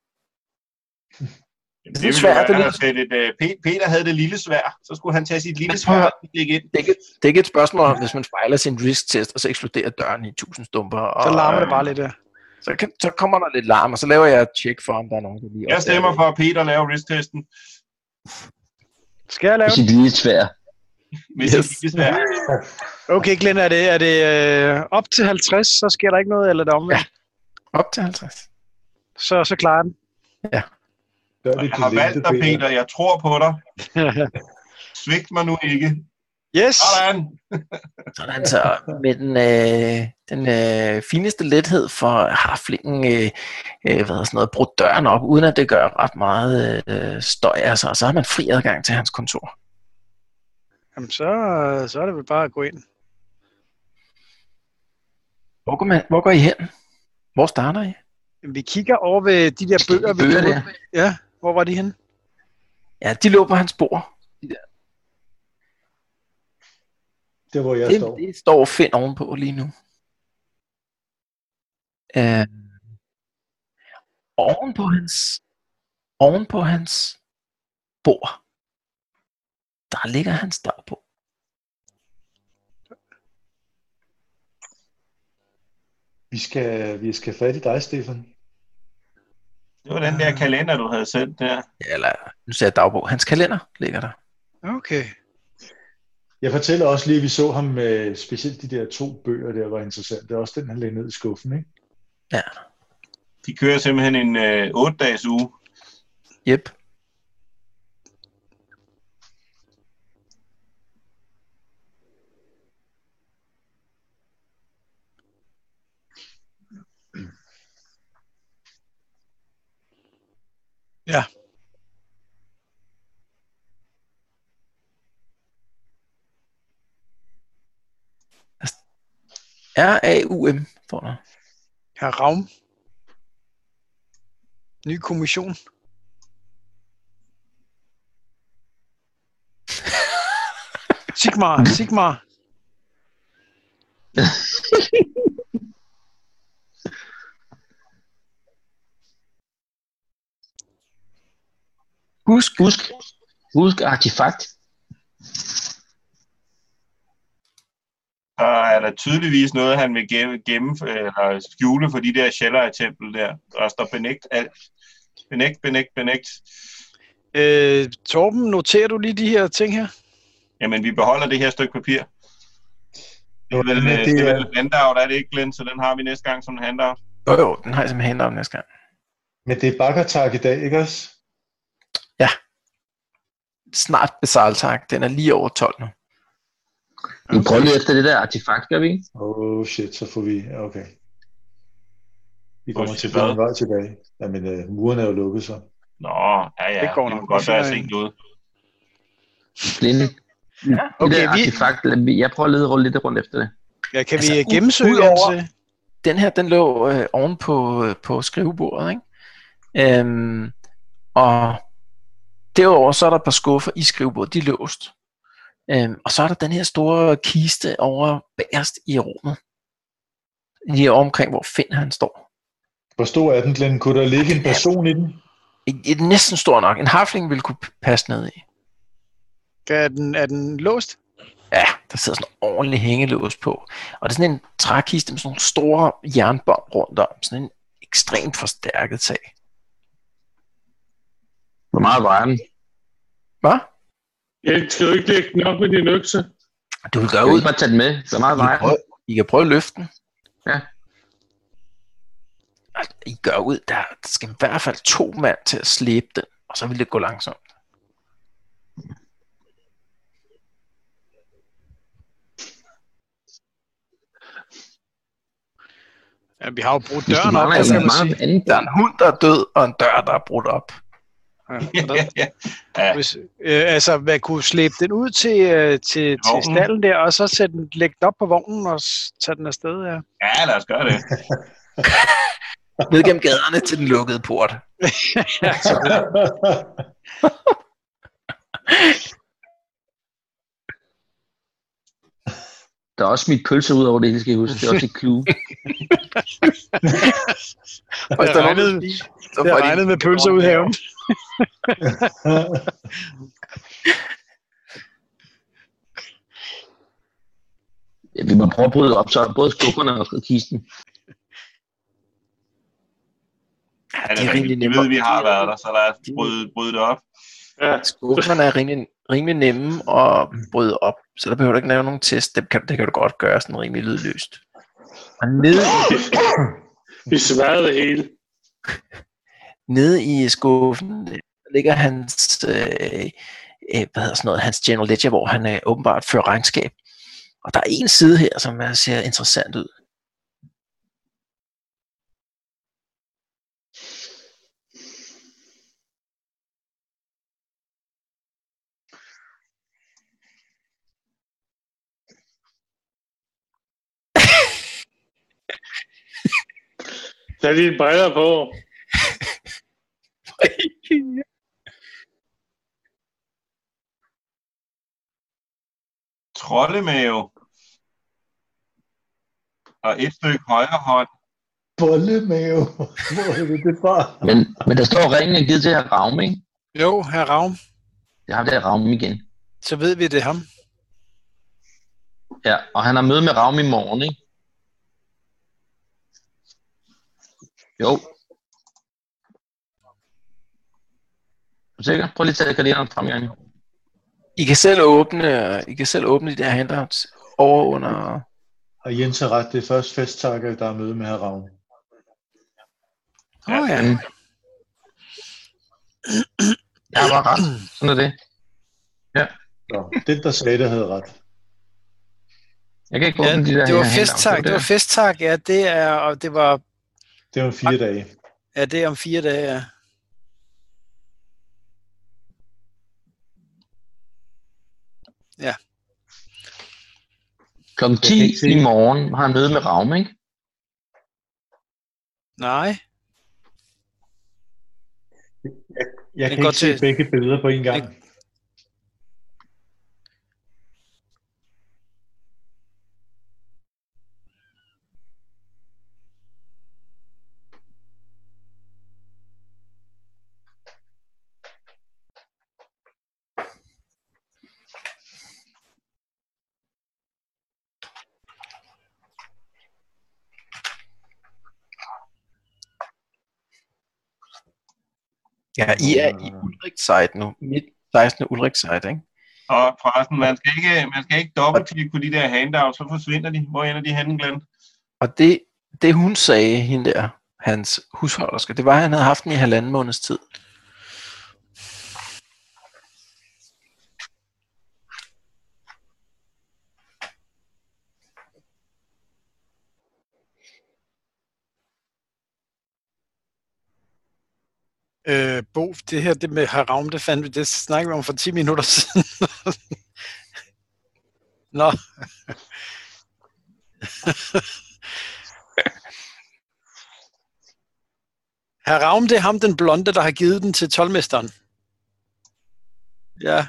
Det er svært. Peter havde det lille svær, så skulle han tage sit lille svær og stikke ind. Det er ikke et spørgsmål, hvis man fejler sin risk-test, og så eksploderer døren i 1000 stumper. Så larmer det bare lidt, ja. Så kommer der lidt larm, og så laver jeg et check for, om der er nogen, der lige... Jeg stemmer for, at Peter laver risk-testen. Skal jeg lave det? Med sit lille svær. Med sit lille svær. Okay, Glenn, er det op til 50, så sker der ikke noget, eller er det omvendt? Ja, op til 50. Så klarer den. Ja. Jeg har valgt dig, Peter. Jeg tror på dig. Svigt mig nu ikke. Yes! Sådan så. Med den fineste lethed for harflingen brudt døren op, uden at det gør ret meget støj. Altså, og så har man fri adgang til hans kontor. Jamen, så er det vel bare at gå ind. Hvor går I hen? Hvor starter I? Vi kigger over ved de der bøger der. Ja, hvor var de henne? Ja, de lå på hans bord. Det hvor jeg står. Det står Finn ovenpå lige nu. Ovenpå hans bord, der ligger hans dagbog. Vi skal fat i dig, Stefan. Det var den der kalender, du havde sendt der. Eller, nu ser jeg dagbog. Hans kalender ligger der. Okay. Jeg fortæller også lige, at vi så ham med specielt de der 2 bøger, der var interessant. Det er også den, han lagde ned i skuffen, ikke? Ja. De kører simpelthen en 8-dages uge. Yep. Ja. RAUM, står der. Herr Raum. Ny kommission. Sigmar. Husk artefakt. Så er der tydeligvis noget, han vil gemme eller skjule for de der Shelley-tempel der. Der står benægt alt. Benægt. Torben, noterer du lige de her ting her? Jamen, vi beholder det her stykke papir. Det er vel en handout, er det ikke, Glenn? Så den har vi næste gang som en handout. Jo, den har jeg som handout næste gang. Men det er bakkertak i dag, ikke også? Ja. Snart Besaltak. Den er lige over 12 nu. Vi prøver lige efter det der artefakt, gør vi ikke? Shit, så får vi... Okay. Vi kommer til at få en vej tilbage. Jamen, muren er jo lukket så. Nå, ja. Det går nok godt være sent ud. Ja. Okay, det artefakt, jeg prøver at rulle lidt rundt efter det. Ja, kan vi gennemsøge hans... Den her, den lå oven på skrivebordet, ikke? Og derudover så er der et par skuffer i skrivebordet, de er låst. Og så er der den her store kiste over bagerst i rummet. Lige omkring, hvor Finn han står. Hvor stor er den, Glenn? Kunne der ligge en person i den? Det er næsten stor nok. En halfling ville kunne passe ned i. Er den låst? Ja, der sidder sådan en ordentlig hængelås på. Og det er sådan en trækiste med sådan nogle store jernbånd rundt om. Sådan en ekstremt forstærket tag. Hvor meget vejer den? Hvad? Jeg skal jo ikke lægge den op med din økse. Du vil gøre ud. Bare tage den med. Så meget vejer den. I kan prøve at løfte den. Ja. I gør ud, der skal i hvert fald 2 mand til at slæbe den, og så vil det gå langsomt. Ja, vi har jo brudt døren op, kan man sige. Der er en hund, der er død, og en dør, der er brudt op. Altså, man kunne slæbe den ud til stallen der, og så lægge den op på vognen og tage den afsted, ja. Ja, lad os gøre det. Ned gennem gaderne til den lukkede port. Der er også smidt pølser ud over det hele, skal I huske. Det er også et clue. Det er regnet med pølser ud i haven. Ja, vi må prøve at bryde op, så er både skufferne og kisten. Ja, det er rimelig nemme. Vi har været der, så lad os bryde det op. Ja. Skufferne er rimelig nemme at bryde op, så der behøver du ikke lave nogen test. Det kan du godt gøre sådan rimelig lydløst. Og vi sværede det hele. Nede i skuffen ligger hans hans general ledger, hvor han åbenbart fører regnskab. Og der er en side her, som ser interessant ud. Tag dine briller på. Troldemave. Og et stykke højre hånd. Bollemave. Hvor er det fra? Men der står ringen er givet til herr Raum, ikke? Jo, herr Raum. Jeg har det her Raum igen. Så ved vi, det er ham. Ja, og han har møde med Raum i morgen, ikke? Jo. Er du sikker? Prøv lige at tage kalenderen frem, Janne. I kan selv åbne de der handouts over under... Og Jens har ret, det er først festtakker, der er møde med herr Ravn. Ja. Jeg var ret. Sådan er det. Ja. Så, den, der sagde det, havde ret. Jeg kan ikke åbne de der det var handouts. festtag. Det var festtag, ja. Det er, og det var... Det var 4 dage. Ja, det er om 4 dage, ja. Ja. Klokken 10 i morgen har han møde med Ravn, ikke? Nej. Jeg kan ikke se begge billeder på en gang. Ja, I er i Ulrik-site nu. Mit 16. Ulrik-site, ikke? Og forresten, man skal ikke dobbeltklikke på de der handouts, så forsvinder de. Hvor ender de henne, Glenn? Og det hun sagde, hende der, hans husholderske, det var, at han havde haft den i 1,5 måneds tid. Bo, det her det med Haram, det snakker vi om for 10 minutter siden. Nå. Haram, det er ham, den blonde, der har givet den til toldmesteren. Ja.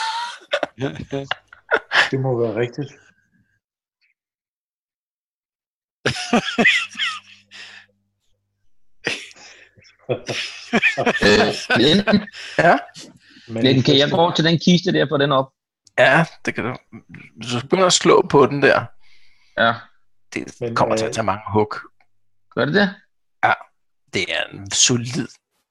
Det må være rigtigt. Glenn? Ja? Glenn, kan jeg gå over til den kiste der, på den op? Ja, det kan du. Hvis du begynder at slå på den der, Ja. det kommer til at tage mange hug. Gør det det? Ja, det er en solid,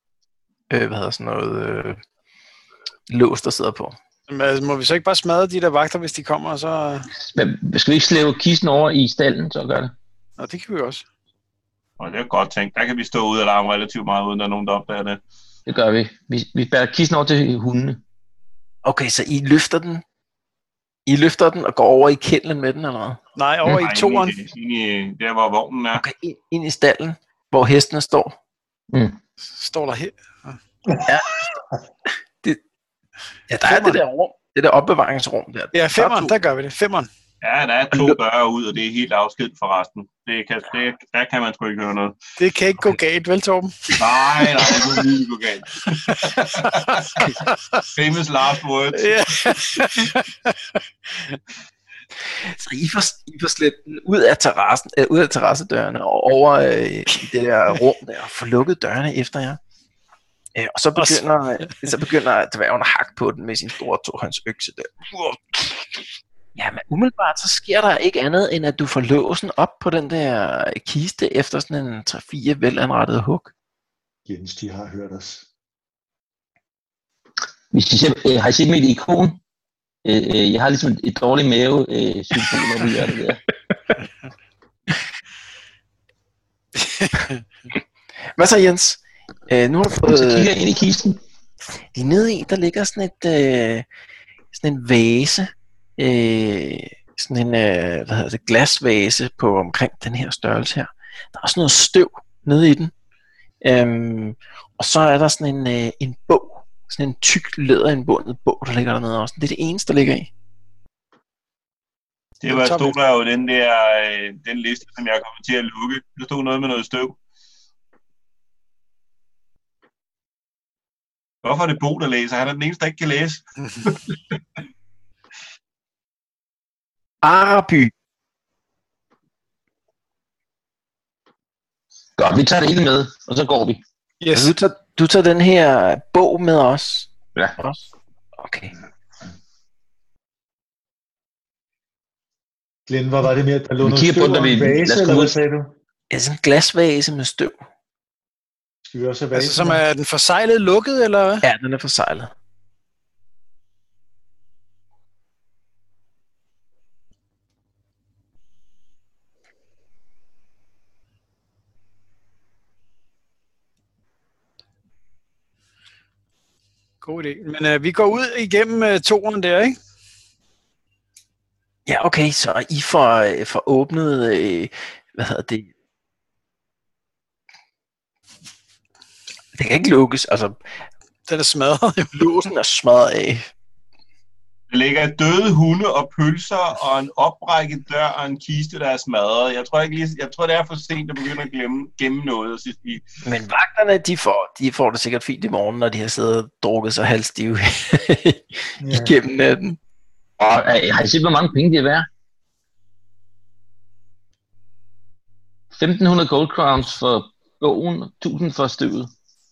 lås, der sidder på. Men, altså, må vi så ikke bare smadre de der vagter, hvis de kommer, så... Skal vi ikke slæve kisten over i stallen, så gør det? Nå, det kan vi også. Og det er godt tænkt. Der kan vi stå ud og larme relativt meget, uden der er nogen, der opdager det. Det gør vi. Vi bærer kisten over til hundene. Okay, så I løfter den? I løfter den og går over i kældlen med den, eller hvad? Nej, over i toeren. Der, hvor vognen er. Okay, ind i stallen, hvor hestene står. Står der her? Ja. Der er det der rum. Det der opbevaringsrum der. Ja, 5'eren, der gør vi det. 5'eren. Ja, der er 2 døre ud, og det er helt afskilt for resten. Der kan man sgu ikke høre noget. Det kan ikke gå galt, vel, Torben? Nej, det kan ikke gå galt. Famous last words. Ja. Så I får slæbt den ud af terrassen, ud af terrassedørene og over i det der rum der, og får lukket dørene efter jer. Og så begynder dværgen at hakke på den med sin store tohåndsøkse der. Ja, men umiddelbart så sker der ikke andet, end at du får låsen op på den der kiste efter sådan en 3-4 velanrettede hug. Jens, de har hørt os. Har I set mit ikon? Jeg har ligesom et dårligt mave symbol, når vi gør det der. Hvad så, Jens? Nu har du fået... Så kigger jeg ind i kisten. De nede i, der ligger sådan en vase. Sådan en glasvase på omkring den her størrelse her. Der er også noget støv nede i den. Og så er der sådan en bog. Sådan en tyk læderindbundet bog, der ligger dernede også. Det er det eneste, der ligger i. Det var stod der jo den liste, som jeg kommer til at lukke. Der stod noget med noget støv. Hvorfor er det Bo, der læser? Han er den eneste, der ikke kan læse. Araby. Godt, vi tager det hele med, og så går vi. Yes. Du tager den her bog med os? Ja. Okay. Glenn, hvor var det mere, der lå Vi noget kigger støv på, og en vase, eller hvad sagde du? Ja, sådan en glasvase med støv. Skal vi også have Altså, som er den forsejlet lukket, eller hvad? Ja, den er forsejlet. God idé. Men vi går ud igennem toren der, ikke? Ja, okay, så I får åbnet, hvad hedder det? Det kan ikke lukkes, altså Den er smadret. låsen er smadret af. Der ligger døde hunde og pølser og en oprækket dør og en kiste, der er smadret. Jeg tror det er for sent at begynde at gemme noget. Men vagterne, de får det sikkert fint i morgen, når de har siddet og drukket sig halvstive igennem natten. Og har I set, hvor mange penge de er værd? 1.500 gold crowns for bogen, 1.000 for støvet.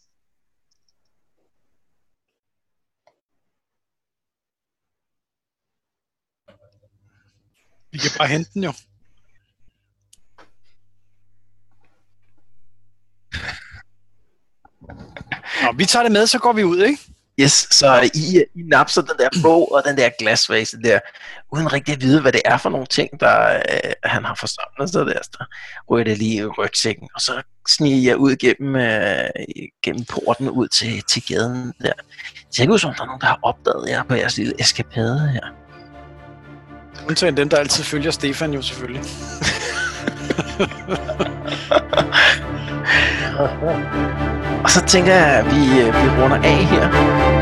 Vi kan bare hente den jo. Nå, vi tager det med, så går vi ud, ikke? Yes, så I napser den der bog og den der glasvase der, uden rigtig at vide, hvad det er for nogle ting, der han har forsamlet sig der. Så ryger det lige i rygsækken, og så sniger jeg ud gennem porten ud til gaden der. Det ser ikke ud som, der er nogen, der har opdaget jer på jeres lille eskapade her. Undtagen dem, der altid følger Stefan jo selvfølgelig. Og så tænker jeg, at vi runder af her.